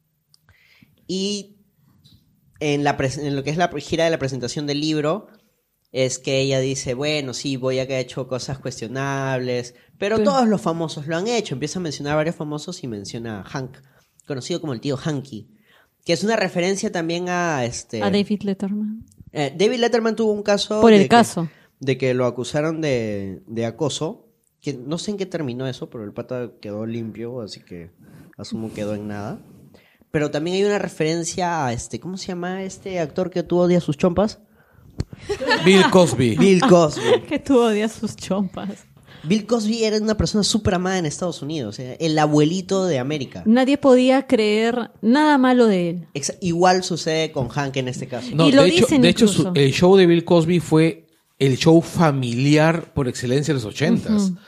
Y en, la pres- en lo que es la gira de la presentación del libro, es que ella dice, bueno, sí, voy a que ha hecho cosas cuestionables, pero
Pero-
todos los famosos lo han hecho. Empieza a mencionar a varios famosos y menciona a Hank, conocido como el tío Hanky, que es una referencia también a este
A David Letterman.
eh, David Letterman tuvo un caso
Por
de
el
que-
caso.
de que lo acusaron de, de acoso, que no sé en qué terminó eso, pero el pata quedó limpio, así que asumo quedó en nada. Pero también hay una referencia a este, ¿cómo se llama este actor que tú odias sus chompas?
Bill Cosby.
Bill Cosby.
Que tú odias sus chompas.
Bill Cosby era una persona súper amada en Estados Unidos, eh, el abuelito de América.
Nadie podía creer nada malo de él.
Ex- igual sucede con Hank en este caso.
No,
Y lo
de hecho,
dicen
de hecho
incluso.
su- el show de Bill Cosby fue el show familiar por excelencia de los ochentas.
Ujú.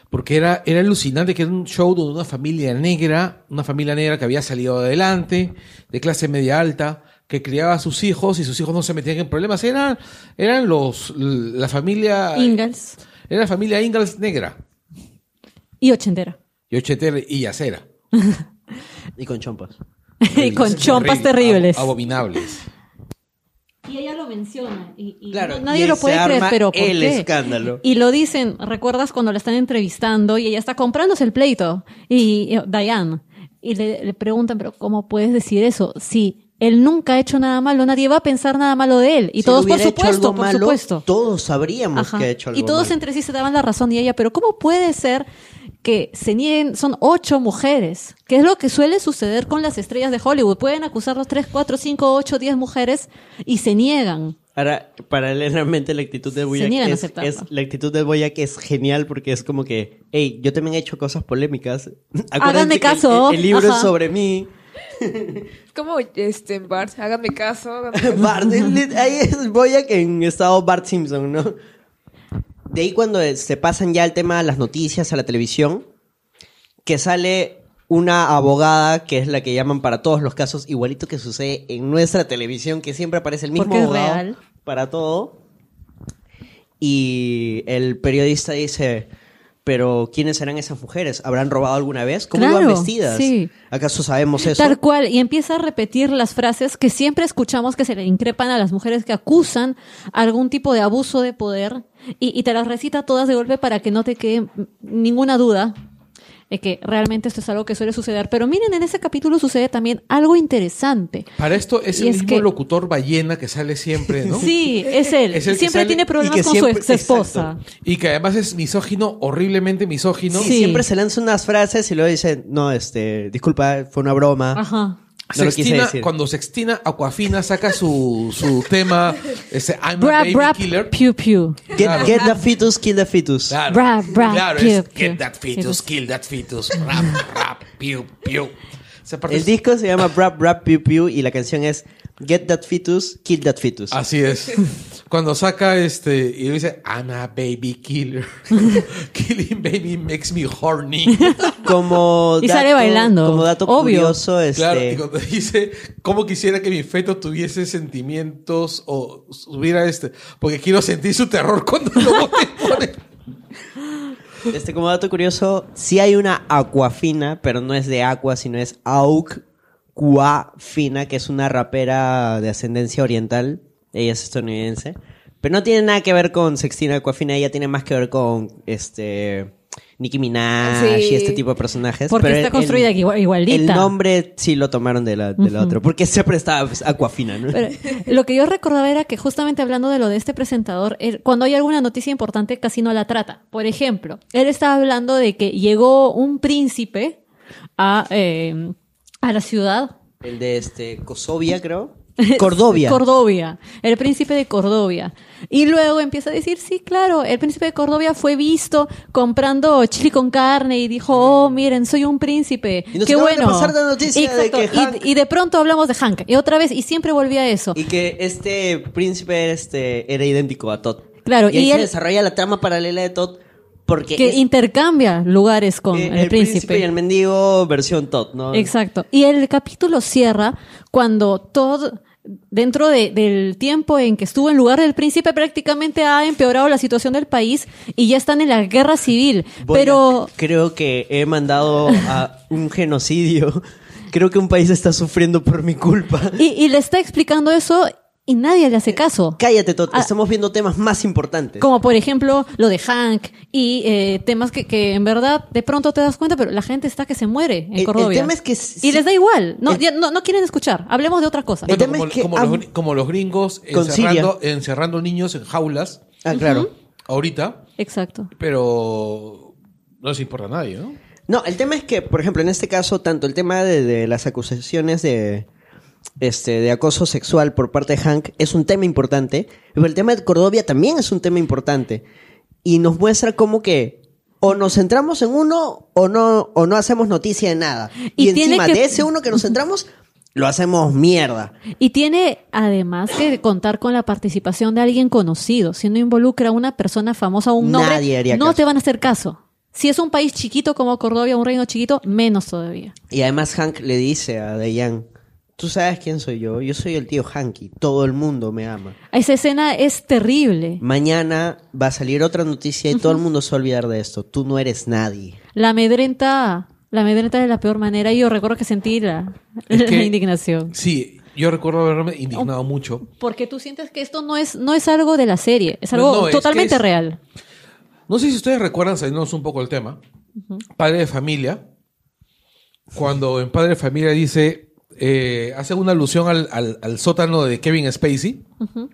Porque era, era alucinante que era un show de una familia negra, una familia negra que había salido adelante, de clase media alta, que criaba a sus hijos y sus hijos no se metían en problemas. Eran, eran los, la familia...
Ingalls.
Era la familia Ingalls negra.
Y ochentera.
Y ochentera y yacera.
Y con chompas.
Y con chompas
Horrible,
terribles.
ab- abominables.
Y ella lo menciona. Y, y
Claro,
no- nadie
y
lo
se
puede creer,
arma
pero ¿por
el
qué?
escándalo.
Y lo dicen, ¿recuerdas cuando la están entrevistando y ella está comprándose el pleito? Y, y Diane. Y le, le preguntan, ¿pero cómo puedes decir eso? Sí, él nunca ha hecho nada malo, nadie va a pensar nada malo de él. Y
Si
todos, por
hubiera hecho
supuesto,
algo
por
malo,
supuesto.
todos sabríamos
Ajá.
que ha hecho algo
Y todos
malo.
entre sí se daban la razón y ella, pero ¿cómo puede ser que se nieguen? Son ocho mujeres, que es lo que suele suceder con las estrellas de Hollywood. Pueden acusarlos tres, cuatro, cinco, ocho, diez mujeres y se niegan.
Ahora, paralelamente la actitud de Boyack
niegan a
es,
aceptarlo.
es- la actitud de Boyack es genial porque es como que, hey, yo también he hecho cosas polémicas. Acuérdense
Háganme
que el-
caso.
El, el libro
Ajá.
es sobre mí.
Como este Bart, háganme caso. háganme caso.
Bart, ahí es Boyack en estado Bart Simpson, ¿no? De ahí cuando se pasan ya el tema de las noticias a la televisión, que sale una abogada que es la que llaman para todos los casos, igualito que sucede en nuestra televisión, que siempre aparece el mismo
Porque es
abogado
real.
para todo. Y el periodista dice, pero ¿quiénes serán esas mujeres? ¿Habrán robado alguna vez? ¿Cómo
Claro,
iban vestidas?
sí.
¿Acaso sabemos eso?
Tal cual, y empieza a repetir las frases que siempre escuchamos que se le increpan a las mujeres que acusan algún tipo de abuso de poder, y, y te las recita todas de golpe para que no te quede ninguna duda de que realmente esto es algo que suele suceder. Pero miren, en ese capítulo sucede también algo interesante.
Para esto es
Y
el
es
mismo
que-
locutor ballena que sale siempre, ¿no?
Sí, es él.
Es el que
siempre
sale
tiene
y
problemas
que
con
siempre-
su ex esposa.
Y que además es misógino, horriblemente misógino.
Sí,
Sí.
siempre se lanza unas frases y luego dice, no, este, disculpa, fue una broma.
Ajá.
No lo quise
Sextina-
decir.
Cuando Sextina Aquafina saca su, su tema, ese I'm a
Bra,
baby
bra,
killer.
pew, pew.
Get,
Claro.
get the fetus, kill the fetus.
Claro,
Bra, bra,
claro
pew,
es
pew.
get that fetus,
Fetus.
kill that fetus, rap, rap, pew, pew. Esa parte
El
es-
disco se llama Brap Brap Pew Pew y la canción es Get That Fetus, Kill That Fetus.
Así es. Cuando saca este y dice I'm a baby killer. Killing baby makes me horny.
Como
Y sale bailando,
Como dato
obvio.
curioso, este,
Claro, y cuando dice cómo quisiera que mi feto tuviese sentimientos o hubiera este, porque quiero sentir su terror cuando lo pone.
este, como dato curioso, sí hay una Aquafina, pero no es de Aqua, sino es Aquafina, que es una rapera de ascendencia oriental. Ella es estadounidense. Pero no tiene nada que ver con Sextina Aquafina, ella tiene más que ver con este Nicki Minaj
Sí.
y este tipo de personajes.
Porque
pero
está
el-
construida
el-
igual- igualita.
El nombre sí lo tomaron de la, de la
Ujú.
otra, porque siempre estaba pues, Aquafina, ¿no?
Pero lo que yo recordaba era que justamente hablando de lo de este presentador, él- cuando hay alguna noticia importante casi no la trata. Por ejemplo, él estaba hablando de que llegó un príncipe a, eh, a la ciudad.
El de este Kosovia, creo. Cordovia.
Cordovia, el príncipe de Cordovia. Y luego empieza a decir, sí, claro, el príncipe de Cordovia fue visto comprando chili con carne y dijo, oh, miren, soy un príncipe.
Y nos
Qué
acaban de
bueno.
pasar la noticia de
Exacto.
que
Y-
Hank-
y, de pronto hablamos de Hank. Y otra vez, y siempre volvía a eso.
Y que este príncipe este, era idéntico a Todd.
Claro,
y ahí
y
se
él-
desarrolla la trama paralela de Todd porque
que
es
intercambia lugares con
eh,
el,
el
príncipe.
y el mendigo versión Todd, ¿no?
Exacto. Y el capítulo cierra cuando Todd, dentro de- del tiempo en que estuvo en lugar del príncipe, prácticamente ha empeorado la situación del país y ya están en la guerra civil.
Voy a-
Pero
creo que he mandado a un genocidio. Creo que un país está sufriendo por mi culpa.
y, y le está explicando eso y nadie le hace caso.
Cállate, Todd.
Ah.
Estamos viendo temas más importantes.
Como por ejemplo lo de Hank y eh, temas que, que en verdad de pronto te das cuenta, pero la gente está que se muere en
El- el
Cordovia.
tema es que
y
sí-
les da igual, no,
el-
ya no, no quieren escuchar. Hablemos de otra cosa.
El
Bueno,
tema
como,
es que
como
han-
los, gri- como los gringos
Con
encerrando, encerrando niños en jaulas
Ah, claro.
ahorita,
Exacto.
pero no les importa a nadie, ¿no?
No, el tema es que, por ejemplo, en este caso, tanto el tema de, de las acusaciones de, este, de acoso sexual por parte de Hank es un tema importante, pero el tema de Cordovia también es un tema importante. Y nos muestra como que o nos centramos en uno o no, o no hacemos noticia de nada. Y,
Y tiene
encima
que-
de ese uno que nos centramos, lo hacemos mierda.
Y tiene además que contar con la participación de alguien conocido. Si no involucra a una persona famosa o un nombre,
Nadie haría
no
caso.
te van a hacer caso. Si es un país chiquito como Cordovia, un reino chiquito, menos todavía.
Y además Hank le dice a Diane, tú sabes quién soy yo, yo soy el tío Hanky, todo el mundo me ama.
Esa escena es terrible.
Mañana va a salir otra noticia y uh-huh. todo el mundo se va a olvidar de esto, tú no eres nadie.
La amedrenta, la amedrenta de la peor manera y yo recuerdo que sentí la,
es
la
que,
indignación.
Sí, yo recuerdo haberme indignado
oh,
mucho.
Porque tú sientes que esto no es, no es algo de la serie, es algo no, no, totalmente es es, real.
No sé si ustedes recuerdan, saliéndonos un poco del tema, uh-huh. Padre de Familia, cuando en Padre de Familia dice, eh, hace una alusión al, al, al sótano de Kevin Spacey. Uh-huh.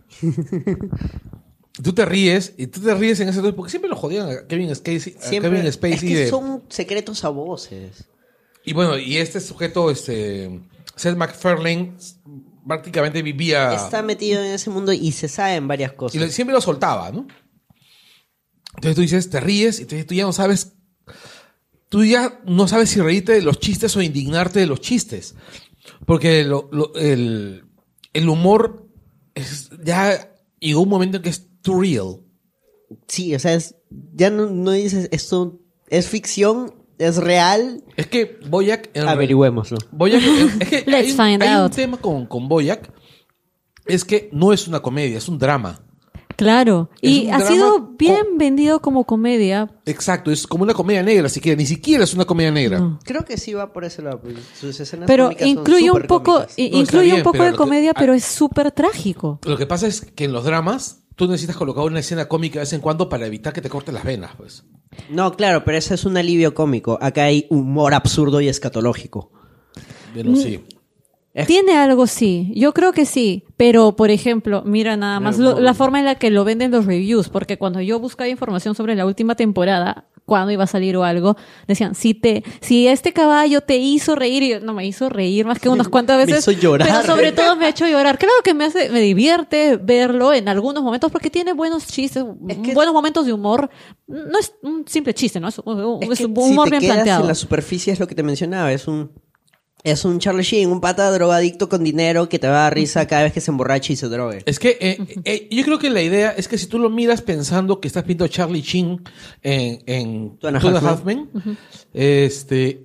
Tú te ríes, y tú te ríes en ese entonces, porque siempre lo jodían a Kevin Spacey. A
siempre,
Kevin Spacey
es que
de,
son secretos a voces.
Y bueno, y este sujeto, este Seth MacFarlane, prácticamente vivía...
Está metido en ese mundo y se sabe en varias cosas.
Y siempre lo soltaba, ¿no? Entonces tú dices, te ríes, y entonces tú ya no sabes... Tú ya no sabes si reírte de los chistes o indignarte de los chistes. Porque lo, lo, el, el humor es, ya llegó un momento en que es too real.
Sí, o sea, es, ya no, no dices esto es ficción, es real.
Es que Bojack...
Averigüémoslo.
Bojack, es que
Let's
hay,
find
hay
out.
un tema con, con Bojack, es que no es una comedia, es un drama.
Claro,
es
y ha sido bien
con...
vendido como comedia.
Exacto, es como una comedia negra, siquiera, ni siquiera es una comedia negra.
No. Creo que sí va por ese lado. Sus escenas
pero incluye un poco,
no,
incluye
bien,
un poco de comedia,
que,
pero es súper trágico.
Lo que pasa es que en los dramas tú necesitas colocar una escena cómica de vez en cuando para evitar que te corten las venas, pues.
No, claro, pero ese es un alivio cómico. Acá hay humor absurdo y escatológico.
Bueno, sí.
Tiene algo, sí. Yo creo que sí. Pero, por ejemplo, mira nada más lo, la forma en la que lo venden los reviews. Porque cuando yo buscaba información sobre la última temporada, cuándo iba a salir o algo, decían, si te, si este caballo te hizo reír, y yo, no me hizo reír más que unas cuantas veces.
Me hizo llorar.
Pero sobre todo me ha hecho llorar. Claro que me hace, me divierte verlo en algunos momentos porque tiene buenos chistes, es que buenos momentos de humor. No es un simple chiste, ¿no? Es, es,
es
un humor
si te
bien
quedas
planteado.
En la superficie es lo que te mencionaba, es un Es un Charlie Sheen, un pata drogadicto con dinero que te va a dar risa cada vez que se emborracha y se drogue.
Es que eh, eh, yo creo que la idea es que si tú lo miras pensando que estás viendo a Charlie Sheen en, en
Two and a
Two and a
Half
Half Men, uh-huh. este,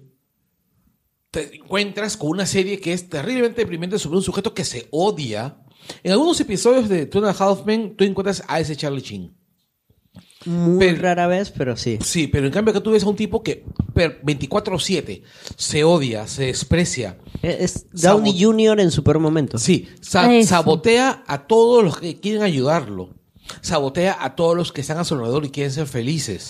te encuentras con una serie que es terriblemente deprimente sobre un sujeto que se odia. En algunos episodios de Two and a Half Men tú encuentras a ese Charlie Sheen.
Muy pero, rara vez, pero sí.
Sí, pero en cambio que tú ves a un tipo que veinticuatro siete se odia, se desprecia.
Es Downey Sabot- junior en su peor momento.
Sí, sa- sabotea a todos los que quieren ayudarlo. Sabotea a todos los que están a su alrededor y quieren ser felices.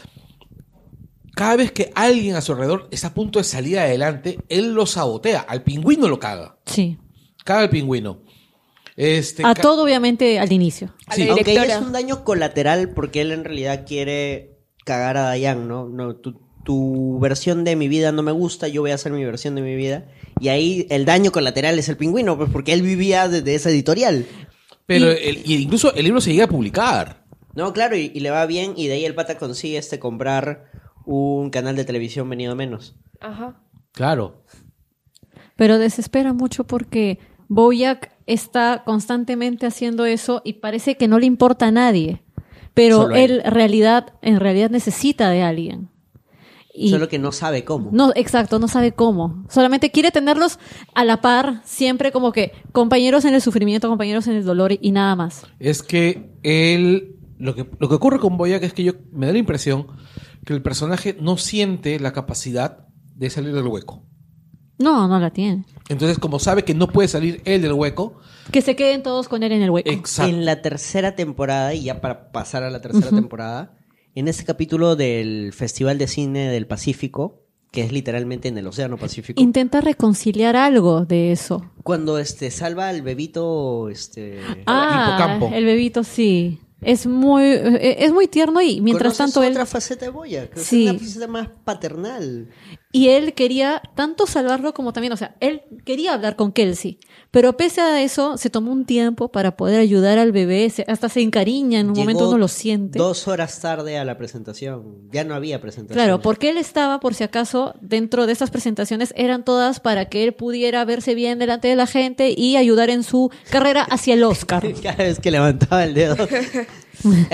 Cada vez que alguien a su alrededor está a punto de salir adelante, él lo sabotea. Al pingüino lo caga.
Sí.
Caga al pingüino. Este,
a
ca-
todo, obviamente, al inicio.
Sí.
Aunque ahí es un daño colateral porque él en realidad quiere cagar a Diane, ¿no? no tu, tu versión de mi vida no me gusta, yo voy a hacer mi versión de mi vida. Y ahí el daño colateral es el pingüino, pues porque él vivía desde esa editorial.
Pero
y,
el, y incluso el libro se llega a publicar.
No, claro, y, y le va bien, y de ahí el pata consigue este comprar un canal de televisión venido menos.
Ajá.
Claro.
Pero desespera mucho porque Bojack está constantemente haciendo eso y parece que no le importa a nadie. Pero
Solo
él,
él.
en realidad, en realidad necesita de alguien. Y
Solo que no sabe cómo.
No, exacto, no sabe cómo. Solamente quiere tenerlos a la par, siempre como que compañeros en el sufrimiento, compañeros en el dolor y, y nada más.
Es que él... Lo que, lo que ocurre con Bojack es que yo me da la impresión que el personaje no siente la capacidad de salir del hueco.
No, no la tiene.
Entonces, como sabe que no puede salir él del hueco...
Que se queden todos con él en el hueco.
Exacto.
En la tercera temporada, y ya para pasar a la tercera uh-huh. temporada, en ese capítulo del Festival de Cine del Pacífico, que es literalmente en el Océano Pacífico...
Intenta reconciliar algo de eso.
Cuando este salva al bebito... este
Ah,
hipocampo.
El bebito, sí. Es muy, es muy tierno y mientras tanto él...
otra faceta de Bojack,
sí.
Es una faceta más paternal.
Y él quería tanto salvarlo como también, o sea, él quería hablar con Kelsey, pero pese a eso se tomó un tiempo para poder ayudar al bebé, se, hasta se encariña, en un
Llegó
momento uno lo siente.
Dos horas tarde a la presentación, ya no había presentación.
Claro, porque él estaba, por si acaso, dentro de estas presentaciones, eran todas para que él pudiera verse bien delante de la gente y ayudar en su carrera hacia el Oscar.
Cada vez que levantaba el dedo.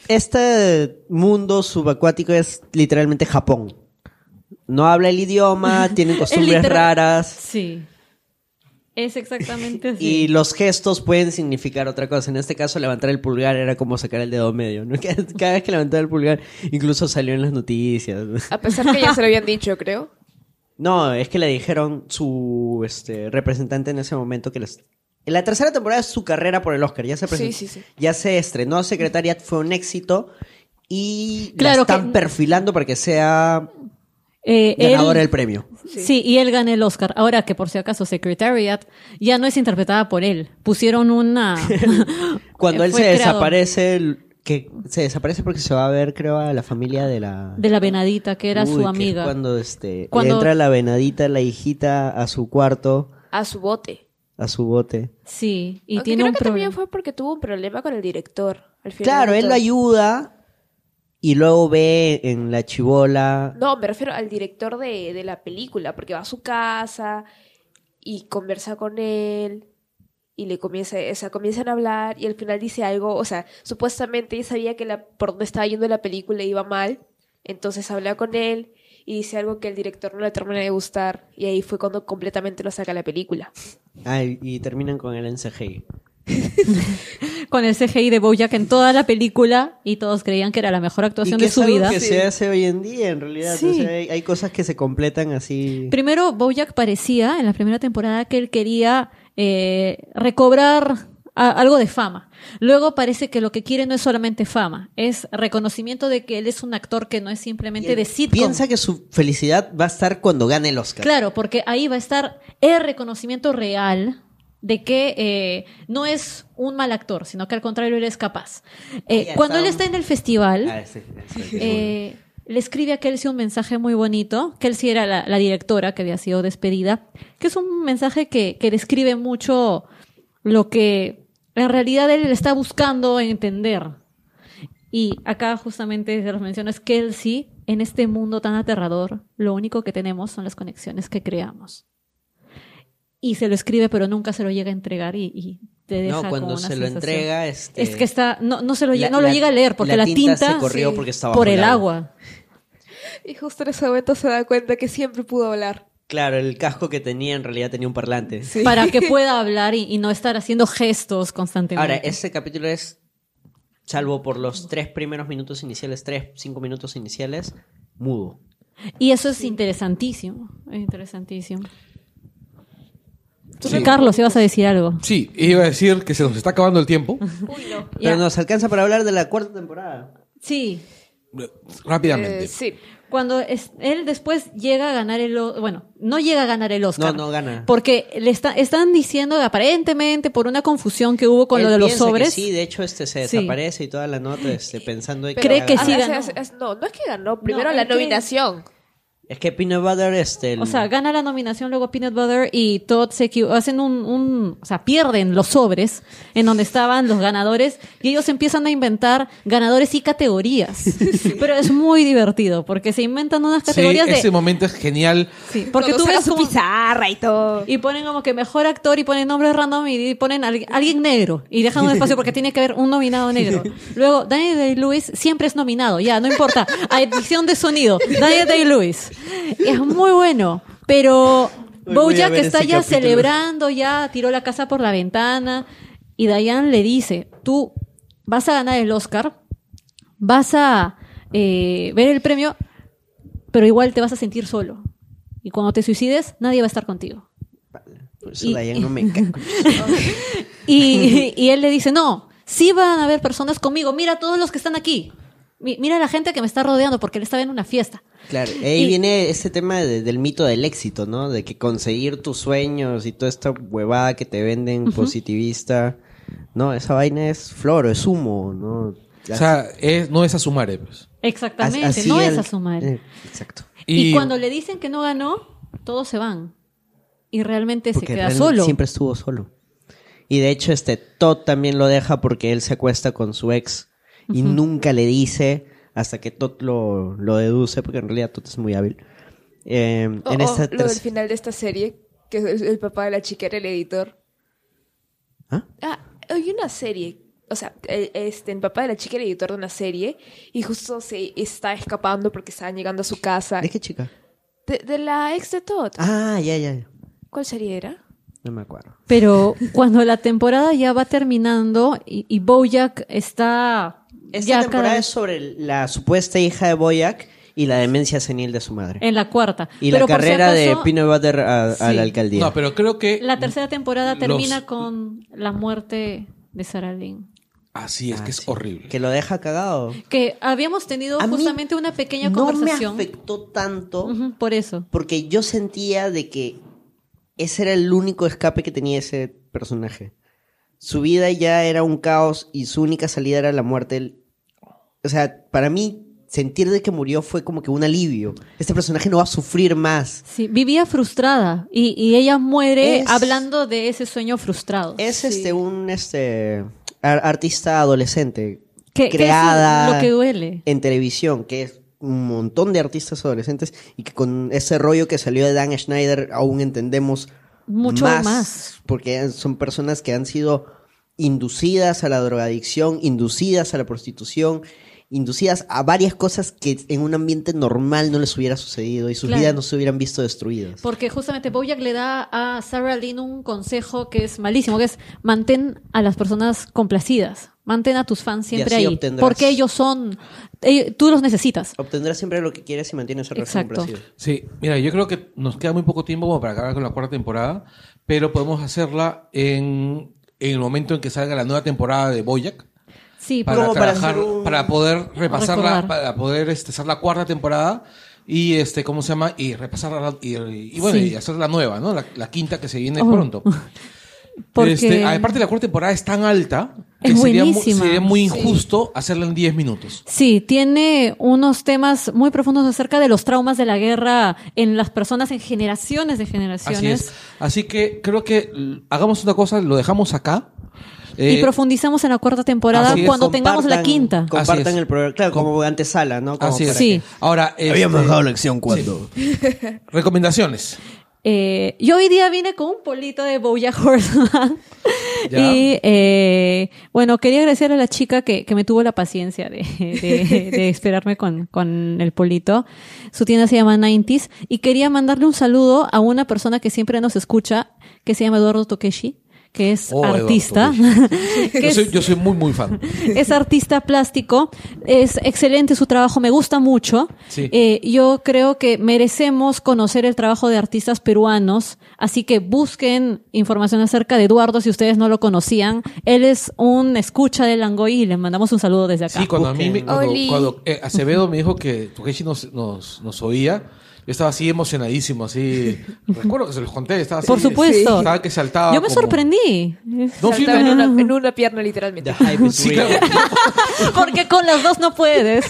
este mundo subacuático es literalmente Japón. No habla el idioma, tienen costumbres
literal-
raras.
Sí. Es exactamente así.
Y los gestos pueden significar otra cosa. En este caso, levantar el pulgar era como sacar el dedo medio, ¿no? Cada vez que levantaba el pulgar, incluso salió en las noticias.
A pesar que ya se lo habían dicho, creo.
No, es que le dijeron su este, representante en ese momento que les... En la tercera temporada es su carrera por el Oscar. Ya se presentó,
Sí, sí, sí.
ya se estrenó Secretariat, fue un éxito. Y
Claro
la están
que-
perfilando para que sea
Eh,
ganadora
él-
del premio.
Sí.
Sí, y él gana el Oscar. Ahora que por si acaso Secretariat ya no es interpretada por él. Pusieron una...
Cuando él
Fue
se
creado
desaparece, el- que se desaparece porque se va a ver, creo, a la familia de la...
De la venadita, que era
Uy,
su
que
amiga.
es cuando este,
Cuando-
entra la venadita, la hijita, a su cuarto,
A su bote.
a su bote.
Sí, y
Aunque
tiene
creo
un
que también
problema.
fue porque tuvo un problema con el director. Al final
Claro,
de
él
todo.
lo ayuda y luego ve en la chibola...
No, me refiero al director de, de la película, porque va a su casa y conversa con él y le comienza, o sea, comienzan a hablar y al final dice algo, o sea, supuestamente ella sabía que la, por donde estaba yendo la película iba mal, entonces habla con él y dice algo que el director no le termina de gustar y ahí fue cuando completamente lo saca la película.
Ah, y, y terminan con el N C G I.
Con el C G I de BoJack en toda la película y todos creían que era la mejor
Y
actuación
que
de
es
su
algo
vida.
que se hace hoy en día, en realidad.
Sí.
O sea, hay, hay cosas que se completan así...
Primero, BoJack parecía en la primera temporada que él quería eh, recobrar a- algo de fama. Luego parece que lo que quiere no es solamente fama, es reconocimiento de que él es un actor que no es
Y
simplemente
él
de sitcom.
piensa que su felicidad va a estar cuando gane el Oscar.
Claro, porque ahí va a estar el reconocimiento real de que eh, no es un mal actor, sino que al contrario él es capaz. Eh,
Ya
cuando él
está.
está en el festival,
Ah, sí, sí, sí.
eh, le escribe a Kelsey un mensaje muy bonito. Kelsey era la, la directora que había sido despedida, que es un mensaje que, que describe mucho lo que en realidad él está buscando entender. Y acá justamente se los menciona es Kelsey, en este mundo tan aterrador, lo único que tenemos son las conexiones que creamos. Y se lo escribe, pero nunca se lo llega a entregar y, y te deja
No, cuando
con una
se lo
sensación.
entrega, este...
Es que está, no, no se lo,
La-
lle- no lo
la-
llega a leer porque
la
la,
tinta
tinta,
se corrió
sí,
porque estaba
por
bajo
el
el
agua.
Y justo en ese momento se da cuenta que siempre pudo hablar.
Claro, el casco que tenía en realidad tenía un parlante.
Sí.
Para que pueda hablar y, y no estar haciendo gestos constantemente.
Ahora, ese capítulo es, salvo por los tres primeros minutos iniciales, tres, cinco minutos iniciales, mudo.
Y eso es interesantísimo. Es interesantísimo.
Sí.
Carlos, ibas a decir algo.
Sí, iba a decir que se nos está acabando el tiempo.
Uy, no.
Pero
Ya.
nos alcanza para hablar de la cuarta temporada.
Sí.
Rápidamente.
Eh, sí.
Cuando es- él después llega a ganar el... o- Bueno, no llega a ganar el Oscar.
No, no gana.
Porque le está, están diciendo aparentemente por una confusión que hubo con
Él
lo de los
piensa que
sobres.
sí, de hecho este se
Sí.
desaparece y toda la nota este, pensando de que
Cree
va a
que
ganar.
sí
Ah,
ganó.
es- es- es- no, no es que ganó. Primero
él
la
cree-
nominación.
Es que Peanut Butter, este... el-
O sea, gana la nominación luego Peanut Butter y Todd se equivo- hacen un, un, o sea, pierden los sobres en donde estaban los ganadores y ellos empiezan a inventar ganadores y categorías. Pero es muy divertido porque se inventan unas
Sí,
categorías
ese
de...
momento es genial.
Sí, porque
Cuando
tú
saca
ves
su
como...
pizarra y todo.
Y ponen como que mejor actor y ponen nombres random y ponen al- alguien negro y dejan un espacio porque tiene que haber un nominado negro. Luego, Daniel Day-Lewis siempre es nominado, ya, no importa. A edición de sonido, Daniel Day-Lewis. Es muy bueno, pero
Hoy voy a
BoJack
ver
está
ese
ya
capítulo.
celebrando, ya tiró la casa por la ventana y Diane le dice, tú vas a ganar el Oscar, vas a eh, ver el premio, pero igual te vas a sentir solo. Y cuando te suicides, nadie va a estar contigo.
Por eso
y-
Diane no me cae.
Y, y él le dice, no, sí van a haber personas conmigo, mira todos los que están aquí. Mi- Mira la gente que me está rodeando porque él estaba en una fiesta.
Claro, ahí
Y-
viene ese tema de- del mito del éxito, ¿no? De que conseguir tus sueños y toda esta huevada que te venden positivista, no, esa vaina es floro, es humo, ¿no?
O sea, es, no es a sumar, pues.
Exactamente,
Así
no
el-
es a sumar.
eh, exacto.
Y,
Y-
cuando le dicen que no ganó, todos se van. Y realmente
Porque
se queda
realmente
solo.
siempre estuvo solo. Y de hecho, este Todd también lo deja porque él se acuesta con su ex y nunca le dice hasta que Todd lo, lo deduce, porque en realidad Todd es muy hábil. Eh,
O-
en
o
esta
lo del
terc-
final de esta serie, que el, el papá de la chica era el editor.
¿Ah?
Ah, hay una serie o sea, el, este, el papá de la chica era editor de una serie y justo se está escapando porque estaban llegando a su casa.
¿De qué chica?
De, de la ex de Todd.
Ah, ya, ya.
¿Cuál serie era?
No me acuerdo.
Pero cuando la temporada ya va terminando y, y BoJack está
Esta
ya
temporada
cada-
es sobre la supuesta hija de BoJack y la demencia senil de su madre.
en la cuarta.
Y
Pero
la
por si
carrera de
acaso,
Peanut Butter a, a
Sí.
la alcaldía.
No, pero creo que...
la tercera temporada
los-
termina con la muerte de Sarah Lynn.
Así es,
Ah,
que es
sí.
horrible.
Que lo deja cagado.
Que habíamos tenido
A mí
justamente una pequeña
no
conversación.
me afectó tanto
Ujú, por eso.
porque yo sentía de que ese era el único escape que tenía ese personaje. Su vida ya era un caos y su única salida era la muerte. O sea, para mí, sentir de que murió fue como que un alivio. Este personaje no va a sufrir más.
Sí, vivía frustrada y, y ella muere
Es-
hablando de ese sueño frustrado.
Es
Sí.
este un este ar- artista adolescente
Que- que
creada
es lo que duele.
en televisión, que es un montón de artistas adolescentes y que con ese rollo que salió de Dan Schneider aún entendemos
Mucho más.
porque son personas que han sido inducidas a la drogadicción, inducidas a la prostitución, inducidas a varias cosas que en un ambiente normal no les hubiera sucedido y sus
Claro.
vidas no se hubieran visto destruidas.
Porque justamente BoJack le da a Sarah Lynn un consejo que es malísimo, que es mantén a las personas complacidas, mantén a tus fans siempre
así
ahí,
obtendrás-
porque ellos son, ellos- tú los necesitas.
Obtendrás siempre lo que quieres y mantienes el resto
Exacto.
complacido.
Sí, mira, yo creo que nos queda muy poco tiempo como para acabar con la cuarta temporada, pero podemos hacerla en, en el momento en que salga la nueva temporada de BoJack.
Sí,
Para
Como para
trabajar,
hacer un-
para poder repasarla,
Recordar.
para poder este, hacer la cuarta temporada y este, ¿cómo se llama? Y repasarla y, y bueno,
Sí.
y hacer la nueva, ¿no? La, la quinta que se viene
Oh.
pronto.
porque
Este, aparte la cuarta temporada es tan alta que
Es
sería, mu-
buenísima.
sería muy
Sí.
injusto hacerla en diez minutos.
sí, tiene unos temas muy profundos acerca de los traumas de la guerra en las personas, en generaciones de
Así
generaciones.
es. Así que creo que l- hagamos una cosa, lo dejamos acá.
Y
Eh,
profundizamos en la cuarta temporada
así es,
cuando tengamos la
Compartan-
quinta.
Así
Compartan
es.
el programa, claro,
Com-
como antesala, ¿no? Como
Así es.
para
Sí.
Ahora, este,
Habíamos dejado la lección cuando.
recomendaciones.
Eh, yo hoy día vine con un polito de BoJack Horseman.
Ya.
Y eh, bueno, quería agradecer a la chica que, que me tuvo la paciencia de, de, de esperarme con, con el polito. Su tienda se llama nineties. Y quería mandarle un saludo a una persona que siempre nos escucha, que se llama Eduardo Tokeshi, que es
Oh, Eduardo
artista. que
Yo
es-
soy, yo soy muy, muy fan.
es artista plástico, es excelente su trabajo, me gusta mucho.
Sí.
Eh, yo creo que merecemos conocer el trabajo de artistas peruanos, así que busquen información acerca de Eduardo si ustedes no lo conocían. Él es un escucha de Langoy y le mandamos un saludo desde acá.
Sí, cuando a mí me- cuando,
Oli.
cuando, eh, Acevedo me dijo que Tokeshi nos, nos, nos oía, yo estaba así emocionadísimo, así. Recuerdo que se los conté, estaba así.
Por supuesto.
Estaba que saltaba.
Yo me
como-
sorprendí.
No, sí,
Saltaba en,
no,
una, en una pierna, literalmente.
The hype is
Sí,
real.
claro.
Porque con las dos no puedes.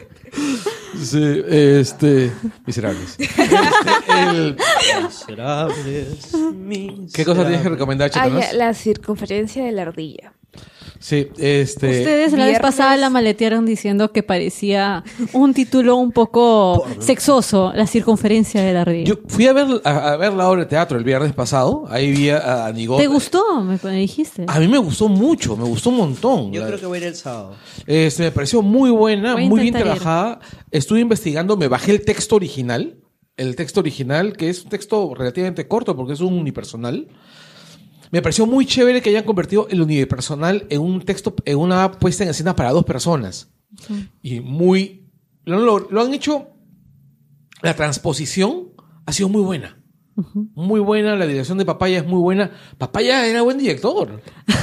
Sí, este. Miserables. Este, el-
Miserables,
¿Qué cosa tienes que recomendar,
Ah,
Chetanos?
ya, la circunferencia de la ardilla.
Sí, este.
Ustedes la vez
Viernes.
pasada la maletearon diciendo que parecía un título un poco sexoso, la circunferencia de la ardilla.
Yo fui a ver, a, a ver la obra de teatro el viernes pasado. Ahí vi a, a Nigot.
¿Te gustó? Me, me dijiste.
A mí me gustó mucho, me gustó un montón.
Yo
La-
creo que voy a ir el sábado.
Este, me pareció muy buena,
Voy a
muy bien
intentar ir.
trabajada. Estuve investigando, me bajé el texto original. El texto original, que es un texto relativamente corto porque es un unipersonal. Me pareció muy chévere que hayan convertido el unipersonal en un texto, en una puesta en escena para dos personas. Y muy. Lo, lo- lo han hecho. La transposición ha sido muy buena. Muy buena, la dirección de Papaya es muy buena. Papaya era buen director.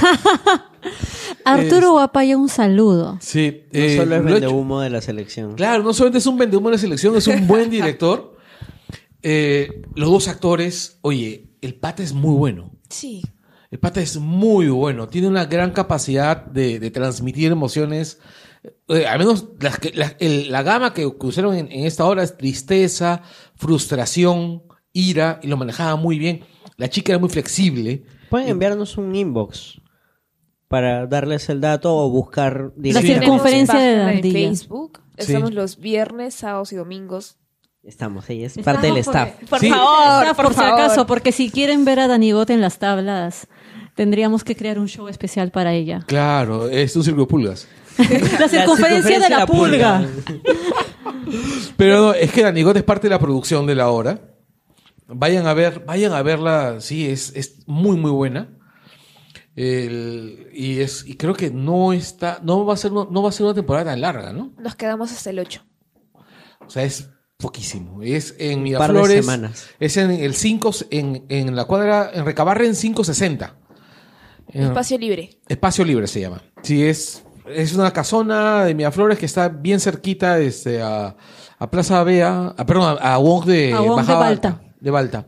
Arturo Guapaya, un saludo.
Sí.
No
eh,
solo es
lo ha hecho-
vendehumo de la selección.
Claro, no solamente es un vendehumo de la selección, es un buen director. Eh, los dos actores, oye, el pata es muy bueno.
Sí.
El pata es muy bueno. Tiene una gran capacidad de, de transmitir emociones. Eh, al menos las que- la, el- la gama que, que usaron en, en esta obra es tristeza, frustración, ira, y lo manejaba muy bien. La chica era muy flexible.
Pueden enviarnos un inbox para darles el dato o buscar
La
directamente.
circunferencia de la
Página
ardilla.
Facebook. Estamos los viernes, sábados y domingos.
Estamos ahí, es parte del
Estamos
staff.
Por
Sí.
favor,
Está por,
por
si
favor.
acaso, porque si quieren ver a Danigote en las tablas tendríamos que crear un show especial para ella.
Claro, es un círculo de pulgas.
La circunferencia de la pulga.
Pero no, es que Danigot es parte de la producción de la obra. Vayan a ver, vayan a verla, sí, es, es muy muy buena. El, y es y creo que no está, no va a ser no va a ser una temporada tan larga, ¿no?
Nos quedamos hasta el ocho.
O sea, es poquísimo. Es en
Un par de
Miraflores.
semanas.
Es en el cinco, en, en la cuadra, en Recabarren cinco sesenta. En-
Espacio libre.
Espacio Libre se llama. Sí, es, es una casona de Miraflores que está bien cerquita este, a, a Plaza Bea, a, perdón, a, a Wong de,
A Wong de
Bajada
Balta.
Alta, de Balta.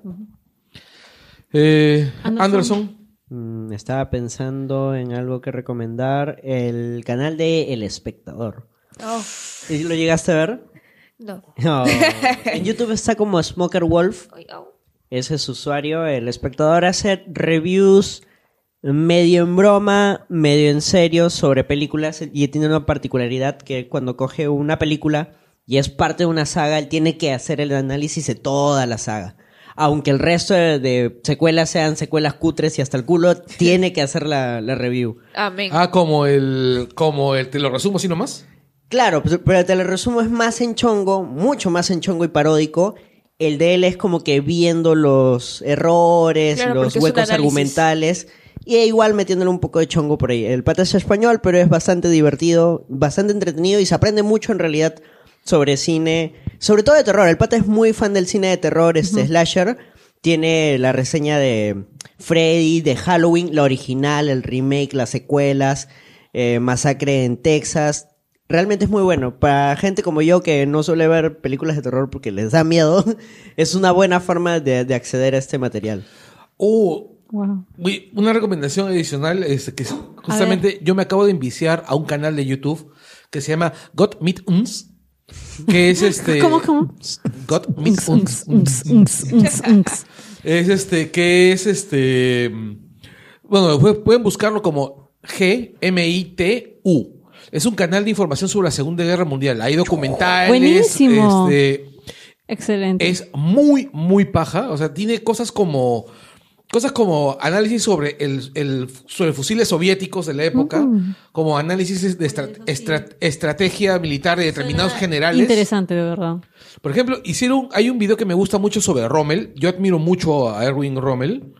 Eh,
Anderson.
Anderson.
Mm, estaba pensando en algo que recomendar. El canal de El Espectador.
Oh,
¿Y ¿Lo llegaste a ver?
no.
No. En YouTube está como Smoker Wolf.
Ay, oh.
Ese es su usuario. El Espectador hace reviews medio en broma, medio en serio sobre películas, y tiene una particularidad que cuando coge una película y es parte de una saga, él tiene que hacer el análisis de toda la saga. Aunque el resto de, de secuelas sean secuelas cutres y hasta el culo, tiene que hacer la, la review.
Amén.
Ah, como el, como el, te lo resumo así nomás.
Claro, pero pero te lo resumo, es más en chongo, mucho más en chongo y paródico. El de él es como que viendo los errores,
Claro,
los
porque es un
huecos
análisis.
argumentales, y igual metiéndole un poco de chongo por ahí. El pata es español, pero es bastante divertido, bastante entretenido y se aprende mucho en realidad sobre cine, sobre todo de terror. El pata es muy fan del cine de terror, este slasher. Tiene la reseña de Freddy, de Halloween, la original, el remake, las secuelas, eh, Masacre en Texas. Realmente es muy bueno. Para gente como yo que no suele ver películas de terror porque les da miedo, es una buena forma de, de acceder a este material.
Oh,
Wow.
uy, una recomendación adicional es que justamente yo me acabo de enviciar a un canal de YouTube que se llama Got Meet Uns, que es este
¿Cómo, cómo?
Got Meet Uns.
Unks, unks, unks, unks.
Es este, que es este. Bueno, pu- pueden buscarlo como G M I T U. Es un canal de información sobre la Segunda Guerra Mundial. Hay documentales.
Buenísimo.
Este,
Excelente.
es muy, muy paja. O sea, tiene cosas como. Cosas como análisis sobre el, el sobre fusiles soviéticos de la época,
Mm.
como análisis de estra- estra- estrategia militar de determinados generales.
Interesante, de verdad.
Por ejemplo, hicieron, hay un video que me gusta mucho sobre Rommel. Yo admiro mucho a Erwin Rommel,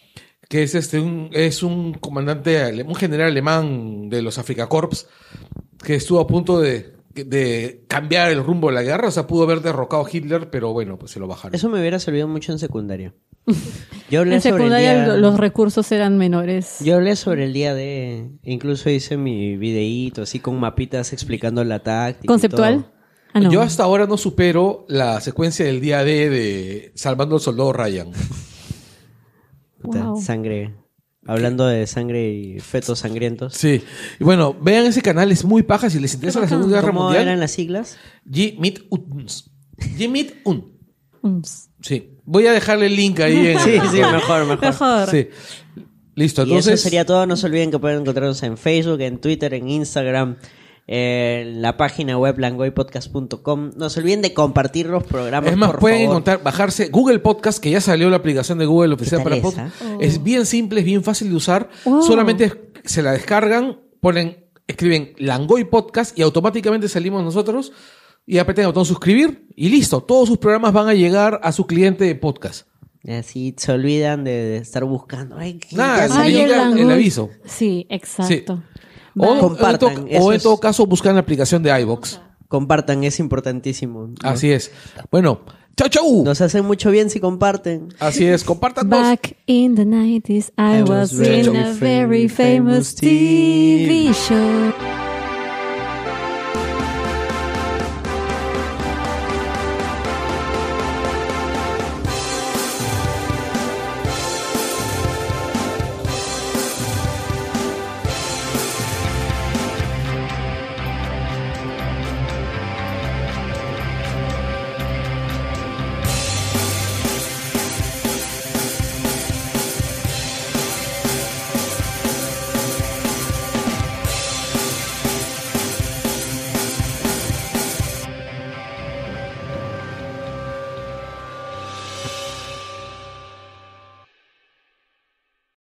que es este un, es un comandante, ale- un general alemán de los Afrika Korps, que estuvo a punto de, de cambiar el rumbo de la guerra. O sea, pudo haber derrocado a Hitler, pero bueno, pues se lo bajaron.
Eso me hubiera servido mucho en secundaria. Yo hablé
En
sobre el
secundaria
día...
lo- los recursos eran menores.
Yo hablé sobre el día de... Incluso hice mi videíto así con mapitas explicando la táctica. y
¿Conceptual?
todo.
Ah, no.
Yo hasta ahora no supero la secuencia del día D de Salvando al Soldado Ryan.
Puta,
Wow.
Sangre. Hablando de sangre y fetos sangrientos.
Sí. Y bueno, vean ese canal, es muy paja. Si les interesa la Segunda Guerra
¿Cómo
Mundial.
eran las siglas?
G-Meet-Uns. G-Meet-Un.
Unks.
Sí. Voy a dejarle el link ahí en...
Sí, sí, mejor, mejor.
Mejor.
Sí. Listo,
Y
entonces...
eso sería todo. No se olviden que pueden encontrarnos en Facebook, en Twitter, en Instagram, en la página web langoy podcast punto com. No se olviden de compartir los programas,
Es más,
por
pueden
favor.
encontrar, bajarse Google Podcast, que ya salió la aplicación de Google oficial
tal
para
es,
podcast.
ah?
Es bien simple, es bien fácil de usar.
Wow.
Solamente se la descargan, ponen, escriben Langoy Podcast y automáticamente salimos nosotros y apretan el botón suscribir y listo. Todos sus programas van a llegar a su cliente de podcast.
Así se olvidan de, de estar buscando. Ay, que
Nada,
ya
se
Ay,
le
salió.
llega
el
el,
Langoy.
aviso.
Sí, exacto.
O, o en
Compartan,
todo-
eso
o en
es-
todo caso buscan la aplicación de iVoox.
Compartan, es importantísimo. ¿no?
Así es. Bueno, chau chau.
Nos hacen mucho bien si comparten.
Así es, compártanos.
Back in the nineties, I,
I
was,
was
in
very
a very
famous
famous T V show.